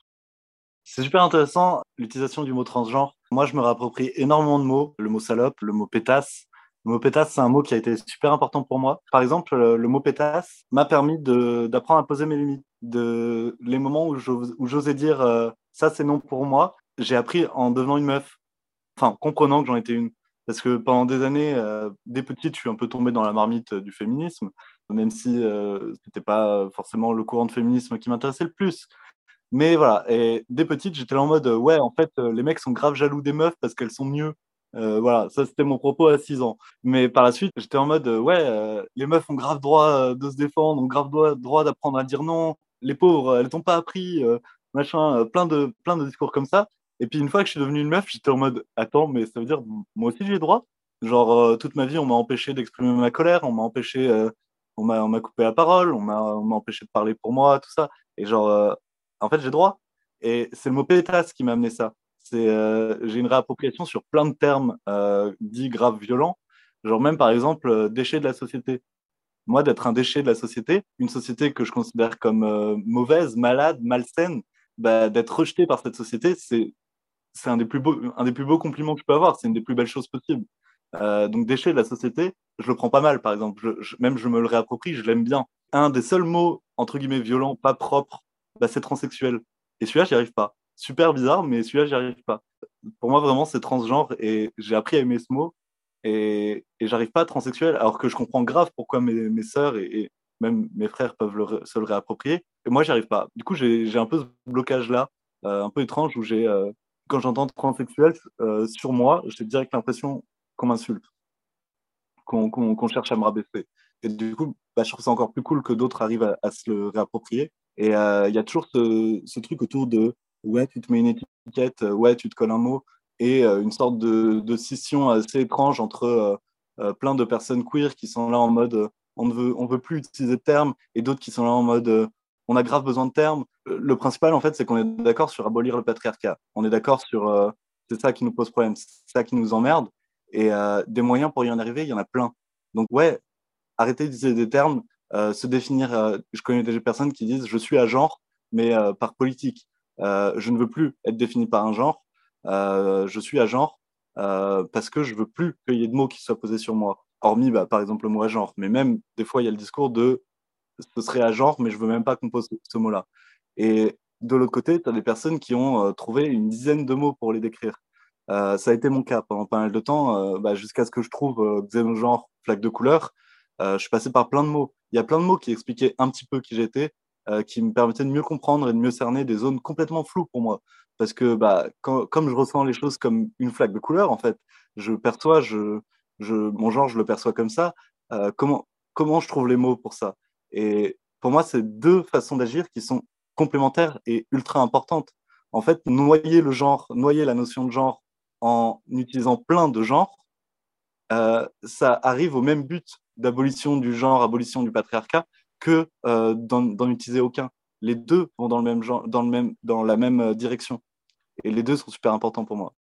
C'est super intéressant, l'utilisation du mot transgenre. Moi, je me réapproprie énormément de mots. Le mot salope, le mot pétasse. Le mot pétasse, c'est un mot qui a été super important pour moi. Par exemple, le, le mot pétasse m'a permis de, d'apprendre à poser mes limites. De, les moments où j'ose- où j'osais dire euh, ça, c'est non pour moi, j'ai appris en devenant une meuf. Enfin, comprenant que j'en étais une. Parce que pendant des années, euh, dès petite, je suis un peu tombé dans la marmite euh, du féminisme, même si euh, c'était pas forcément le courant de féminisme qui m'intéressait le plus. Mais voilà, et dès petite, j'étais là en mode, euh, ouais, en fait, euh, les mecs sont grave jaloux des meufs parce qu'elles sont mieux. Euh, voilà, ça c'était mon propos à six ans. Mais par la suite, j'étais en mode, euh, ouais, euh, les meufs ont grave droit euh, de se défendre, ont grave droit, droit d'apprendre à dire non. Les pauvres, elles t'ont pas appris, euh, machin, euh, plein de, plein de discours comme ça. Et puis une fois que je suis devenu une meuf, j'étais en mode, attends, mais ça veut dire, moi aussi j'ai droit. Genre, euh, toute ma vie, on m'a empêché d'exprimer ma colère, on m'a empêché, euh, on m'a, on m'a coupé la parole, on m'a, on m'a empêché de parler pour moi, tout ça. Et genre, euh, en fait, j'ai droit. Et c'est le mot pétasse qui m'a amené ça. C'est, euh, j'ai une réappropriation sur plein de termes euh, dits graves violents. Genre même par exemple, euh, déchet de la société. Moi, d'être un déchet de la société, une société que je considère comme euh, mauvaise, malade, malsaine, bah, d'être rejeté par cette société, c'est, c'est un des plus beaux, un des plus beaux compliments que je peux avoir. C'est une des plus belles choses possibles. Euh, donc déchet de la société, je le prends pas mal, par exemple. Je, je- même je me le réapproprie, je l'aime bien. Un des seuls mots, entre guillemets, violents, pas propres, bah, c'est transsexuel. Et celui-là, j'y arrive pas. Super bizarre, mais celui-là, j'y arrive pas. Pour moi, vraiment, c'est transgenre et j'ai appris à aimer ce mot et, et j'arrive pas à transsexuel, alors que je comprends grave pourquoi mes, mes sœurs et, et même mes frères peuvent le ré- se le réapproprier. Et moi, j'y arrive pas. Du coup, j'ai j'ai un peu ce blocage-là, euh, un peu étrange, où j'ai, euh, quand j'entends transsexuel euh, sur moi, j'ai direct l'impression qu'on m'insulte, qu'on qu'on- qu'on cherche à me rabaisser. Et du coup, bah, je trouve ça encore plus cool que d'autres arrivent à, à se le réapproprier. Et euh, il y a toujours ce, ce truc autour de ouais, tu te mets une étiquette, euh, ouais, tu te colles un mot, et euh, une sorte de, de scission assez étrange entre euh, euh, plein de personnes queer qui sont là en mode euh, on ne veut, on veut plus utiliser de termes, et d'autres qui sont là en mode euh, on a grave besoin de termes. Le principal, en fait, c'est qu'on est d'accord sur abolir le patriarcat. On est d'accord sur euh, c'est ça qui nous pose problème, c'est ça qui nous emmerde. Et euh, des moyens pour y en arriver, il y en a plein. Donc, ouais, arrêtez d'utiliser des termes euh, se définir. Euh, je connais des personnes qui disent je suis à genre, mais euh, par politique. Euh, je ne veux plus être défini par un genre. Euh, je suis à genre euh, parce que je veux plus qu'il y ait de mots qui soient posés sur moi. Hormis, bah, par exemple, le mot à genre. Mais même, des fois, il y a le discours de ce serait à genre, mais je veux même pas qu'on pose ce, ce mot-là. Et de l'autre côté, tu as des personnes qui ont euh, trouvé une dizaine de mots pour les décrire. Euh, ça a été mon cas pendant pas mal de temps, euh, bah, jusqu'à ce que je trouve euh, xénogenre, flaque de couleur. Euh, je suis passé par plein de mots. Il y a plein de mots qui expliquaient un petit peu qui j'étais, euh, qui me permettaient de mieux comprendre et de mieux cerner des zones complètement floues pour moi. Parce que bah, quand, comme je ressens les choses comme une flaque de couleur, en fait, je perçois, je, je, mon genre, je le perçois comme ça. Euh, comment, comment je trouve les mots pour ça? Et pour moi, c'est deux façons d'agir qui sont complémentaires et ultra importantes. En fait, noyer le genre, noyer la notion de genre en utilisant plein de genres, euh, ça arrive au même but d'abolition du genre, abolition du patriarcat, que euh, d'en utiliser aucun. Les deux vont dans, le même genre, dans, le même, dans la même euh, direction. Et les deux sont super importants pour moi.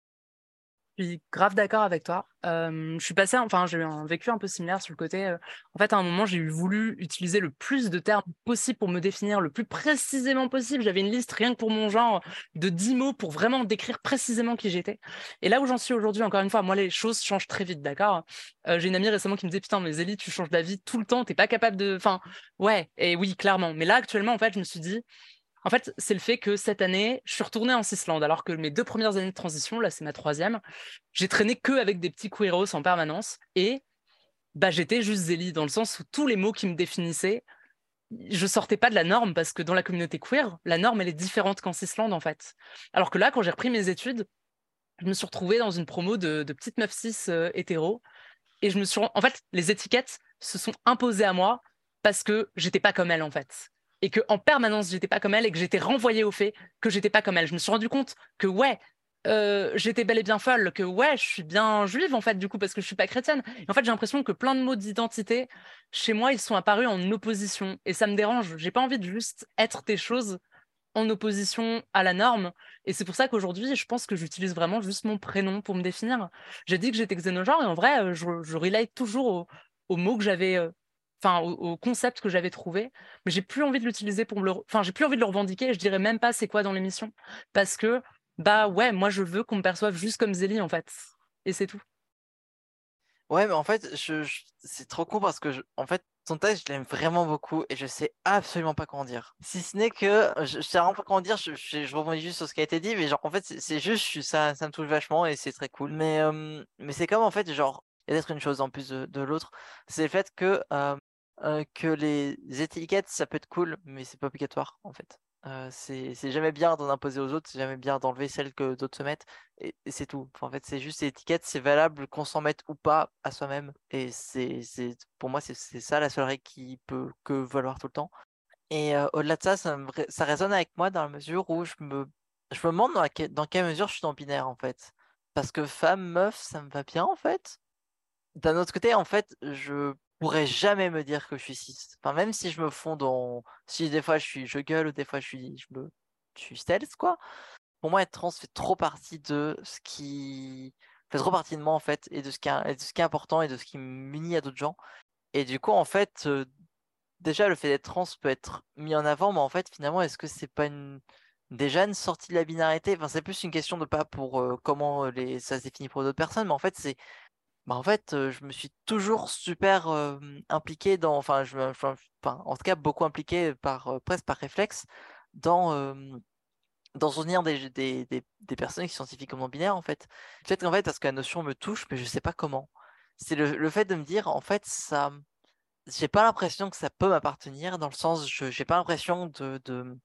Je suis grave d'accord avec toi. Euh, je suis passée, enfin, j'ai eu un vécu un peu similaire sur le côté. euh, en fait, à un moment, j'ai voulu utiliser le plus de termes possible pour me définir le plus précisément possible. J'avais une liste rien que pour mon genre de dix mots pour vraiment décrire précisément qui j'étais. Et là où j'en suis aujourd'hui, encore une fois, moi, les choses changent très vite, d'accord. Euh, J'ai une amie récemment qui me disait, putain, mais Zélie, tu changes d'avis tout le temps, t'es pas capable de. Enfin, ouais, et oui, clairement. Mais là, actuellement, en fait, je me suis dit, en fait, c'est le fait que cette année, je suis retournée en Islande, alors que mes deux premières années de transition, là, c'est ma troisième, j'ai traîné que avec des petits queeros en permanence, et bah, j'étais juste Zélie, dans le sens où tous les mots qui me définissaient, je sortais pas de la norme, parce que dans la communauté queer, la norme, elle est différente qu'en Islande, en fait. Alors que là, quand j'ai repris mes études, je me suis retrouvée dans une promo de, de petites meufs cis euh, hétéros, et je me suis... En fait, les étiquettes se sont imposées à moi parce que j'étais pas comme elle, en fait. Et que en permanence, j'étais pas comme elle et que j'étais renvoyée au fait que j'étais pas comme elle. Je me suis rendu compte que, ouais, euh, j'étais bel et bien folle, que, ouais, je suis bien juive, en fait, du coup, parce que je suis pas chrétienne. Et en fait, j'ai l'impression que plein de mots d'identité, chez moi, ils sont apparus en opposition. Et ça me dérange. J'ai pas envie de juste être des choses en opposition à la norme. Et c'est pour ça qu'aujourd'hui, je pense que j'utilise vraiment juste mon prénom pour me définir. J'ai dit que j'étais xénogenre et en vrai, euh, je, je relate toujours aux au mots que j'avais, euh, enfin, au, au concept que j'avais trouvé, mais j'ai plus envie de l'utiliser pour me le, enfin, j'ai plus envie de le revendiquer et je dirais même pas c'est quoi dans l'émission. Parce que, bah ouais, moi je veux qu'on me perçoive juste comme Zélie en fait. Et c'est tout. Ouais, mais en fait, je, je- c'est trop con parce que, je- en fait, son texte, je l'aime vraiment beaucoup et je sais absolument pas comment dire. Si ce n'est que, je, je sais vraiment pas comment dire, je, je, je rebondis juste sur ce qui a été dit, mais genre, en fait, c'est c'est juste, je- ça, ça me touche vachement et c'est très cool. Mais, euh, mais c'est comme, en fait, genre, et d'être une chose en plus de, de l'autre, c'est le fait que, euh, euh, que les étiquettes, ça peut être cool, mais c'est pas obligatoire, en fait. Euh, c'est c'est jamais bien d'en imposer aux autres, c'est jamais bien d'enlever celles que d'autres se mettent. Et, et c'est tout. Enfin, en fait, c'est juste l'étiquette, c'est valable qu'on s'en mette ou pas à soi-même. Et c'est, c'est, pour moi, c'est c'est ça la seule règle qui peut que valoir tout le temps. Et euh, au-delà de ça, ça, me ré- ça résonne avec moi dans la mesure où je me, je me demande dans, laquelle- dans quelle mesure je suis dans le binaire, en fait. Parce que femme, meuf, ça me va bien, en fait. D'un autre côté, en fait, je pourrais jamais me dire que je suis cis. Enfin, même si je me fonds dans... Si des fois je suis, je gueule ou des fois je suis, je me, je suis stealth, quoi. Pour moi, être trans fait trop partie de ce qui fait trop partie de moi en fait et de ce qui est, et de ce qui est important et de ce qui m'unit à d'autres gens. Et du coup, en fait, euh, déjà le fait d'être trans peut être mis en avant, mais en fait, finalement, est-ce que c'est pas une déjà une sortie de la binarité? Enfin, c'est plus une question de pas pour euh, comment euh, les ça se définit pour d'autres personnes, mais en fait, c'est bah en fait, euh, je me suis toujours super euh, impliqué dans, enfin, je, me- enfin, enfin, en tout cas, beaucoup impliqué par euh, presque par réflexe dans euh, dans souvenir des, des, des, des personnes qui sont identifiées comme non binaires, en fait. Peut-être qu'en fait, parce que la notion me touche, mais je sais pas comment. C'est le, le fait de me dire, en fait, ça, j'ai pas l'impression que ça peut m'appartenir, dans le sens, je j'ai pas l'impression de, de,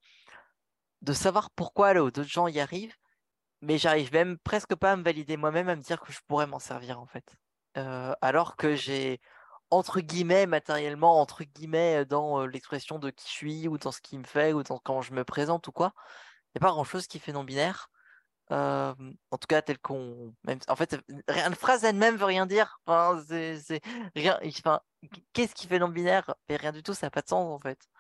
de savoir pourquoi là où d'autres gens y arrivent, mais j'arrive même presque pas à me valider moi-même, à me dire que je pourrais m'en servir, en fait. Euh, alors que j'ai, entre guillemets, matériellement, entre guillemets, dans euh, l'expression de qui je suis, ou dans ce qui me fait, ou dans comment je me présente, ou quoi, il n'y a pas grand-chose qui fait non-binaire. Euh, en tout cas, tel qu'on. Même... En fait, rien... une phrase elle-même veut rien dire. Enfin, c'est, c'est... Rien... Enfin, qu'est-ce qui fait non-binaire? Mais rien du tout, ça n'a pas de sens en fait.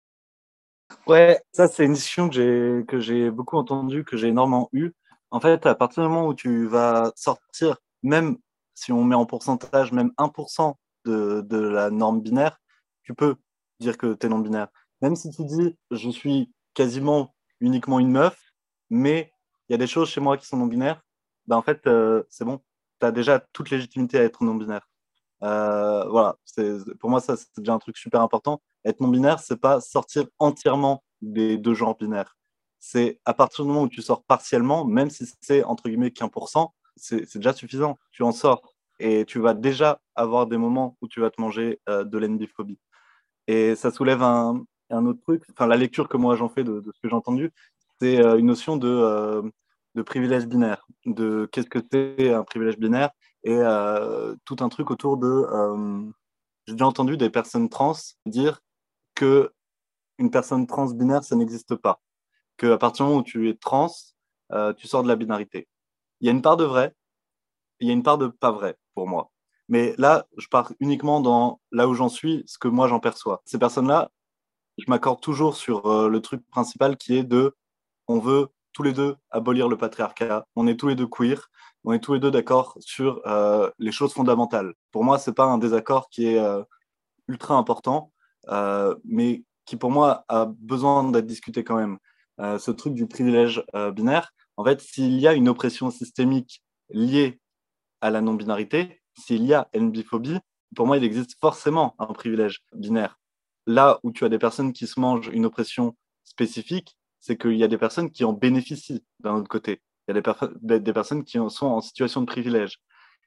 Ouais, ça c'est une discussion que j'ai que j'ai beaucoup entendue, que j'ai énormément eue. En fait, à partir du moment où tu vas sortir, même si on met en pourcentage même un pour cent de, de la norme binaire, tu peux dire que tu es non-binaire. Même si tu dis je suis quasiment uniquement une meuf, mais il y a des choses chez moi qui sont non-binaires, ben en fait, euh, c'est bon. Tu as déjà toute légitimité à être non-binaire. Euh, voilà, c'est, pour moi, ça, c'est déjà un truc super important. Être non-binaire, c'est pas sortir entièrement des deux genres binaires. C'est à partir du moment où tu sors partiellement, même si c'est entre guillemets qu'un pour cent, c'est c'est déjà suffisant. Tu en sors et tu vas déjà avoir des moments où tu vas te manger euh, de l'enbiphobie. Et ça soulève un, un autre truc. Enfin, la lecture que moi j'en fais de, de ce que j'ai entendu, c'est euh, une notion de, euh, de privilège binaire, de qu'est-ce que c'est un privilège binaire et euh, tout un truc autour de. Euh, j'ai déjà entendu des personnes trans dire que une personne trans binaire, ça n'existe pas. Qu'à partir du moment où tu es trans, euh, tu sors de la binarité. Il y a une part de vrai, il y a une part de pas vrai pour moi. Mais là, je pars uniquement dans là où j'en suis, ce que moi j'en perçois. Ces personnes-là, je m'accorde toujours sur euh, le truc principal qui est de on veut tous les deux abolir le patriarcat, on est tous les deux queer, on est tous les deux d'accord sur euh, les choses fondamentales. Pour moi, c'est pas un désaccord qui est euh, ultra important, euh, mais qui pour moi a besoin d'être discuté quand même. Euh, ce truc du privilège euh, binaire, en fait, s'il y a une oppression systémique liée à la non-binarité, s'il y a N biphobie, pour moi, il existe forcément un privilège binaire. Là où tu as des personnes qui se mangent une oppression spécifique, c'est qu'il y a des personnes qui en bénéficient d'un autre côté. Il y a des, per- des, des personnes qui en sont en situation de privilège.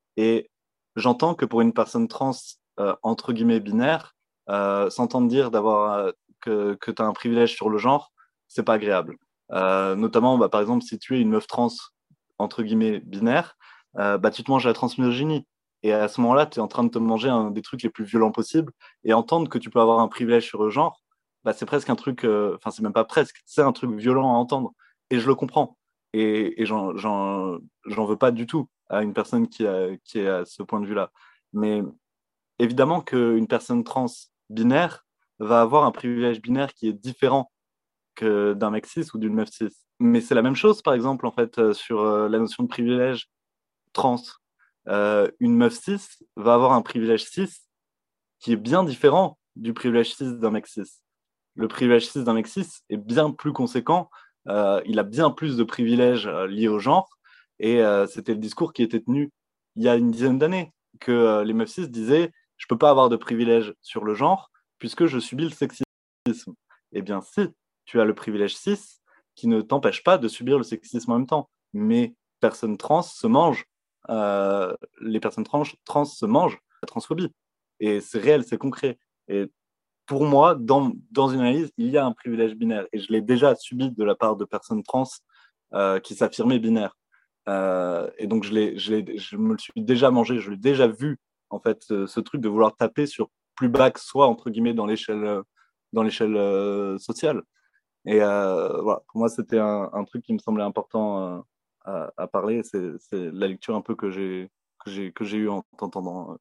Et j'entends que pour une personne trans, euh, entre guillemets, binaire, euh, s'entendre dire d'avoir euh, que, que tu as un privilège sur le genre, c'est pas agréable. Euh, notamment, bah, par exemple, si tu es une meuf trans, entre guillemets, binaire, euh, bah, tu te manges la transmisogynie. Et à ce moment-là, tu es en train de te manger un des trucs les plus violents possibles. Et entendre que tu peux avoir un privilège sur le genre, bah, c'est presque un truc, euh, enfin, c'est même pas presque, c'est un truc violent à entendre. Et je le comprends. Et, et j'en, j'en, j'en veux pas du tout à une personne qui, a, qui est à ce point de vue-là. Mais évidemment qu'une personne trans binaire va avoir un privilège binaire qui est différent que d'un mec cis ou d'une meuf cis. Mais c'est la même chose, par exemple, en fait, euh, sur euh, la notion de privilège trans. Euh, une meuf cis va avoir un privilège cis qui est bien différent du privilège cis d'un mec cis. Le privilège cis d'un mec cis est bien plus conséquent, euh, il a bien plus de privilèges euh, liés au genre, et euh, c'était le discours qui était tenu il y a une dizaine d'années, que euh, les meufs cis disaient « je peux pas avoir de privilèges sur le genre puisque je subis le sexisme ». Eh bien si, tu as le privilège cis qui ne t'empêche pas de subir le sexisme en même temps, mais personnes trans se mangent, euh, les personnes trans, trans se mangent la transphobie. Et c'est réel, c'est concret. Et pour moi, dans, dans une analyse, il y a un privilège binaire. Et je l'ai déjà subi de la part de personnes trans euh, qui s'affirmaient binaires. Euh, et donc, je, l'ai, je, l'ai, je me le suis déjà mangé, je l'ai déjà vu, en fait, ce, ce truc de vouloir taper sur plus bas que soi, entre guillemets, dans l'échelle, dans l'échelle euh, sociale. Et euh, voilà, pour moi, c'était un, un truc qui me semblait important euh, à, à parler. C'est, c'est la lecture un peu que j'ai, que j'ai, que j'ai eue en t'entendant.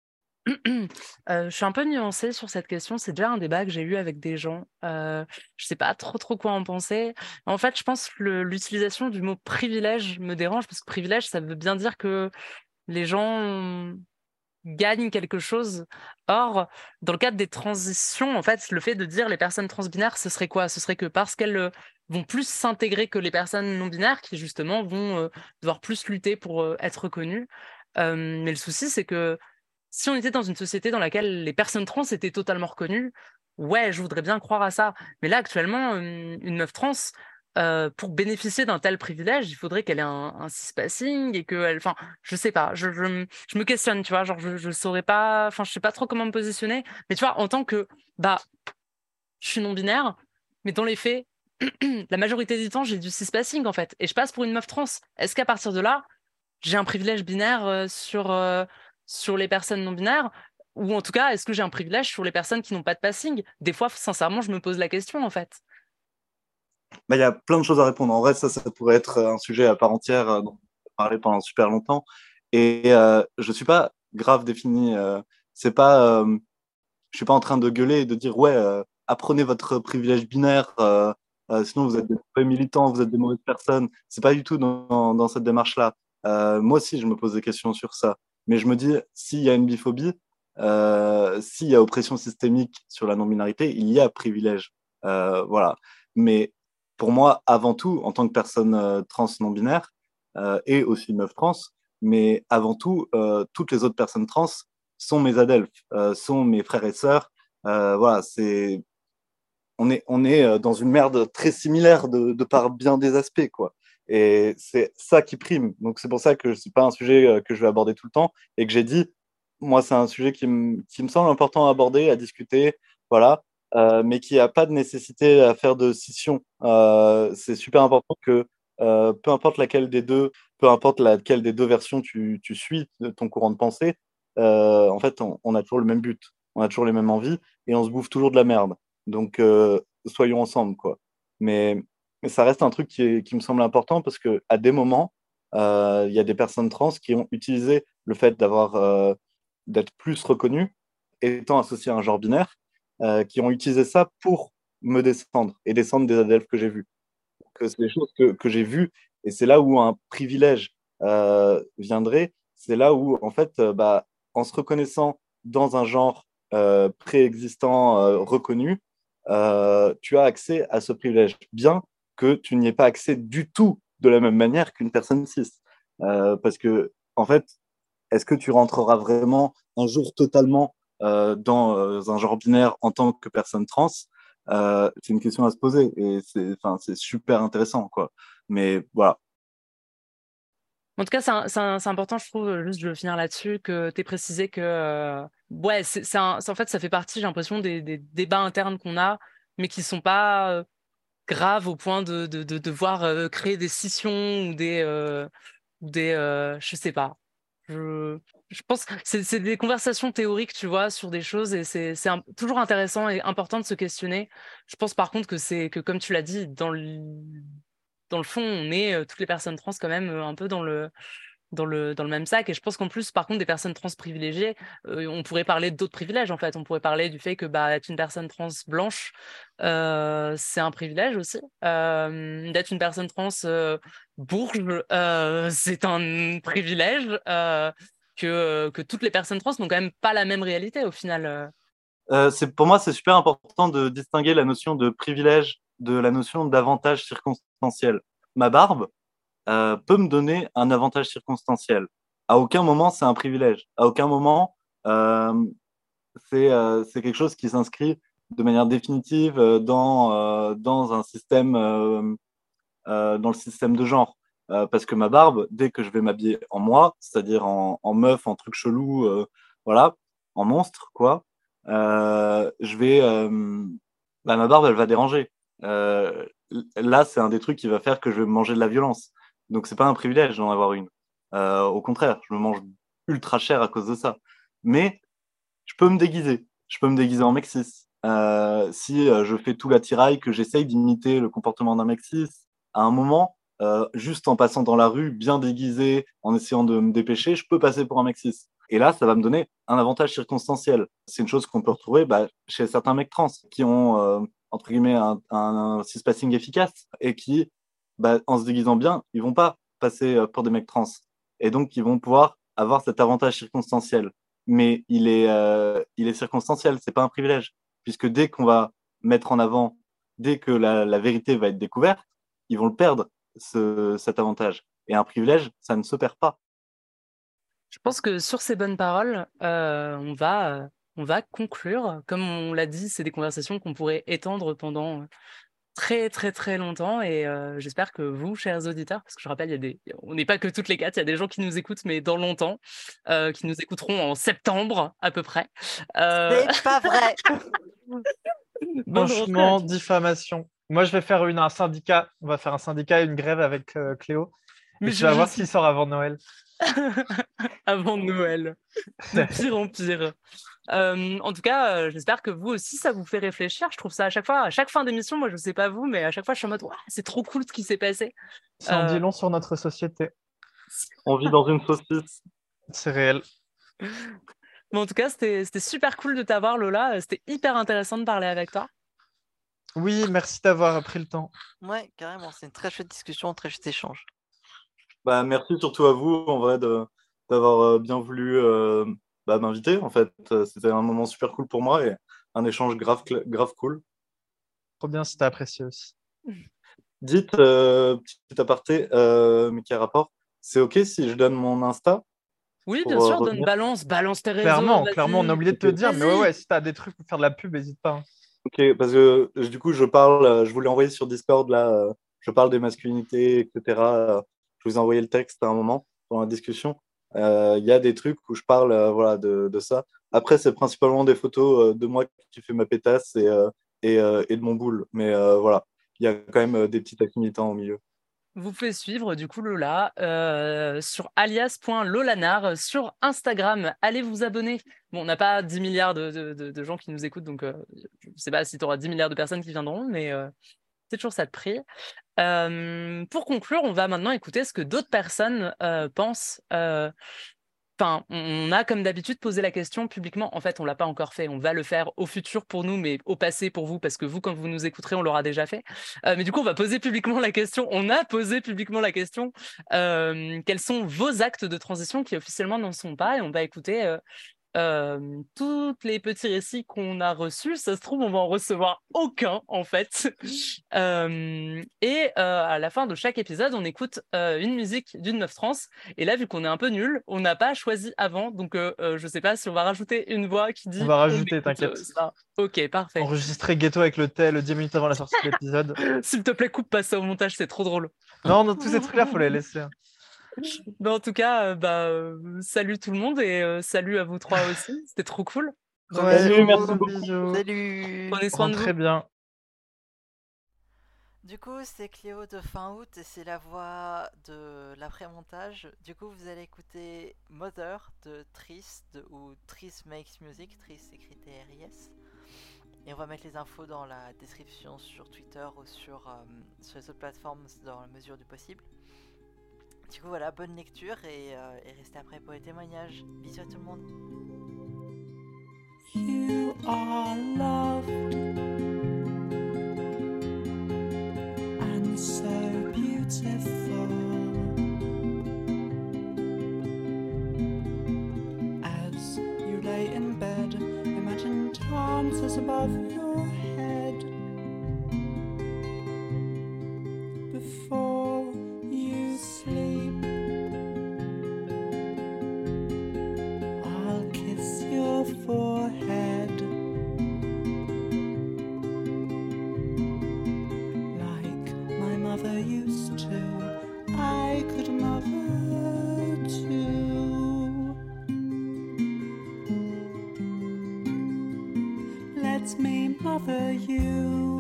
Euh, je suis un peu nuancée sur cette question. C'est déjà un débat que j'ai eu avec des gens. Euh, je sais pas trop trop quoi en penser. En fait, je pense que le- l'utilisation du mot privilège me dérange parce que privilège, ça veut bien dire que les gens gagnent quelque chose. Or, dans le cadre des transitions, en fait, le fait de dire les personnes transbinaires, ce serait quoi? Ce serait que parce qu'elles euh, vont plus s'intégrer que les personnes non binaires, qui justement vont euh, devoir plus lutter pour euh, être reconnues. Euh, mais le souci, c'est que si on était dans une société dans laquelle les personnes trans étaient totalement reconnues, ouais, je voudrais bien croire à ça. Mais là, actuellement, une, une meuf trans, euh, pour bénéficier d'un tel privilège, il faudrait qu'elle ait un, un cispassing et qu'elle, enfin, je sais pas, je, je, me- je me questionne, tu vois, genre, je, je saurais pas, enfin, je sais pas trop comment me positionner. Mais tu vois, en tant que, bah, je suis non-binaire, mais dans les faits, la majorité du temps, j'ai du cispassing, en fait, et je passe pour une meuf trans. Est-ce qu'à partir de là, j'ai un privilège binaire euh, sur, euh, sur les personnes non binaires? Ou en tout cas, est-ce que j'ai un privilège sur les personnes qui n'ont pas de passing? Des fois, sincèrement, je me pose la question, en fait. Bah, il y a plein de choses à répondre. En vrai, ça, ça pourrait être un sujet à part entière euh, dont on peut parler pendant super longtemps. Et euh, je suis pas grave défini. Euh, c'est pas, euh, je suis pas en train de gueuler et de dire ouais, euh, apprenez votre privilège binaire. Euh, euh, sinon, vous êtes des mauvais militants, vous êtes des mauvaises personnes. C'est pas du tout dans, dans cette démarche-là. Euh, moi aussi, je me pose des questions sur ça. Mais je me dis, s'il y a une biphobie, Euh, s'il y a oppression systémique sur la non-binarité, il y a privilège. Euh, voilà. Mais pour moi, avant tout, en tant que personne euh, trans non-binaire euh, et aussi meuf trans, mais avant tout, euh, toutes les autres personnes trans sont mes adelphes, euh, sont mes frères et sœurs. Euh, voilà, c'est on est on est euh, dans une merde très similaire de, de par bien des aspects, quoi. Et c'est ça qui prime. Donc c'est pour ça que c'est pas un sujet euh, que je vais aborder tout le temps et que j'ai dit, moi c'est un sujet qui me qui me semble important à aborder, à discuter, voilà, euh, mais qui a pas de nécessité à faire de scission. Euh, c'est super important que euh, peu importe laquelle des deux, peu importe laquelle des deux versions tu, tu suis de ton courant de pensée, euh, en fait on, on a toujours le même but, on a toujours les mêmes envies et on se bouffe toujours de la merde. Donc euh, soyons ensemble, quoi. Mais mais ça reste un truc qui, est- qui me semble important parce que à des moments, euh, il y a des personnes trans qui ont utilisé le fait d'avoir euh, d'être plus reconnues, étant associées à un genre binaire, euh, qui ont utilisé ça pour me descendre et descendre des adelphes que j'ai vus. Que c'est des choses que, que j'ai vues et c'est là où un privilège euh, viendrait. C'est là où, en fait, euh, bah, en se reconnaissant dans un genre euh, préexistant, euh, reconnu, euh, tu as accès à ce privilège, bien que tu n'y aies pas accès du tout de la même manière qu'une personne cis. Euh, parce que, en fait, est-ce que tu rentreras vraiment un jour totalement euh, dans euh, un genre binaire en tant que personne trans? Euh, c'est une question à se poser et c'est, enfin, c'est super intéressant, quoi. Mais voilà. En tout cas, c'est un- c'est un- c'est important, je trouve, juste je veux finir là-dessus, que tu aies précisé que, euh, ouais, c'est c'est un- c'est- en fait, ça fait partie, j'ai l'impression, des, des débats internes qu'on a, mais qui sont pas euh, graves au point de, de, de devoir euh, créer des scissions ou des, euh, ou des euh, je sais pas. Je, je pense que c'est c'est des conversations théoriques, tu vois, sur des choses et c'est c'est un- toujours intéressant et important de se questionner. Je pense par contre que c'est que, comme tu l'as dit, dans le, dans le fond, on est euh, toutes les personnes trans quand même euh, un peu dans le dans le, dans le même sac. Et je pense qu'en plus, par contre, des personnes trans privilégiées, euh, on pourrait parler d'autres privilèges, en fait. On pourrait parler du fait que bah, être une personne trans blanche, euh, c'est un privilège aussi. Euh, d'être une personne trans euh, bourge, euh, c'est un privilège euh, que, que toutes les personnes trans n'ont quand même pas la même réalité au final. euh. Euh, c'est, pour moi, c'est super important de distinguer la notion de privilège de la notion d'avantage circonstanciel. Ma barbe euh, peut me donner un avantage circonstanciel. À aucun moment, c'est un privilège. À aucun moment, euh, c'est euh, c'est quelque chose qui s'inscrit de manière définitive euh, dans, euh, dans un système, euh, euh, dans le système de genre. Euh, parce que ma barbe, dès que je vais m'habiller en moi, c'est-à-dire en, en meuf, en truc chelou, euh, voilà, en monstre, quoi, euh, je vais, euh, bah, ma barbe, elle va déranger. Euh, là, c'est un des trucs qui va faire que je vais me manger de la violence. Donc, c'est pas un privilège d'en avoir une. Euh, au contraire, je me mange ultra cher à cause de ça. Mais je peux me déguiser. Je peux me déguiser en mec cis. Euh, si euh, je fais tout l'attirail, que j'essaye d'imiter le comportement d'un mec cis, à un moment, euh, juste en passant dans la rue, bien déguisé, en essayant de me dépêcher, je peux passer pour un mec cis. Et là, ça va me donner un avantage circonstanciel. C'est une chose qu'on peut retrouver bah, chez certains mecs trans qui ont, euh, entre guillemets, un, un, un cis-passing efficace et qui, bah, en se déguisant bien, ils vont pas passer euh, pour des mecs trans. Et donc, ils vont pouvoir avoir cet avantage circonstanciel, mais il est, euh, il est circonstanciel, c'est pas un privilège, puisque dès qu'on va mettre en avant, dès que la, la vérité va être découverte, ils vont le perdre, ce, cet avantage. Et un privilège, ça ne se perd pas. Je pense que sur ces bonnes paroles, euh, on va, euh, on va conclure. Comme on l'a dit, c'est des conversations qu'on pourrait étendre pendant euh, très très très longtemps et euh, j'espère que vous, chers auditeurs, parce que je rappelle, il y a des, on n'est pas que toutes les quatre, il y a des gens qui nous écoutent, mais dans longtemps, euh, qui nous écouteront en septembre à peu près. Euh, C'est pas vrai. Bonne rentrée à Franchement, tous. diffamation. Moi, je vais faire une, un syndicat. On va faire un syndicat et une grève avec euh, Cléo. Et Mais tu je, vas je voir ce qui suis sort avant Noël. avant Noël, de pire en pire. Euh, en tout cas, euh, j'espère que vous aussi, ça vous fait réfléchir. Je trouve ça à chaque fois, à chaque fin d'émission, moi je sais pas vous, mais à chaque fois je suis en mode, Ouah, c'est trop cool ce qui s'est passé. Ça en Euh, dit long sur notre société. On vit dans une saucisse. C'est réel. Mais en tout cas, c'était c'était super cool de t'avoir, Lola. C'était hyper intéressant de parler avec toi. Oui, merci d'avoir pris le temps. Ouais, carrément, c'est une très chouette discussion, un très chouette échange. Bah, merci surtout à vous, en vrai, de, d'avoir euh, bien voulu euh, bah, m'inviter. En fait, Euh, c'était un moment super cool pour moi et un échange grave, cl- grave cool. Trop bien si t'as apprécié aussi. Dites, euh, petit aparté, euh, mais qui a rapport, c'est OK si je donne mon Insta Oui, bien pour euh, sûr, donne revenir? balance, balance tes réseaux, Clairement, clairement, on a vas-y. oublié de te Ok. dire, mais ouais, ouais, Vas-y. si t'as des trucs pour faire de la pub, n'hésite pas, hein. Ok, parce que euh, du coup, je parle, euh, je vous l'ai envoyé sur Discord, là, euh, je parle des masculinités, et cetera. euh, Je vous ai envoyé le texte à un moment dans la discussion. Euh, Il y a des trucs où je parle euh, voilà, de, de ça. Après, c'est principalement des photos euh, de moi qui fais ma pétasse et, euh, et, euh, et de mon boule. Mais euh, voilà, il y a quand même euh, des petites actes militants au milieu. Vous pouvez suivre du coup Lola euh, sur alias.lolanar sur Instagram. Allez vous abonner. Bon, on n'a pas dix milliards de, de- de- de gens qui nous écoutent, donc euh, je ne sais pas si tu auras dix milliards de personnes qui viendront, mais euh, c'est toujours ça de prix. Euh, pour conclure, on va maintenant écouter ce que d'autres personnes euh, pensent. euh, Enfin, on a comme d'habitude posé la question publiquement. En fait, on l'a pas encore fait. On va le faire au futur pour nous, mais au passé pour vous, parce que vous, quand vous nous écouterez, on l'aura déjà fait. Euh, mais du coup, on va poser publiquement la question. On a posé publiquement la question. Euh, quels sont vos actes de transition qui officiellement n'en sont pas? Et on va écouter euh, euh, tous les petits récits qu'on a reçus. Ça se trouve, on va en recevoir aucun, en fait. Euh, et euh, à la fin de chaque épisode, on écoute euh, une musique d'une meuf trans. Et là, vu qu'on est un peu nul, on n'a pas choisi avant. Donc, euh, euh, je sais pas si on va rajouter une voix qui dit On va on rajouter, écoute euh, t'inquiète. ça. Ok, parfait. Enregistrer Ghetto avec le tel dix minutes avant la sortie de l'épisode. S'il te plaît, coupe pas ça au montage, c'est trop drôle. Non, non, tous ces trucs-là, faut les laisser, hein. Mais en tout cas, euh, bah, euh, salut tout le monde et euh, salut à vous trois aussi. C'était trop cool. Ouais, Salut, Remercie. merci bisous, beaucoup. bisous. Salut! Prenez soin de vous. Rentrez bien. Du coup, c'est Cléo de fin août et c'est la voix de l'après-montage. Du coup, vous allez écouter Mother de Tris, de, ou Tris Makes Music. Tris écrit T R I S. Et on va mettre les infos dans la description sur Twitter ou sur, euh, sur les autres plateformes dans la mesure du possible. Du coup, voilà, bonne lecture et, euh, et restez après pour les témoignages. Bisous à tout le monde. You are loved and so beautiful as you lay in bed. Imagine dances above your head before you sleep. I'll kiss your forehead like my mother used to. I could mother too. Let me mother you.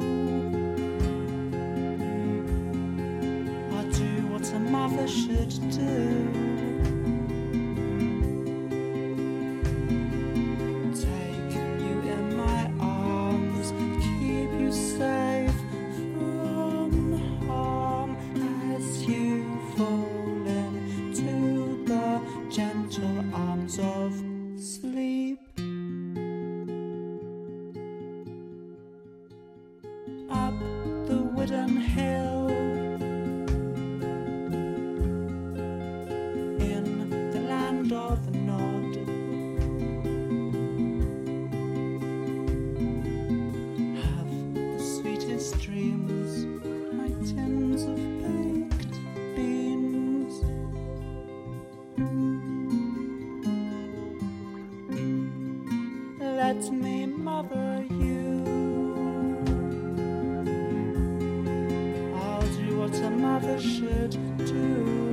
I'll do what a mother should do. Take you in my arms, keep you safe from harm as you fall into the gentle arms of sleep. Up the wooden hill, in the land of Nod, have the sweetest dreams, my tins of baked beans. Let me mother you. I'll do what a mother should do.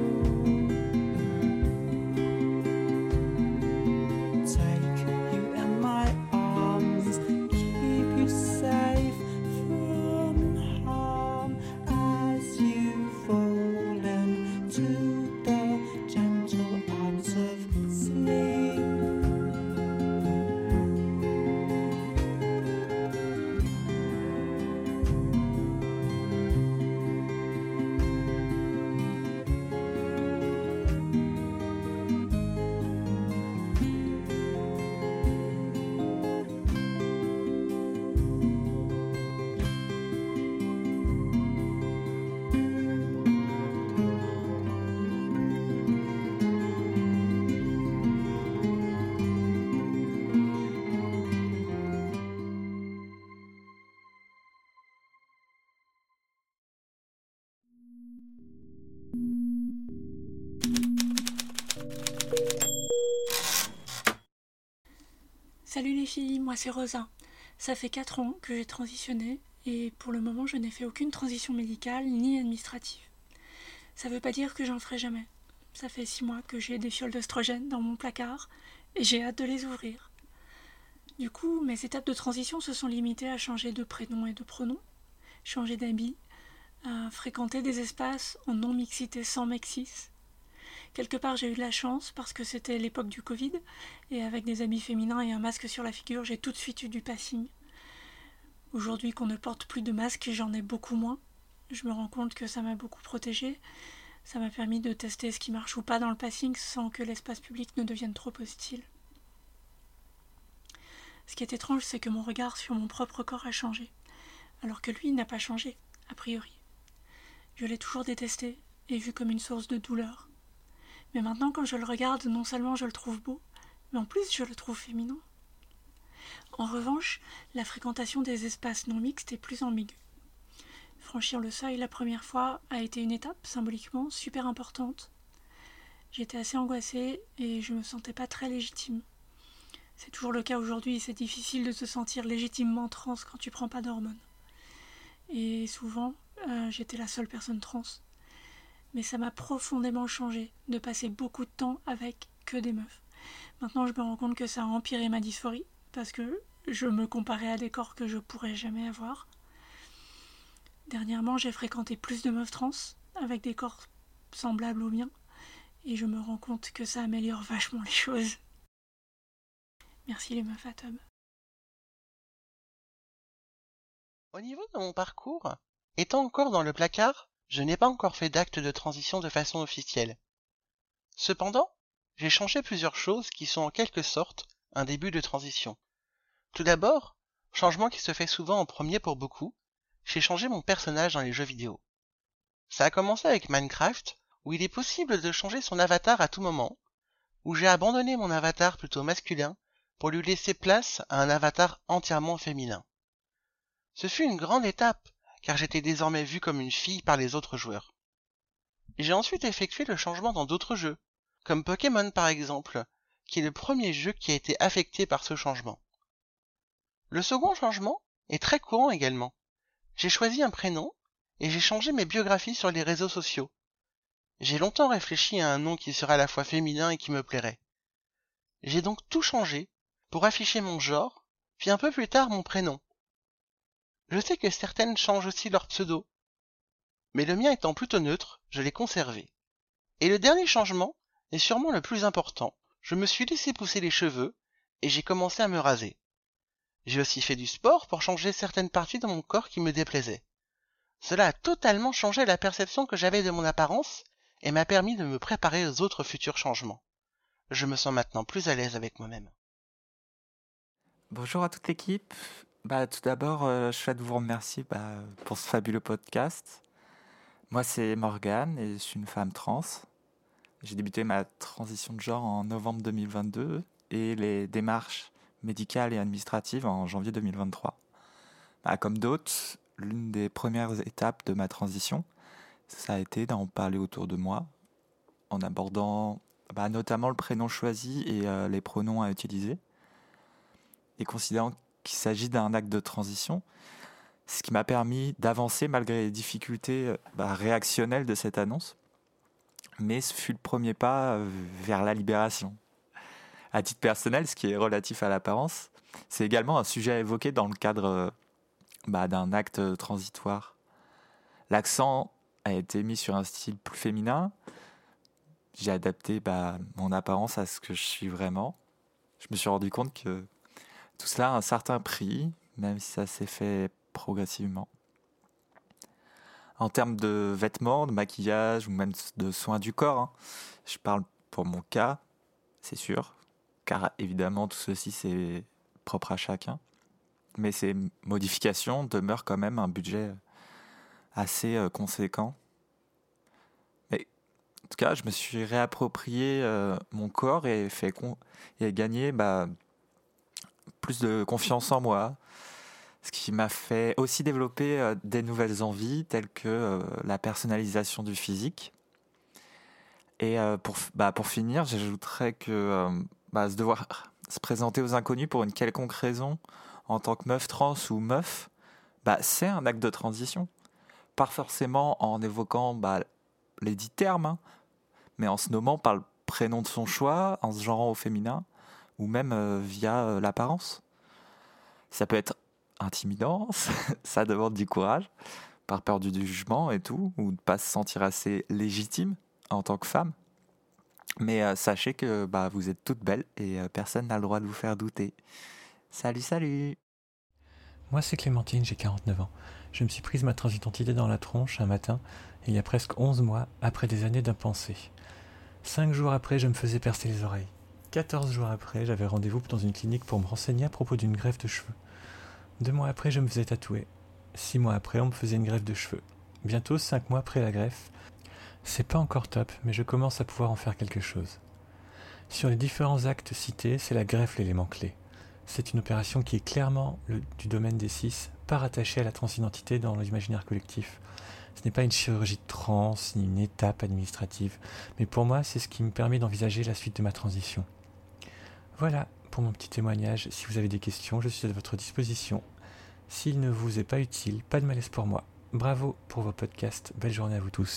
Take you in my arms, keep you safe from harm as you fall into the gentle arms of sleep. Salut les filles, moi c'est Rosa. Ça fait quatre ans que j'ai transitionné et pour le moment je n'ai fait aucune transition médicale ni administrative. Ça veut pas dire que j'en ferai jamais. Ça fait six mois que j'ai des fioles d'oestrogène dans mon placard et j'ai hâte de les ouvrir. Du coup, mes étapes de transition se sont limitées à changer de prénom et de pronom, changer d'habit, à fréquenter des espaces en non-mixité sans mec cis. Quelque part, j'ai eu de la chance parce que c'était l'époque du Covid et avec des habits féminins et un masque sur la figure, j'ai tout de suite eu du passing. Aujourd'hui qu'on ne porte plus de masque, j'en ai beaucoup moins. Je me rends compte que ça m'a beaucoup protégée. Ça m'a permis de tester ce qui marche ou pas dans le passing sans que l'espace public ne devienne trop hostile. Ce qui est étrange, c'est que mon regard sur mon propre corps a changé, alors que lui n'a pas changé, a priori. Je l'ai toujours détesté et vu comme une source de douleur. Mais maintenant, quand je le regarde, non seulement je le trouve beau, mais en plus je le trouve féminin. En revanche, la fréquentation des espaces non mixtes est plus ambiguë. Franchir le seuil la première fois a été une étape, symboliquement, super importante. J'étais assez angoissée et je me sentais pas très légitime. C'est toujours le cas aujourd'hui, c'est difficile de se sentir légitimement trans quand tu prends pas d'hormones. Et souvent, euh, j'étais la seule personne trans. Mais ça m'a profondément changé de passer beaucoup de temps avec que des meufs. Maintenant, je me rends compte que ça a empiré ma dysphorie, parce que je me comparais à des corps que je pourrais jamais avoir. Dernièrement, j'ai fréquenté plus de meufs trans, avec des corps semblables aux miens, et je me rends compte que ça améliore vachement les choses. Merci les meufs à tub. Au niveau de mon parcours, étant encore dans le placard, je n'ai pas encore fait d'acte de transition de façon officielle. Cependant, j'ai changé plusieurs choses qui sont en quelque sorte un début de transition. Tout d'abord, changement qui se fait souvent en premier pour beaucoup, j'ai changé mon personnage dans les jeux vidéo. Ça a commencé avec Minecraft, où il est possible de changer son avatar à tout moment, où j'ai abandonné mon avatar plutôt masculin pour lui laisser place à un avatar entièrement féminin. Ce fut une grande étape, car j'étais désormais vu comme une fille par les autres joueurs. J'ai ensuite effectué le changement dans d'autres jeux, comme Pokémon par exemple, qui est le premier jeu qui a été affecté par ce changement. Le second changement est très courant également. J'ai choisi un prénom et j'ai changé mes biographies sur les réseaux sociaux. J'ai longtemps réfléchi à un nom qui serait à la fois féminin et qui me plairait. J'ai donc tout changé pour afficher mon genre, puis un peu plus tard mon prénom. Je sais que certaines changent aussi leur pseudo, mais le mien étant plutôt neutre, je l'ai conservé. Et le dernier changement est sûrement le plus important. Je me suis laissé pousser les cheveux et j'ai commencé à me raser. J'ai aussi fait du sport pour changer certaines parties de mon corps qui me déplaisaient. Cela a totalement changé la perception que j'avais de mon apparence et m'a permis de me préparer aux autres futurs changements. Je me sens maintenant plus à l'aise avec moi-même. Bonjour à toute l'équipe. Bah, tout d'abord, euh, je souhaite vous remercier bah, pour ce fabuleux podcast. Moi, c'est Morgane et je suis une femme trans. J'ai débuté ma transition de genre en novembre deux mille vingt-deux et les démarches médicales et administratives en janvier deux mille vingt-trois. Bah, comme d'autres, l'une des premières étapes de ma transition, ça a été d'en parler autour de moi, en abordant bah, notamment le prénom choisi et euh, les pronoms à utiliser, et considérant qu'il s'agit d'un acte de transition, ce qui m'a permis d'avancer malgré les difficultés bah, réactionnelles de cette annonce. Mais ce fut le premier pas vers la libération. À titre personnel, ce qui est relatif à l'apparence, c'est également un sujet à évoquer dans le cadre bah, d'un acte transitoire. L'accent a été mis sur un style plus féminin. J'ai adapté bah, mon apparence à ce que je suis vraiment. Je me suis rendu compte que tout cela a un certain prix, même si ça s'est fait progressivement. En termes de vêtements, de maquillage ou même de soins du corps, hein, je parle pour mon cas, c'est sûr, car évidemment tout ceci c'est propre à chacun. Mais ces modifications demeurent quand même un budget assez euh, conséquent. Mais en tout cas, je me suis réapproprié euh, mon corps et fait con- et gagné bah, plus de confiance en moi, ce qui m'a fait aussi développer euh, des nouvelles envies telles que euh, la personnalisation du physique. Et euh, pour, bah, pour finir, j'ajouterais que euh, bah, se, devoir, se présenter aux inconnus pour une quelconque raison, en tant que meuf trans ou meuf, bah, c'est un acte de transition. Pas forcément en évoquant bah, les dix termes, hein, mais en se nommant par le prénom de son choix, en se genrant au féminin, ou même euh, via euh, l'apparence. Ça peut être intimidant, ça demande du courage, par peur du jugement et tout, ou de ne pas se sentir assez légitime en tant que femme. Mais euh, sachez que bah, vous êtes toutes belles et euh, personne n'a le droit de vous faire douter. Salut, salut! Moi, c'est Clémentine, j'ai quarante-neuf ans. Je me suis prise ma transidentité dans la tronche un matin, il y a presque onze mois, après des années d'impensé. Cinq jours après, je me faisais percer les oreilles. Quatorze jours après, j'avais rendez-vous dans une clinique pour me renseigner à propos d'une greffe de cheveux. Deux mois après, je me faisais tatouer. Six mois après, on me faisait une greffe de cheveux. Bientôt cinq mois après la greffe. C'est pas encore top, mais je commence à pouvoir en faire quelque chose. Sur les différents actes cités, c'est la greffe l'élément clé. C'est une opération qui est clairement le, du domaine des cis, pas rattachée à la transidentité dans l'imaginaire collectif. Ce n'est pas une chirurgie de trans, ni une étape administrative, mais pour moi, c'est ce qui me permet d'envisager la suite de ma transition. Voilà pour mon petit témoignage. Si vous avez des questions, je suis à votre disposition. S'il ne vous est pas utile, pas de malaise pour moi. Bravo pour vos podcasts. Belle journée à vous tous.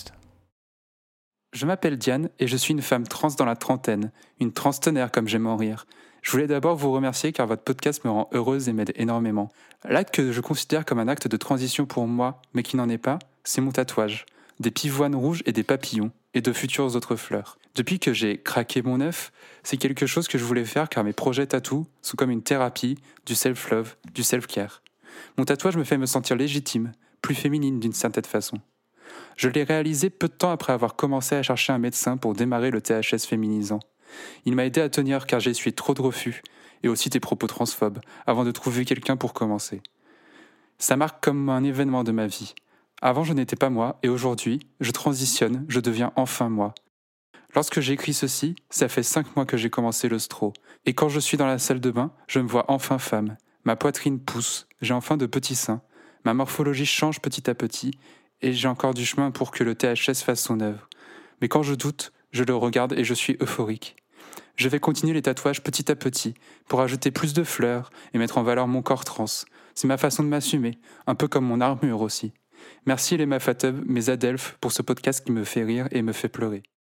Je m'appelle Diane et je suis une femme trans dans la trentaine, une trentenaire comme j'aime en rire. Je voulais d'abord vous remercier car votre podcast me rend heureuse et m'aide énormément. L'acte que je considère comme un acte de transition pour moi, mais qui n'en est pas, c'est mon tatouage. Des pivoines rouges et des papillons, et de futures autres fleurs. Depuis que j'ai craqué mon œuf, c'est quelque chose que je voulais faire car mes projets tatou sont comme une thérapie, du self-love, du self-care. Mon tatouage me fait me sentir légitime, plus féminine d'une certaine façon. Je l'ai réalisé peu de temps après avoir commencé à chercher un médecin pour démarrer le T H S féminisant. Il m'a aidé à tenir car j'ai essuyé trop de refus, et aussi des propos transphobes, avant de trouver quelqu'un pour commencer. Ça marque comme un événement de ma vie. Avant, je n'étais pas moi, et aujourd'hui, je transitionne, je deviens enfin moi. Lorsque j'écris ceci, ça fait cinq mois que j'ai commencé le stro, et quand je suis dans la salle de bain, je me vois enfin femme. Ma poitrine pousse, j'ai enfin de petits seins, ma morphologie change petit à petit, et j'ai encore du chemin pour que le T H S fasse son œuvre. Mais quand je doute, je le regarde et je suis euphorique. Je vais continuer les tatouages petit à petit, pour ajouter plus de fleurs et mettre en valeur mon corps trans. C'est ma façon de m'assumer, un peu comme mon armure aussi. Merci les Mafatub, mes Adelphes, pour ce podcast qui me fait rire et me fait pleurer.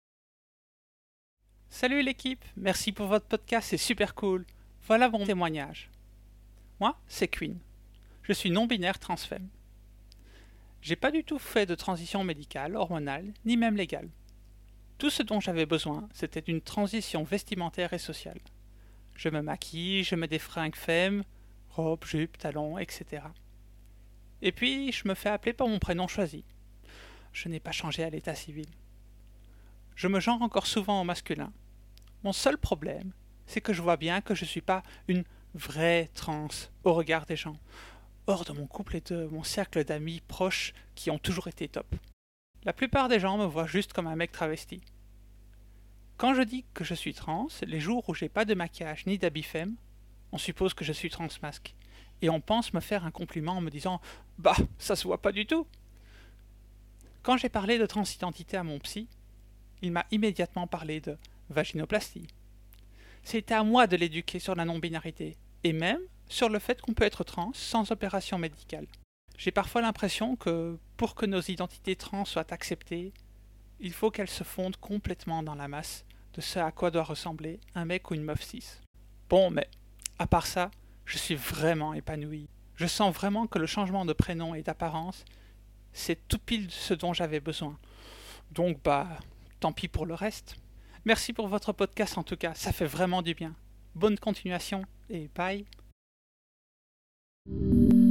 Salut l'équipe, merci pour votre podcast, c'est super cool. Voilà mon témoignage. Moi, c'est Queen. Je suis non-binaire transfemme. J'ai pas du tout fait de transition médicale, hormonale, ni même légale. Tout ce dont j'avais besoin, c'était une transition vestimentaire et sociale. Je me maquille, je mets des fringues femmes, robe, jupe, talons, et cetera. Et puis, je me fais appeler par mon prénom choisi. Je n'ai pas changé à l'état civil. Je me genre encore souvent au masculin. Mon seul problème, c'est que je vois bien que je ne suis pas une vraie trans au regard des gens, hors de mon couple et de mon cercle d'amis proches qui ont toujours été top. La plupart des gens me voient juste comme un mec travesti. Quand je dis que je suis trans, les jours où j'ai pas de maquillage ni d'habit femme, on suppose que je suis transmasque. Et on pense me faire un compliment en me disant « Bah, ça se voit pas du tout !» Quand j'ai parlé de transidentité à mon psy, il m'a immédiatement parlé de vaginoplastie. C'était à moi de l'éduquer sur la non-binarité, et même sur le fait qu'on peut être trans sans opération médicale. J'ai parfois l'impression que, pour que nos identités trans soient acceptées, il faut qu'elles se fondent complètement dans la masse de ce à quoi doit ressembler un mec ou une meuf cis. Bon, mais, à part ça, je suis vraiment épanoui. Je sens vraiment que le changement de prénom et d'apparence, c'est tout pile ce dont j'avais besoin. Donc, bah, tant pis pour le reste. Merci pour votre podcast en tout cas, ça fait vraiment du bien. Bonne continuation et bye.